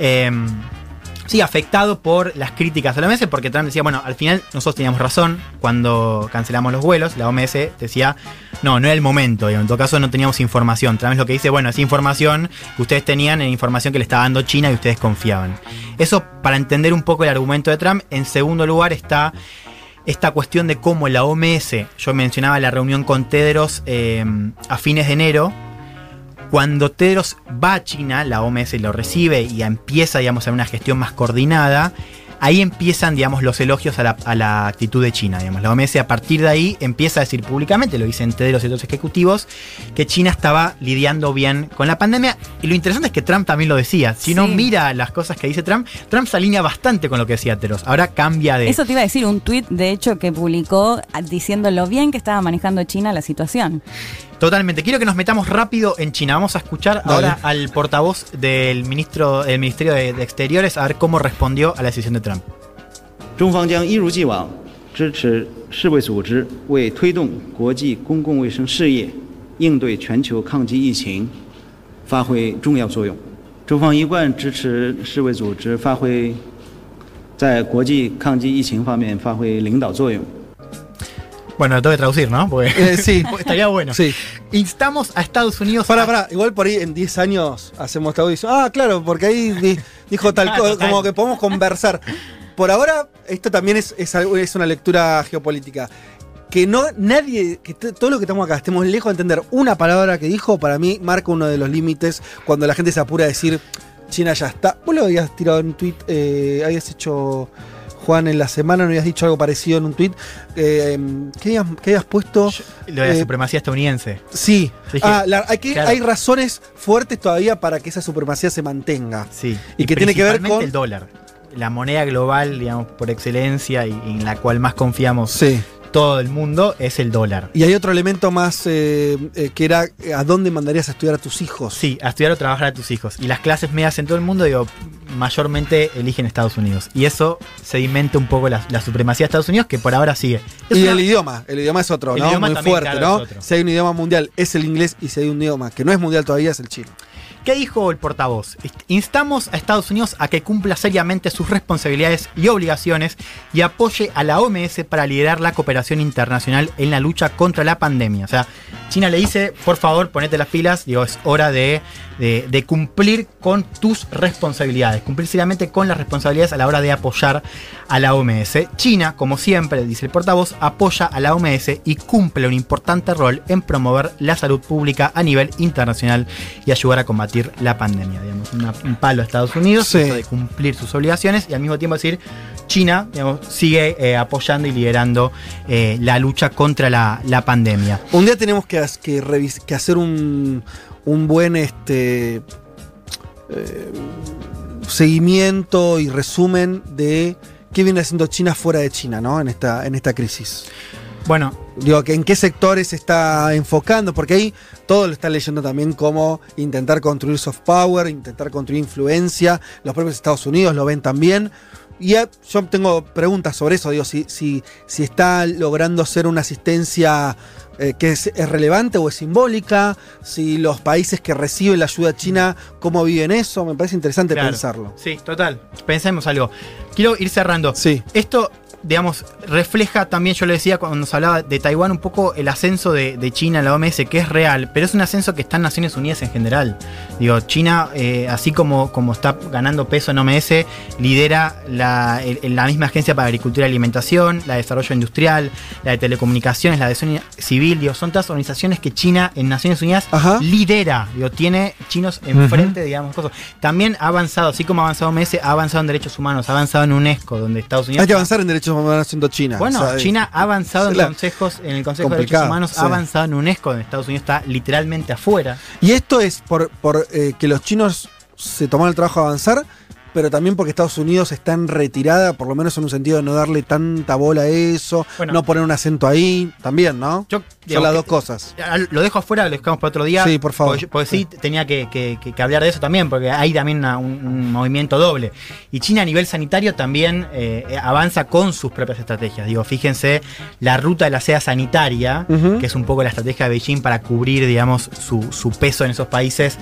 afectado por las críticas a la OMS, porque Trump decía, bueno, al final nosotros teníamos razón cuando cancelamos los vuelos, la OMS decía, no era el momento, digamos, en todo caso no teníamos información. Trump es lo que dice, bueno, esa información que ustedes tenían era información que le estaba dando China y ustedes confiaban. Eso para entender un poco el argumento de Trump. En segundo lugar está esta cuestión de cómo la OMS, yo mencionaba la reunión con Tedros a fines de enero. Cuando Tedros va a China, la OMS lo recibe y empieza, digamos, a una gestión más coordinada. Ahí empiezan, digamos, los elogios a la actitud de China. Digamos. La OMS a partir de ahí empieza a decir públicamente, lo dicen Tedros y otros ejecutivos, que China estaba lidiando bien con la pandemia. Y lo interesante es que Trump también lo decía. Si uno mira las cosas que dice Trump se alinea bastante con lo que decía Tedros. Ahora cambia de... Eso te iba a decir, un tuit, de hecho, que publicó diciendo lo bien que estaba manejando China la situación. Totalmente. Quiero que nos metamos rápido en China. Vamos a escuchar ahora al portavoz del Ministerio de Exteriores a ver cómo respondió a la decisión de Trump. 中方将一如既往支持世卫组织为推动国际公共卫生事业应对全球抗击疫情发挥重要作用。中方一贯支持世卫组织发挥在国际抗击疫情方面发挥领导作用。 Bueno, lo tengo que traducir, ¿no? Porque sí. Estaría bueno. Sí. Instamos a Estados Unidos... Pará. Igual por ahí en 10 años hacemos esta audición. Ah, claro, porque ahí dijo tal cosa, como que podemos conversar. Por ahora, esto también es una lectura geopolítica. Que todo lo que estamos acá estemos lejos de entender una palabra que dijo, para mí marca uno de los límites cuando la gente se apura a decir China ya está. Vos lo habías tirado en un tweet, habías hecho, Juan, en la semana, no habías dicho algo parecido en un tweet. ¿Qué habías puesto? Lo de la supremacía estadounidense. Sí. Claro. Hay razones fuertes todavía para que esa supremacía se mantenga. Sí. Y que tiene que ver con el dólar. La moneda global, digamos, por excelencia y en la cual más confiamos. Sí. Todo el mundo es el dólar. Y hay otro elemento más que era ¿a dónde mandarías a estudiar a tus hijos? Sí, a estudiar o trabajar a tus hijos. Y las clases medias en todo el mundo, digo, mayormente eligen Estados Unidos. Y eso sedimenta un poco la supremacía de Estados Unidos, que por ahora sigue. El idioma es otro, ¿no? Muy fuerte, claro, ¿no? Si hay un idioma mundial es el inglés, y si hay un idioma que no es mundial todavía es el chino. ¿Qué dijo el portavoz? Instamos a Estados Unidos a que cumpla seriamente sus responsabilidades y obligaciones y apoye a la OMS para liderar la cooperación internacional en la lucha contra la pandemia. O sea, China le dice, por favor, ponete las pilas, digo, es hora de cumplir con tus responsabilidades, cumplir seriamente con las responsabilidades a la hora de apoyar a la OMS. China, como siempre, dice el portavoz, apoya a la OMS y cumple un importante rol en promover la salud pública a nivel internacional y ayudar a combatir la pandemia. Digamos, un palo a Estados Unidos, sí, de cumplir sus obligaciones y al mismo tiempo decir, China, digamos, sigue apoyando y liderando la lucha contra la pandemia. Un día tenemos que hacer un buen seguimiento y resumen de qué viene haciendo China fuera de China, ¿no? En esta crisis. Bueno, digo, ¿en qué sectores se está enfocando? Porque ahí todo lo están leyendo también como intentar construir soft power, intentar construir influencia. Los propios Estados Unidos lo ven también. Y yo tengo preguntas sobre eso. Digo, si está logrando ser una asistencia que es relevante o es simbólica. Si los países que reciben la ayuda china, ¿cómo viven eso? Me parece interesante pensarlo. Sí, total. Pensemos algo. Quiero ir cerrando. Sí. Esto, digamos, refleja también, yo le decía cuando se hablaba de Taiwán, un poco el ascenso de China en la OMS, que es real, pero es un ascenso que está en Naciones Unidas en general. Digo, China, así como está ganando peso en OMS, lidera la misma Agencia para Agricultura y Alimentación, la de Desarrollo Industrial, la de Telecomunicaciones, la de Defensa Civil. Digo, son todas organizaciones que China en Naciones Unidas lidera. Digo, tiene chinos enfrente, digamos, cosas. También ha avanzado, así como ha avanzado OMS, ha avanzado en derechos humanos, ha avanzado en UNESCO, donde Estados Unidos... Hay que avanzar en derechos humanos siendo China. Bueno, o sea, China ha avanzado en el Consejo de Derechos Humanos, ha avanzado en UNESCO, donde Estados Unidos está literalmente afuera. Y esto es por que los chinos se tomaron el trabajo de avanzar, pero también porque Estados Unidos está en retirada, por lo menos en un sentido de no darle tanta bola a eso, no poner un acento ahí, también, ¿no? Son las dos cosas. Lo dejo afuera, lo dejamos para otro día. Sí, por favor. Porque sí, tenía que hablar de eso también, porque hay también un movimiento doble. Y China a nivel sanitario también avanza con sus propias estrategias. Digo, fíjense, la ruta de la seda sanitaria, que es un poco la estrategia de Beijing para cubrir, digamos, su peso en esos países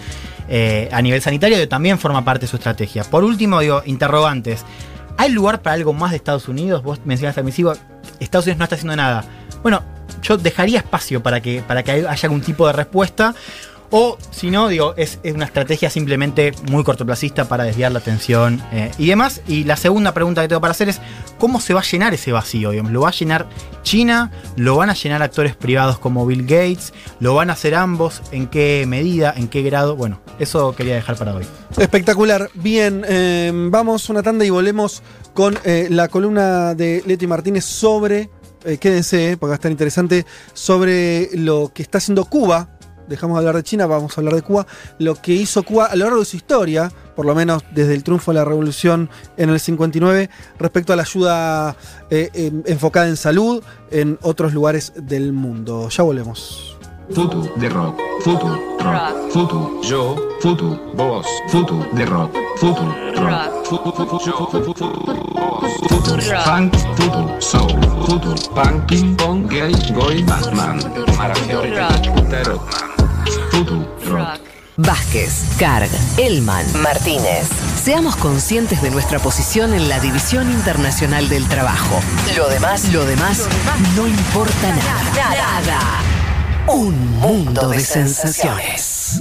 a nivel sanitario, también forma parte de su estrategia. Por último, digo, interrogantes. ¿Hay lugar para algo más de Estados Unidos? Vos mencionaste al principio, Estados Unidos no está haciendo nada. Bueno, yo dejaría espacio para que haya algún tipo de respuesta. O, si no, digo, es una estrategia simplemente muy cortoplacista para desviar la atención y demás. Y la segunda pregunta que tengo para hacer es, ¿cómo se va a llenar ese vacío? Digamos, ¿lo va a llenar China? ¿Lo van a llenar actores privados como Bill Gates? ¿Lo van a hacer ambos? ¿En qué medida? ¿En qué grado? Bueno, eso quería dejar para hoy. Espectacular. Bien, vamos una tanda y volvemos con la columna de Leti Martínez sobre, quédense, porque va a estar interesante, sobre lo que está haciendo Cuba. Dejamos de hablar de China, vamos a hablar de Cuba. Lo que hizo Cuba a lo largo de su historia, por lo menos desde el triunfo de la revolución en el 59, respecto a la ayuda enfocada en salud en otros lugares del mundo. Ya volvemos. Futu de rock, futu rock, futu yo, futu vos, futu de rock, futu rock, futu yo, futu vos, futu funk, futu soul, futu punk, ping pong, gay, goy, Batman, maración, rock, futu rock. Vázquez, Carg, Elman, Martínez. Seamos conscientes de nuestra posición en la División Internacional del Trabajo. Lo demás no importa nada. Un mundo de sensaciones.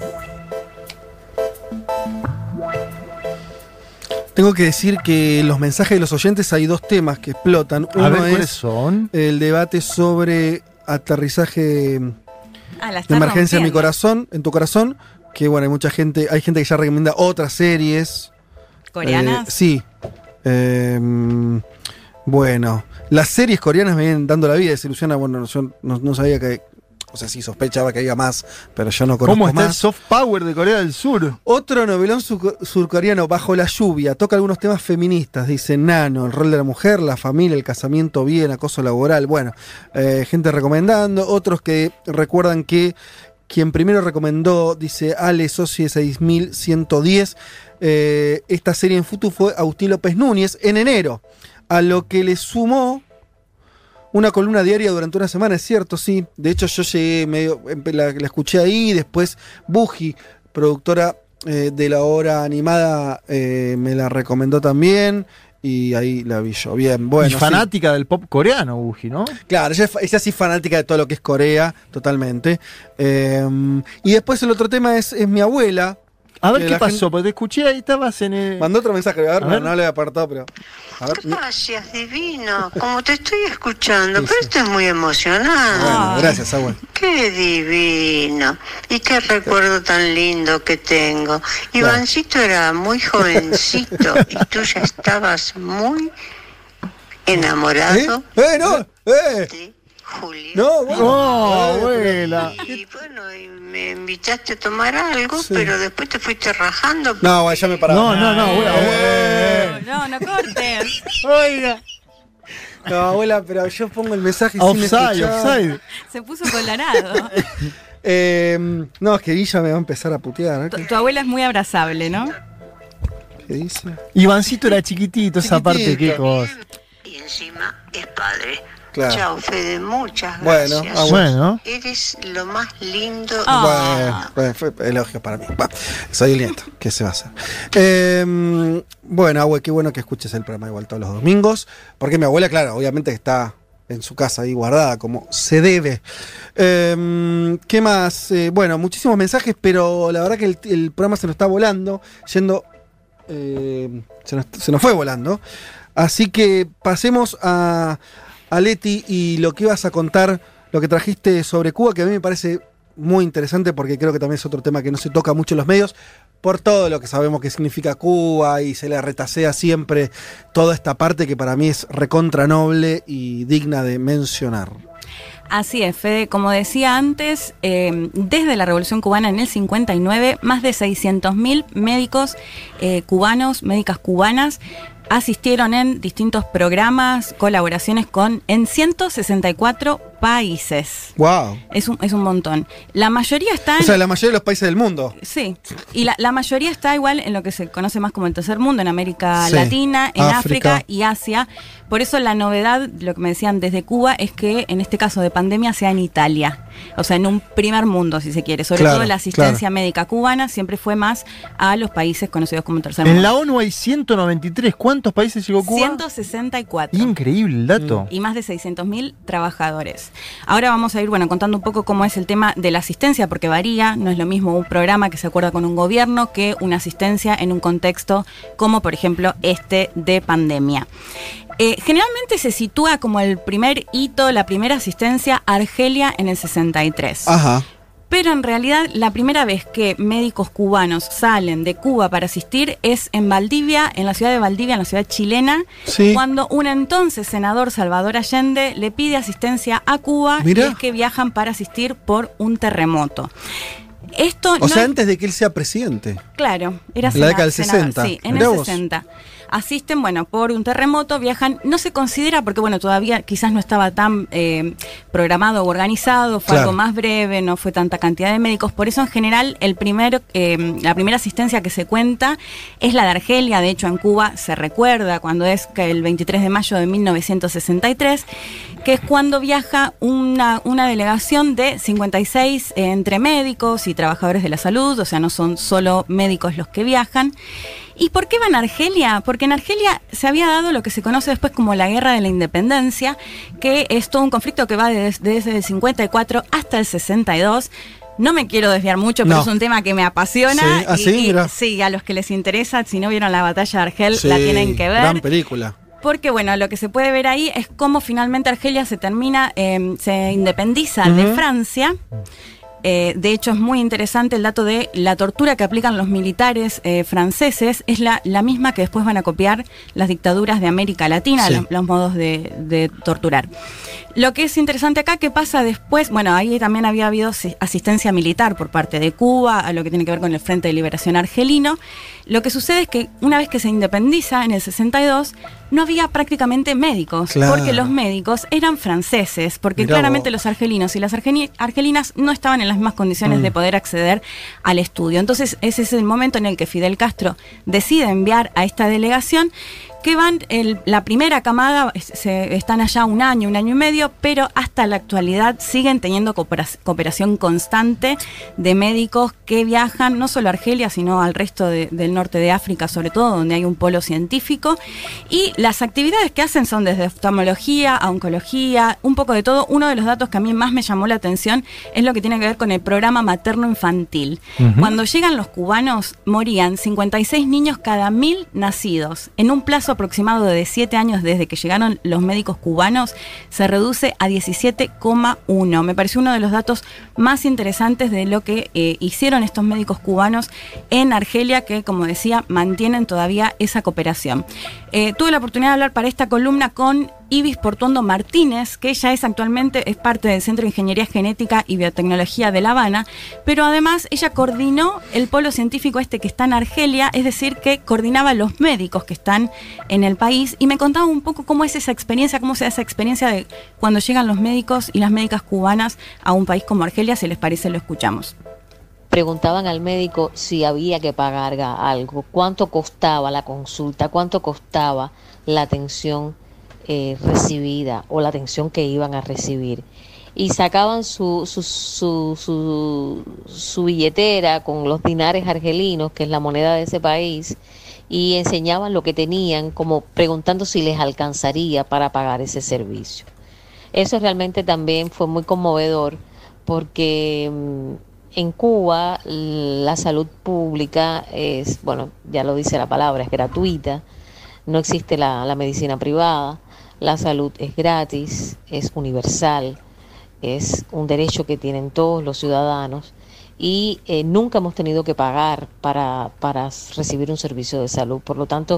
Tengo que decir que en los mensajes de los oyentes hay dos temas que explotan. Uno ¿cuáles son? El debate sobre aterrizaje de emergencia en tu corazón, que bueno, hay gente que ya recomienda otras series. ¿Coreanas? Sí. Bueno, las series coreanas me vienen dando la vida, desilusiona. Bueno, yo no sabía que... O sea, sí, sospechaba que había más, pero yo no conozco más. ¿Cómo está el soft power de Corea del Sur? Otro novelón surcoreano, Bajo la lluvia, toca algunos temas feministas. Dice Nano, el rol de la mujer, la familia, el casamiento bien, acoso laboral. Bueno, gente recomendando. Otros que recuerdan que quien primero recomendó, dice Ale Socie 6110, esta serie en Futu fue Agustín López Núñez en enero. A lo que le sumó una columna diaria durante una semana, es cierto, sí. De hecho, yo llegué la escuché ahí, después Buji, productora de la obra animada, me la recomendó también, y ahí la vi yo. Bien, bueno. Y fanática del pop coreano, Buji, ¿no? Claro, ella sí fanática de todo lo que es Corea, totalmente. Y después el otro tema es mi abuela. A ver qué pasó, porque te escuché ahí, estabas en el... Mandó otro mensaje, a ver. No le he apartado, pero... A ver. Gracias, divino. Como te estoy escuchando, pero estoy muy emocionado. Bueno, gracias, abuelo. Qué divino. Y qué recuerdo tan lindo que tengo. Ivancito era muy jovencito y tú ya estabas muy enamorado. ¡No! Julio. No, bueno. Abuela. Y bueno, y me invitaste a tomar algo, pero después te fuiste rajando. No, ya me paraba. No, abuela. No cortes. Oiga. No, abuela, pero yo pongo el mensaje offside. Se puso colorado. No, es que Villa me va a empezar a putear. Tu abuela es muy abrazable, ¿no? ¿Qué dice? Ivancito era chiquitito, esa parte, qué cosa. Y encima es padre. Claro. Chao, Fede, muchas gracias. Bueno. Eres lo más lindo. Bueno, fue elogio para mí. Soy el nieto, ¿qué se va a hacer? Bueno, abue, qué bueno que escuches el programa igual todos los domingos, porque mi abuela, claro, obviamente está en su casa ahí guardada, como se debe. ¿Qué más? Bueno, muchísimos mensajes, pero la verdad que el programa se nos está volando, se nos fue volando. Así que pasemos a Leti y lo que ibas a contar, lo que trajiste sobre Cuba, que a mí me parece muy interesante porque creo que también es otro tema que no se toca mucho en los medios, por todo lo que sabemos que significa Cuba y se le retasea siempre toda esta parte que para mí es recontra noble y digna de mencionar. Así es, Fede. Como decía antes, desde la Revolución Cubana en el 59, más de 600.000 médicos cubanos, médicas cubanas, asistieron en distintos programas, colaboraciones en 164 países. ¡Wow! Es un montón. La mayoría está O sea, la mayoría de los países del mundo. Sí. Y la mayoría está igual en lo que se conoce más como el tercer mundo, en América Latina, en África y Asia. Por eso la novedad, lo que me decían desde Cuba, es que en este caso de pandemia sea en Italia. O sea, en un primer mundo, si se quiere. Sobre todo la asistencia médica cubana siempre fue más a los países conocidos como el tercer mundo. En la ONU hay 193. ¿Cuántos países llegó Cuba? 164. Increíble el dato. Y más de 600.000 trabajadores. Ahora vamos a ir, contando un poco cómo es el tema de la asistencia, porque varía. No es lo mismo un programa que se acuerda con un gobierno que una asistencia en un contexto como, por ejemplo, este de pandemia. Generalmente se sitúa como el primer hito, la primera asistencia a Argelia en el 63. Ajá. Pero en realidad la primera vez que médicos cubanos salen de Cuba para asistir es en Valdivia, en la ciudad de Valdivia, en la ciudad chilena, cuando un entonces senador, Salvador Allende, le pide asistencia a Cuba. Mirá. Y es que viajan para asistir por un terremoto. Sea, antes de que él sea presidente. Claro, era en la década del 60. Sí, en el 60. asisten, bueno, por un terremoto, viajan, no se considera, porque bueno, todavía quizás no estaba tan programado o organizado, fue algo más breve, no fue tanta cantidad de médicos, por eso en general la primera asistencia que se cuenta es la de Argelia. De hecho en Cuba se recuerda cuando es que el 23 de mayo de 1963, que es cuando viaja una delegación de 56 entre médicos y trabajadores de la salud, o sea, no son solo médicos los que viajan. ¿Y por qué van a Argelia? Porque en Argelia se había dado lo que se conoce después como la Guerra de la Independencia, que es todo un conflicto que va desde el 54 hasta el 62. No me quiero desviar mucho, pero es un tema que me apasiona. Sí, a los que les interesa, si no vieron la batalla de Argel, la tienen que ver. Gran película. Porque, bueno, lo que se puede ver ahí es cómo finalmente Argelia se independiza de Francia. De hecho, es muy interesante el dato de la tortura que aplican los militares franceses. Es la misma que después van a copiar las dictaduras de América Latina, los modos de torturar. Lo que es interesante acá, ¿qué pasa después? Bueno, ahí también había habido asistencia militar por parte de Cuba, a lo que tiene que ver con el Frente de Liberación Argelino. Lo que sucede es que una vez que se independiza, en el 62, no había prácticamente médicos, porque los médicos eran franceses, porque claramente los argelinos y las argelinas no estaban en las mismas condiciones de poder acceder al estudio. Entonces ese es el momento en el que Fidel Castro decide enviar a esta delegación, que van, la primera camada, están allá un año y medio, pero hasta la actualidad siguen teniendo cooperación constante de médicos que viajan no solo a Argelia, sino al resto del norte de África, sobre todo, donde hay un polo científico. Y las actividades que hacen son desde oftalmología a oncología, un poco de todo. Uno de los datos que a mí más me llamó la atención es lo que tiene que ver con el programa materno-infantil. Cuando llegan los cubanos, morían 56 niños cada 1000 nacidos. En un plazo aproximado de 7 años desde que llegaron los médicos cubanos, se reduce a 17,1. Me pareció uno de los datos más interesantes de lo que hicieron estos médicos cubanos en Argelia, que, como decía, mantienen todavía esa cooperación. Tuve la oportunidad de hablar para esta columna con Ibis Portuondo Martínez, que ella actualmente es parte del Centro de Ingeniería Genética y Biotecnología de La Habana, pero además ella coordinó el polo científico que está en Argelia, es decir, que coordinaba los médicos que están en el país, y me contaba un poco cómo es esa experiencia, cómo se da esa experiencia de cuando llegan los médicos y las médicas cubanas a un país como Argelia. Si les parece, lo escuchamos. Preguntaban al médico si había que pagar algo, cuánto costaba la consulta, cuánto costaba la atención recibida o la atención que iban a recibir, y sacaban su billetera con los dinares argelinos, que es la moneda de ese país, y enseñaban lo que tenían, como preguntando si les alcanzaría para pagar ese servicio. Eso realmente también fue muy conmovedor, porque en Cuba la salud pública es, bueno, ya lo dice la palabra, es gratuita, no existe la medicina privada. La salud es gratis, es universal, es un derecho que tienen todos los ciudadanos, y nunca hemos tenido que pagar para recibir un servicio de salud. Por lo tanto,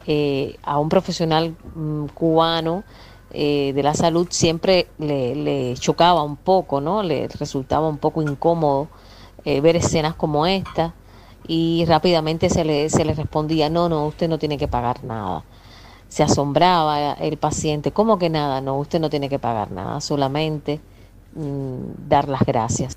a un profesional cubano de la salud siempre le chocaba un poco, ¿no? Le resultaba un poco incómodo ver escenas como esta, y rápidamente se le respondía, no, usted no tiene que pagar nada. Se asombraba el paciente, ¿cómo que nada? No, usted no tiene que pagar nada, solamente dar las gracias.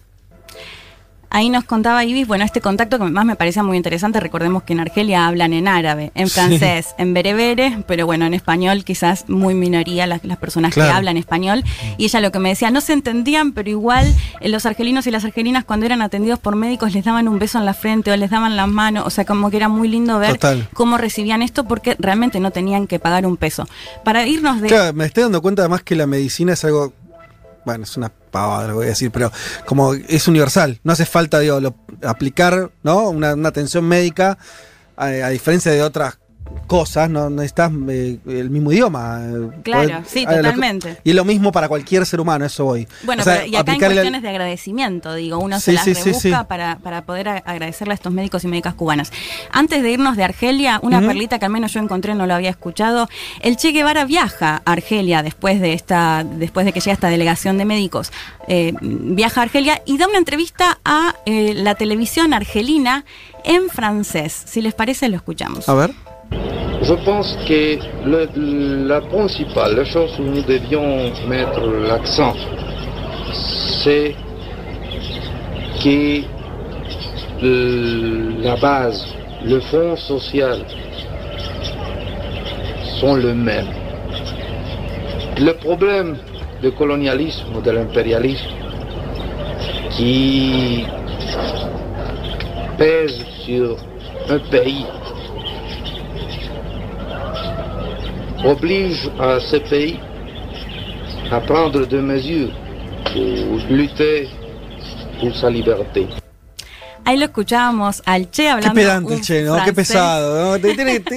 Ahí nos contaba Ibis, bueno, este contacto que más me parecía muy interesante. Recordemos que en Argelia hablan en árabe, en francés, en berebere, pero bueno, en español quizás muy minoría las personas que hablan español. Y ella lo que me decía, no se entendían, pero igual los argelinos y las argelinas, cuando eran atendidos por médicos, les daban un beso en la frente o les daban la mano. O sea, como que era muy lindo ver cómo recibían esto, porque realmente no tenían que pagar un peso. Para irnos de... Claro, me estoy dando cuenta además que la medicina es algo... Bueno, es una pavada lo que voy a decir, pero como es universal, no hace falta, aplicar, ¿no? una atención médica, a diferencia de otras cosas, no necesitas el mismo idioma. Claro, sí, totalmente. Y es lo mismo para cualquier ser humano, eso voy. Bueno, pero, y acá hay cuestiones de agradecimiento, uno se las rebusca para poder agradecerle a estos médicos y médicas cubanas. Antes de irnos de Argelia, una perlita que al menos yo encontré, no lo había escuchado. El Che Guevara viaja a Argelia después de que llega esta delegación de médicos. Viaja a Argelia y da una entrevista a la televisión argelina en francés. Si les parece, lo escuchamos. A ver. Je pense que la principale, la chose où nous devions mettre l'accent, c'est que la base, le fonds social sont les mêmes. Le problème du colonialisme, de l'impérialisme, qui pèse sur un pays, oblige à ce pays à prendre des mesures pour lutter por su libertad. Ahí lo escuchábamos al Che hablando. Qué pedante el Che, ¿no? Francés. Qué pesado, ¿no?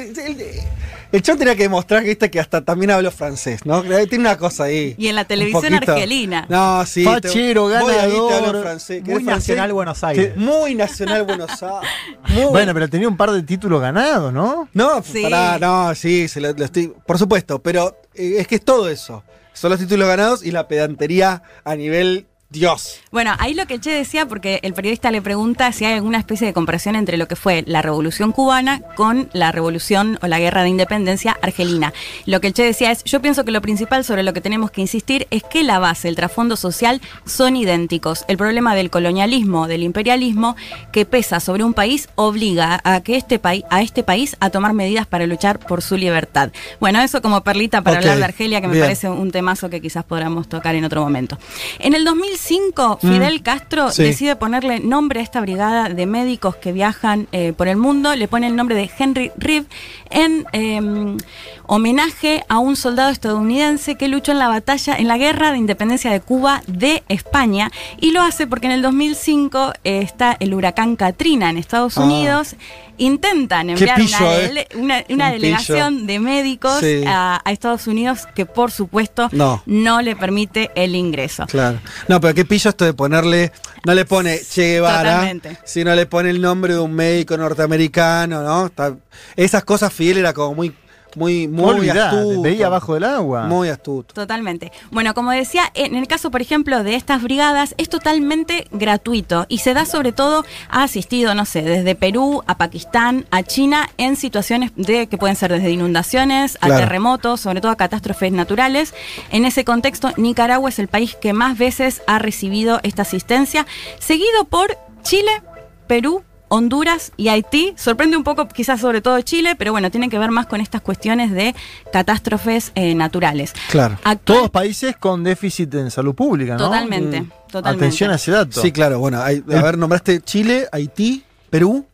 El Che tenía que demostrar que hasta también habló francés, ¿no? Tiene una cosa ahí. Y en la televisión argelina. No, sí. Fachero, ganador. Te hablo francés. Muy nacional Buenos Aires. Muy nacional Buenos Aires. Bueno, pero tenía un par de títulos ganados, ¿no? No, Sí. sí, lo estoy. Por supuesto, pero es que es todo eso. Son los títulos ganados y la pedantería a nivel Dios. Bueno, ahí lo que el Che decía, porque el periodista le pregunta si hay alguna especie de comparación entre lo que fue la Revolución Cubana con la Revolución o la Guerra de Independencia argelina. Lo que el Che decía es, yo pienso que lo principal sobre lo que tenemos que insistir es que la base, el trasfondo social son idénticos. El problema del colonialismo, del imperialismo, que pesa sobre un país, obliga a que este país a tomar medidas para luchar por su libertad. Bueno, eso como perlita para hablar de Argelia, que me parece un temazo que quizás podamos tocar en otro momento. En el 2005, Fidel Castro decide ponerle nombre a esta brigada de médicos que viajan por el mundo. Le pone el nombre de Henry Reeve en homenaje a un soldado estadounidense que luchó en la guerra de independencia de Cuba de España, y lo hace porque en el 2005 está el huracán Katrina en Estados Unidos. Intentan enviar una delegación de médicos a Estados Unidos que por supuesto no le permite el ingreso. Claro. No, pero qué pillo esto de ponerle, no le pone Che Guevara, sino le pone el nombre de un médico norteamericano, ¿no? Esas cosas Fidel era como muy astuto. Veía abajo del agua. Muy astuto. Totalmente. Bueno, como decía, en el caso, por ejemplo, de estas brigadas, es totalmente gratuito y se da sobre todo, ha asistido, no sé, desde Perú a Pakistán, a China, en situaciones que pueden ser desde inundaciones a terremotos, sobre todo a catástrofes naturales. En ese contexto, Nicaragua es el país que más veces ha recibido esta asistencia, seguido por Chile, Perú, Honduras y Haití. Sorprende un poco quizás sobre todo Chile, pero bueno, tiene que ver más con estas cuestiones de catástrofes naturales. Claro. Todos países con déficit en salud pública, ¿no? Totalmente. Atención a ese dato. Sí, claro. Bueno, a ver, nombraste Chile, Haití, Perú.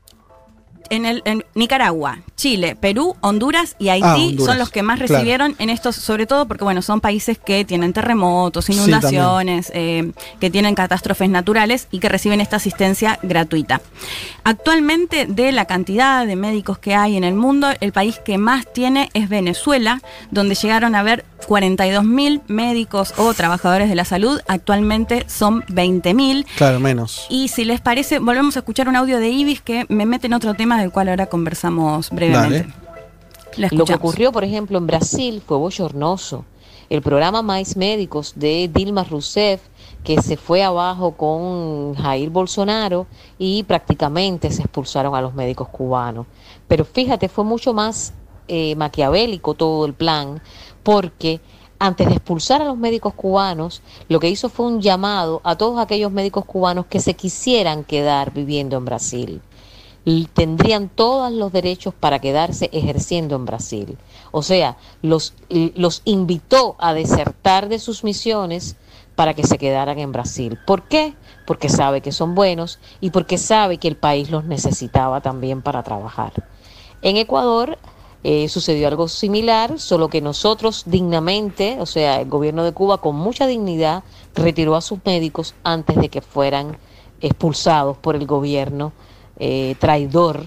En Nicaragua, Chile, Perú, Honduras y Haití son los que más recibieron en estos, sobre todo porque bueno, son países que tienen terremotos, inundaciones, que tienen catástrofes naturales y que reciben esta asistencia gratuita. Actualmente, de la cantidad de médicos que hay en el mundo, el país que más tiene es Venezuela, donde llegaron a haber 42.000 médicos o trabajadores de la salud. Actualmente son 20.000. Claro, menos. Y si les parece, volvemos a escuchar un audio de Ibis que me mete en otro tema del cual ahora conversamos brevemente. Lo que ocurrió, por ejemplo, en Brasil fue bochornoso. El programa Mais Médicos de Dilma Rousseff, que se fue abajo con Jair Bolsonaro y prácticamente se expulsaron a los médicos cubanos. Pero fíjate, fue mucho más maquiavélico todo el plan, porque antes de expulsar a los médicos cubanos, lo que hizo fue un llamado a todos aquellos médicos cubanos que se quisieran quedar viviendo en Brasil. Tendrían todos los derechos para quedarse ejerciendo en Brasil. O sea, los invitó a desertar de sus misiones para que se quedaran en Brasil. ¿Por qué? Porque sabe que son buenos y porque sabe que el país los necesitaba también para trabajar. En Ecuador sucedió algo similar, solo que nosotros dignamente, o sea, el gobierno de Cuba con mucha dignidad retiró a sus médicos antes de que fueran expulsados por el gobierno traidor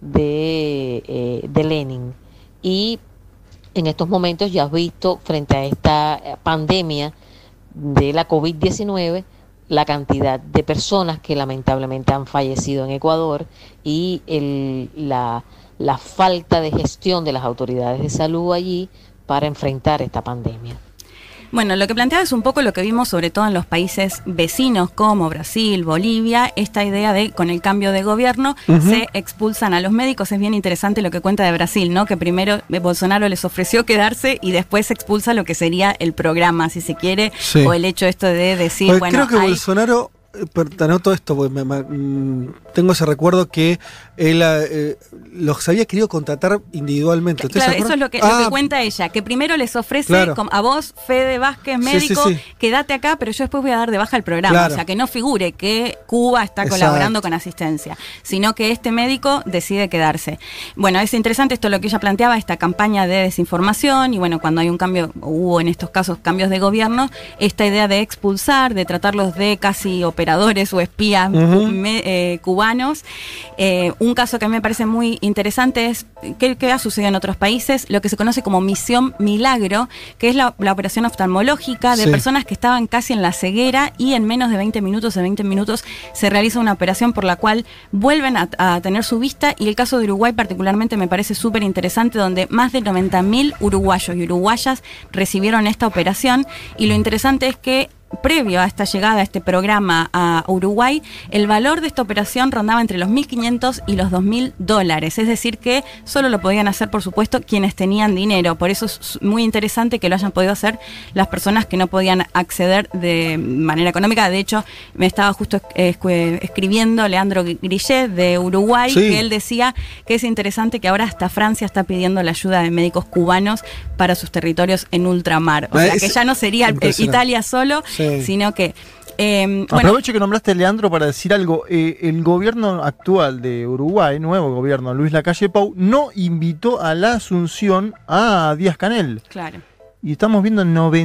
de Lenin. Y en estos momentos ya has visto, frente a esta pandemia de la COVID-19, la cantidad de personas que lamentablemente han fallecido en Ecuador y la falta de gestión de las autoridades de salud allí para enfrentar esta pandemia. Bueno, lo que planteaba es un poco lo que vimos sobre todo en los países vecinos como Brasil, Bolivia, esta idea de con el cambio de gobierno se expulsan a los médicos. Es bien interesante lo que cuenta de Brasil, ¿no? Que primero Bolsonaro les ofreció quedarse y después se expulsa lo que sería el programa, si se quiere, o el hecho esto de decir, pues creo que Bolsonaro, te anoto esto, porque tengo ese recuerdo que él los había querido contratar individualmente. Claro, eso es lo que cuenta ella, que primero les ofrece a vos, Fede Vázquez, médico, quédate acá, pero yo después voy a dar de baja el programa. O sea, que no figure que Cuba está colaborando con asistencia, sino que este médico decide quedarse. Bueno, es interesante esto lo que ella planteaba, esta campaña de desinformación, y bueno, cuando hay un cambio, hubo en estos casos cambios de gobierno, esta idea de expulsar, de tratarlos de casi operadores o espías cubanos. Un caso que a mí me parece muy interesante es que ha sucedido en otros países, lo que se conoce como Misión Milagro, que es la operación oftalmológica de personas que estaban casi en la ceguera y en menos de 20 minutos se realiza una operación por la cual vuelven a tener su vista, y el caso de Uruguay particularmente me parece súper interesante, donde más de 90.000 uruguayos y uruguayas recibieron esta operación, y lo interesante es que previo a esta llegada, a este programa a Uruguay, el valor de esta operación rondaba entre los $1.500 y los $2.000, es decir que solo lo podían hacer, por supuesto, quienes tenían dinero. Por eso es muy interesante que lo hayan podido hacer las personas que no podían acceder de manera económica. De hecho, me estaba justo escribiendo Leandro Grillet de Uruguay, que él decía que es interesante que ahora hasta Francia está pidiendo la ayuda de médicos cubanos para sus territorios en ultramar. O sea, que ya no sería Italia solo, sino que... Aprovecho que nombraste a Leandro para decir algo. El gobierno actual de Uruguay, nuevo gobierno, Luis Lacalle Pou, no invitó a la Asunción a Díaz-Canel. Claro. Y estamos viendo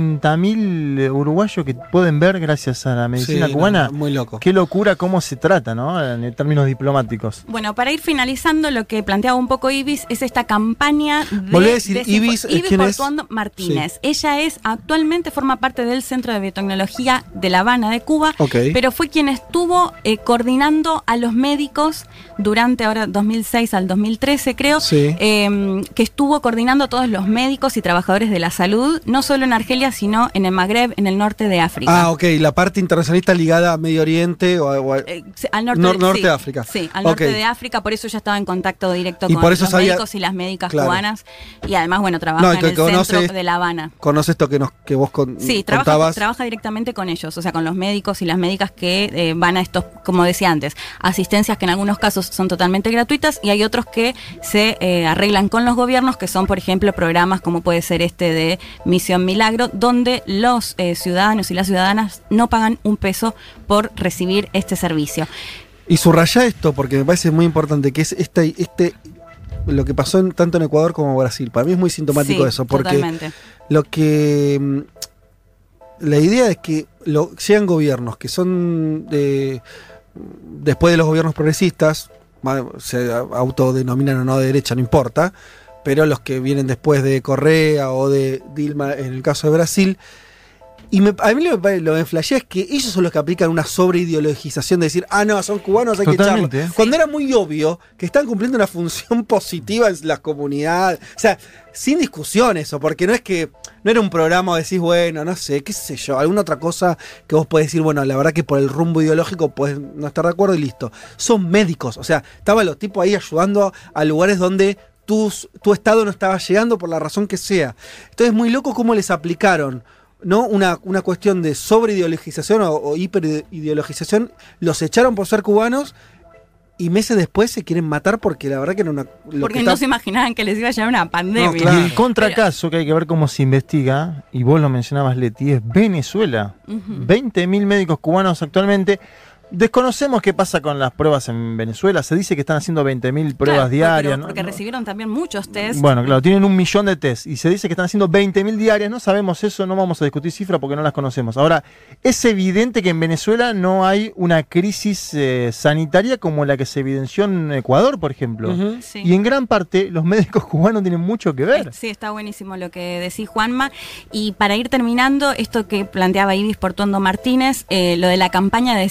90.000 uruguayos que pueden ver gracias a la medicina cubana. Muy loco. Qué locura cómo se trata, ¿no? En términos diplomáticos. Bueno, para ir finalizando, lo que planteaba un poco Ibis es esta campaña de... Volví a decir, Ibis Portuondo Martínez. Ella actualmente forma parte del Centro de Biotecnología de La Habana, de Cuba, pero fue quien estuvo coordinando a los médicos durante ahora 2006 al 2013, creo, que estuvo coordinando a todos los médicos y trabajadores de la salud, no solo en Argelia, sino en el Magreb, en el norte de África. La parte internacionalista ligada a Medio Oriente o al norte de África. Sí, al norte de África, por eso ya estaba en contacto directo con los médicos y las médicas cubanas, y además, bueno, trabaja en el centro de La Habana. ¿Conoce esto que vos contabas? Trabaja directamente con ellos, o sea, con los médicos y las médicas que van a estos, como decía antes, asistencias que en algunos casos son totalmente gratuitas, y hay otros que se arreglan con los gobiernos, que son, por ejemplo, programas como puede ser este de Misión Milagro, donde los ciudadanos y las ciudadanas no pagan un peso por recibir este servicio. Y subraya esto, porque me parece muy importante, que es lo que pasó tanto en Ecuador como en Brasil. Para mí es muy sintomático eso, porque totalmente. La idea es que sean gobiernos que son después de los gobiernos progresistas, se autodenominan o no de derecha, no importa, pero los que vienen después de Correa o de Dilma, en el caso de Brasil. Y a mí lo que me flashea es que ellos son los que aplican una sobreideologización de decir, no, son cubanos, hay que echarlos. Cuando era muy obvio que están cumpliendo una función positiva en las comunidades. O sea, sin discusión eso, porque no era un programa de decís, bueno, no sé, qué sé yo, alguna otra cosa que vos podés decir, bueno, la verdad que por el rumbo ideológico podés no estar de acuerdo y listo. Son médicos, o sea, estaban los tipos ahí ayudando a lugares donde tu estado no estaba llegando por la razón que sea. Entonces es muy loco cómo les aplicaron, ¿no? Una cuestión de sobreideologización o hiperideologización, los echaron por ser cubanos y meses después se quieren matar porque la verdad que era porque no se imaginaban que les iba a llegar una pandemia. No, claro. Y el contracaso que hay que ver cómo se investiga, y vos lo mencionabas, Leti, es Venezuela. 20.000 médicos cubanos actualmente. Desconocemos qué pasa con las pruebas en Venezuela. Se dice que están haciendo 20.000 pruebas diarias. Porque recibieron también muchos test. Bueno, claro, tienen 1 millón de test. Y se dice que están haciendo 20.000 diarias. No sabemos eso, no vamos a discutir cifras porque no las conocemos. Ahora, es evidente que en Venezuela no hay una crisis sanitaria como la que se evidenció en Ecuador, por ejemplo. Y en gran parte los médicos cubanos tienen mucho que ver. Sí, está buenísimo lo que decís, Juanma. Y para ir terminando, esto que planteaba Ibis Portuondo Martínez, lo de la campaña de desinformación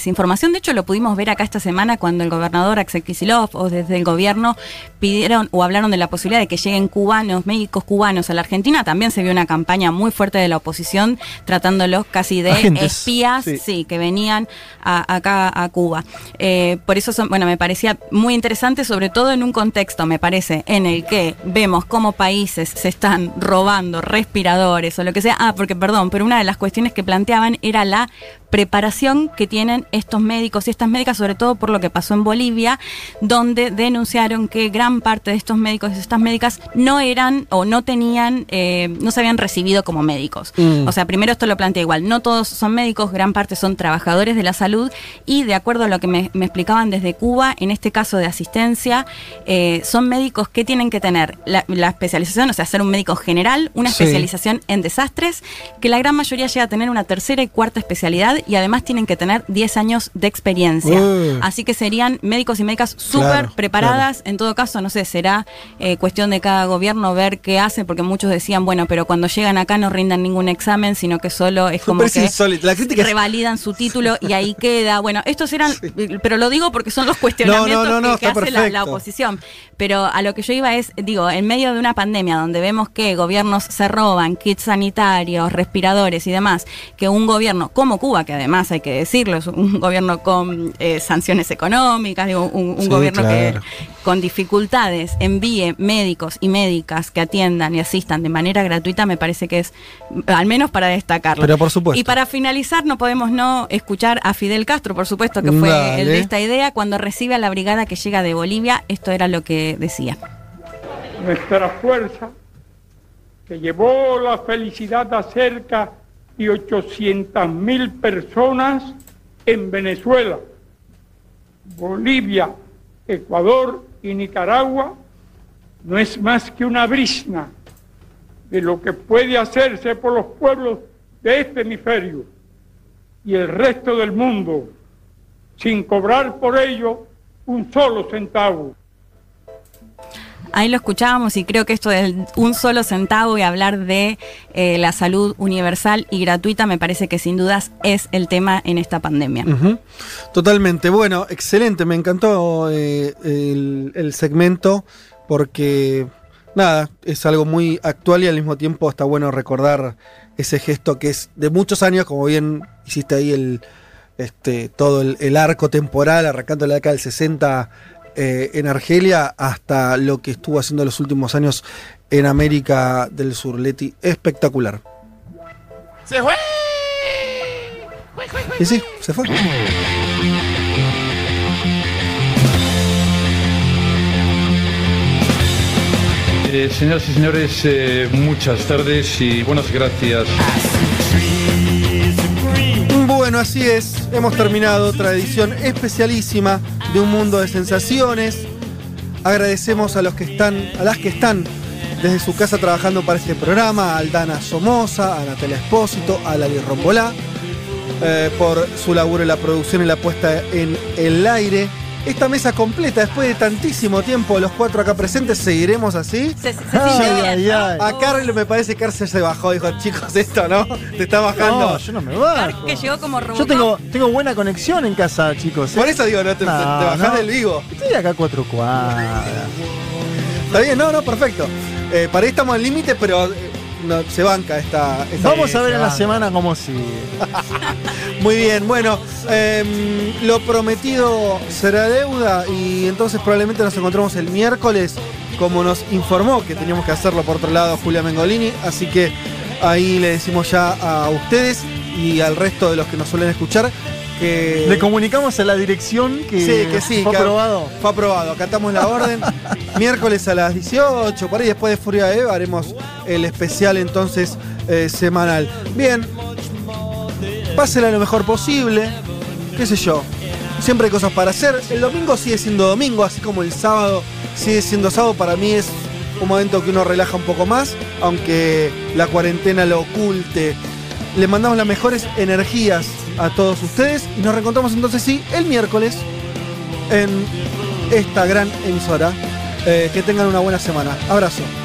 de hecho lo pudimos ver acá esta semana cuando el gobernador Axel Kicillof o desde el gobierno pidieron o hablaron de la posibilidad de que lleguen médicos cubanos a la Argentina. También se vio una campaña muy fuerte de la oposición tratándolos casi de agentes, espías, sí, que venían acá a Cuba. Por eso me parecía muy interesante, sobre todo en un contexto, me parece, en el que vemos cómo países se están robando respiradores o lo que sea. Pero una de las cuestiones que planteaban era la preparación que tienen estos médicos y estas médicas, sobre todo por lo que pasó en Bolivia, donde denunciaron que gran parte de estos médicos y estas médicas no eran o no tenían, no se habían recibido como médicos. O sea, primero esto lo plantea igual, no todos son médicos, gran parte son trabajadores de la salud y de acuerdo a lo que me explicaban desde Cuba, en este caso de asistencia, son médicos que tienen que tener la especialización, o sea, ser un médico general, una especialización en desastres, que la gran mayoría llega a tener una tercera y cuarta especialidad y además tienen que tener 10 años de experiencia. Así que serían médicos y médicas súper preparadas. En todo caso, no sé, será cuestión de cada gobierno ver qué hace, porque muchos decían, bueno, pero cuando llegan acá no rindan ningún examen, sino que solo es como que la crítica revalidan su título y ahí queda. Bueno, estos eran, pero lo digo porque son los cuestionamientos que hace la oposición. Pero a lo que yo iba es, digo, en medio de una pandemia donde vemos que gobiernos se roban kits sanitarios, respiradores y demás, que un gobierno como Cuba, que además hay que decirlo, es un gobierno con sanciones económicas, digo, un gobierno que con dificultades envíe médicos y médicas que atiendan y asistan de manera gratuita, me parece que es, al menos para destacarlo. Pero por supuesto. Y para finalizar, no podemos no escuchar a Fidel Castro, por supuesto, que fue el de esta idea, cuando recibe a la brigada que llega de Bolivia, esto era lo que decía. Nuestra fuerza, que llevó la felicidad a cerca de 800,000 personas en Venezuela, Bolivia, Ecuador y Nicaragua, no es más que una brizna de lo que puede hacerse por los pueblos de este hemisferio y el resto del mundo, sin cobrar por ello un solo centavo. Ahí lo escuchábamos y creo que esto de un solo centavo y hablar de la salud universal y gratuita me parece que sin dudas es el tema en esta pandemia. Totalmente. Bueno, excelente. Me encantó el segmento porque, nada, es algo muy actual y al mismo tiempo está bueno recordar ese gesto que es de muchos años, como bien hiciste ahí todo el arco temporal, arrancando la década del 60 en Argelia hasta lo que estuvo haciendo los últimos años en América del Sur. Leti, espectacular. ¡Se fue! Y sí, se fue. Señoras y señores, muchas tardes y buenas gracias. Bueno, así es, hemos terminado otra edición especialísima de Un Mundo de Sensaciones. Agradecemos a las que están desde su casa trabajando para este programa, a Aldana Somoza, a Natalia Espósito, a Lali Rombolá, por su laburo en la producción y la puesta en el aire. Esta mesa completa, después de tantísimo tiempo, los cuatro acá presentes, ¿seguiremos así? Se sigue bien. A Carl me parece que Carl se bajó, dijo, chicos, esto no, te está bajando. No, yo no me bajo. Carl que llegó como Robocop. Yo tengo buena conexión en casa, chicos. Por eso digo, no te bajás del vivo. Estoy acá a 4 cuadras. Está bien, no, perfecto. Para ahí estamos al límite, pero no, se banca esta Vamos a ver en la semana cómo sigue. Muy bien, bueno, lo prometido será deuda y entonces probablemente nos encontramos el miércoles, como nos informó que teníamos que hacerlo por otro lado Julia Mengolini, así que ahí le decimos ya a ustedes y al resto de los que nos suelen escuchar que... Le comunicamos a la dirección que fue aprobado. Fue aprobado, acatamos la orden. Miércoles a las 18, por ahí después de Furia de Eva haremos el especial entonces semanal. Bien, pásela lo mejor posible, qué sé yo. Siempre hay cosas para hacer. El domingo sigue siendo domingo, así como el sábado sigue siendo sábado. Para mí es un momento que uno relaja un poco más, aunque la cuarentena lo oculte. Le mandamos las mejores energías a todos ustedes y nos reencontramos entonces sí el miércoles en esta gran emisora. Que tengan una buena semana. Abrazo.